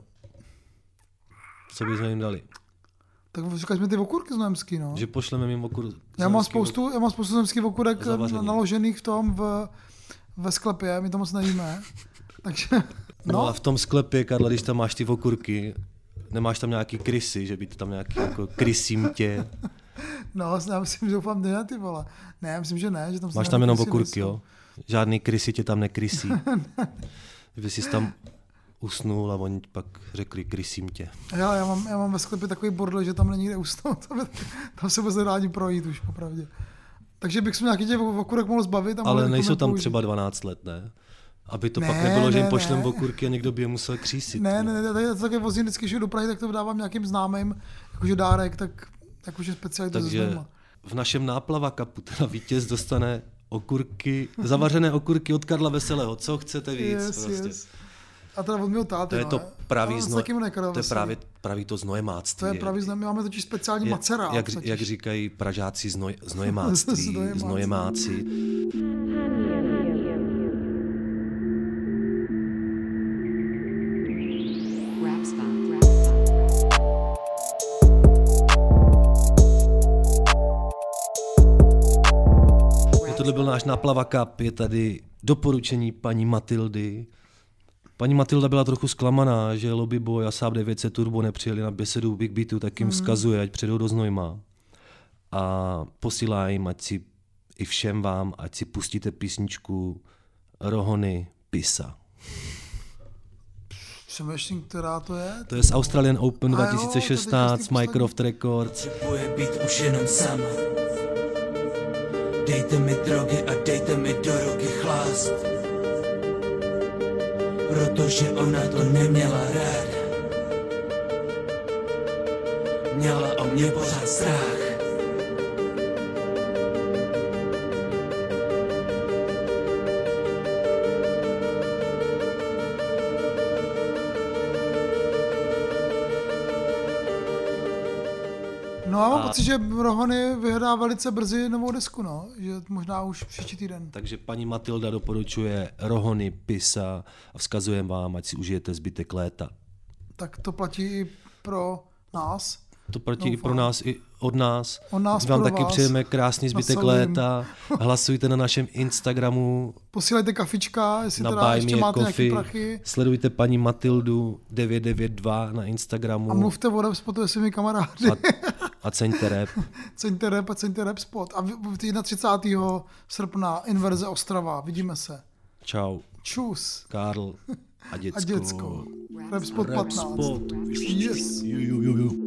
Co bychom jim dali? Tak říkali jsme ty okurky znojemský, no. Že pošleme jim okur... Já mám spoustu, já mám spoustu znojemských okurek naložených v tom v, ve sklepě, my to moc nevíme. Takže, no. no a v tom sklepě, Karle, když tam máš ty okurky, nemáš tam nějaký krysy, že by to tam nějaký jako krysím tě. No, já myslím, že doufám, ne, ty vole. Ne, já myslím, že ne. Že tam máš tam jenom okurky, jo? Žádný krysy tě tam nekrysí. Že jsi tam usnul a oni pak řekli krysím tě. Já, já, mám, já mám ve sklepě takový bordel, že tam není kde usnout. Tam se vůbec nedá ani projít už, popravdě. Takže bych se nějaký těch okurek mohl zbavit. A ale nejsou tam použít. Třeba dvanáct let, ne? Aby to ne, pak nebylo, ne, že jim pošlem ne. okurky a někdo by je musel křísit. Ne, ne, ne, ne, také vozím vždycky, že do Prahy, tak to dávám nějakým známým, jakože dárek, tak jakože speciálně to takže v našem náplava kapu teda vítěz dostane okurky, zavařené okurky od Karla Veselého. Co chcete víc? Yes, prostě. Yes. A teda od mého táty, to je to pravý no, zno... to je právě pravý to znojemáctví. To je pravý znojemáctví, my máme totiž speciální macerát. Jak, jak, jak říkají Pražáci znoj, znojemáctví, znojemáci. Tohle byl náš náplava cup, je tady doporučení paní Matildy. Paní Matilda byla trochu zklamaná, že Lobby Boy a Saab devět set Turbo nepřijeli na besedu Big Beatu, tak jim mm. vzkazuje, ať přijdou do Znojma. A posílá jim, ať si i všem vám, ať si pustíte písničku Rohony Pisa. Přemýšlím, která to je? To je z Australian Open dva tisíce šestnáct, Mycroft Records. Potřebuje být už jenom sama. Dejte mi drogy a dejte mi do ruky chlást. Protože ona to neměla rád. Měla o mě pořád strach. No a mám A- pocit, že Rohony vyhrá velice brzy novou desku, no. Že možná už příští týden. Takže paní Matilda doporučuje Rohony, Pisa a vzkazujeme vám, ať si užijete zbytek léta. Tak to platí i pro nás. To platí Doufám. i pro nás, i od nás. Od nás vám pro taky vás. přejeme krásný zbytek Nasolím. léta. Hlasujte na našem Instagramu, Posílejte kafička, jestli na teda Buy ještě Me máte nějaký Coffee. prachy. Sledujte paní Matildu devět devět dva na Instagramu. A mluvte o Rapspotu se svými kamarády. A, a ceňte rap. ceňte rap a ceňte Rapspot. A v- třicátého srpna Inverze Ostrava. Vidíme se. Čau. Čus. Karl a děcko. A děcko. Rapspot patnáct. Rapspot. Yes. Jo, jo, jo, jo.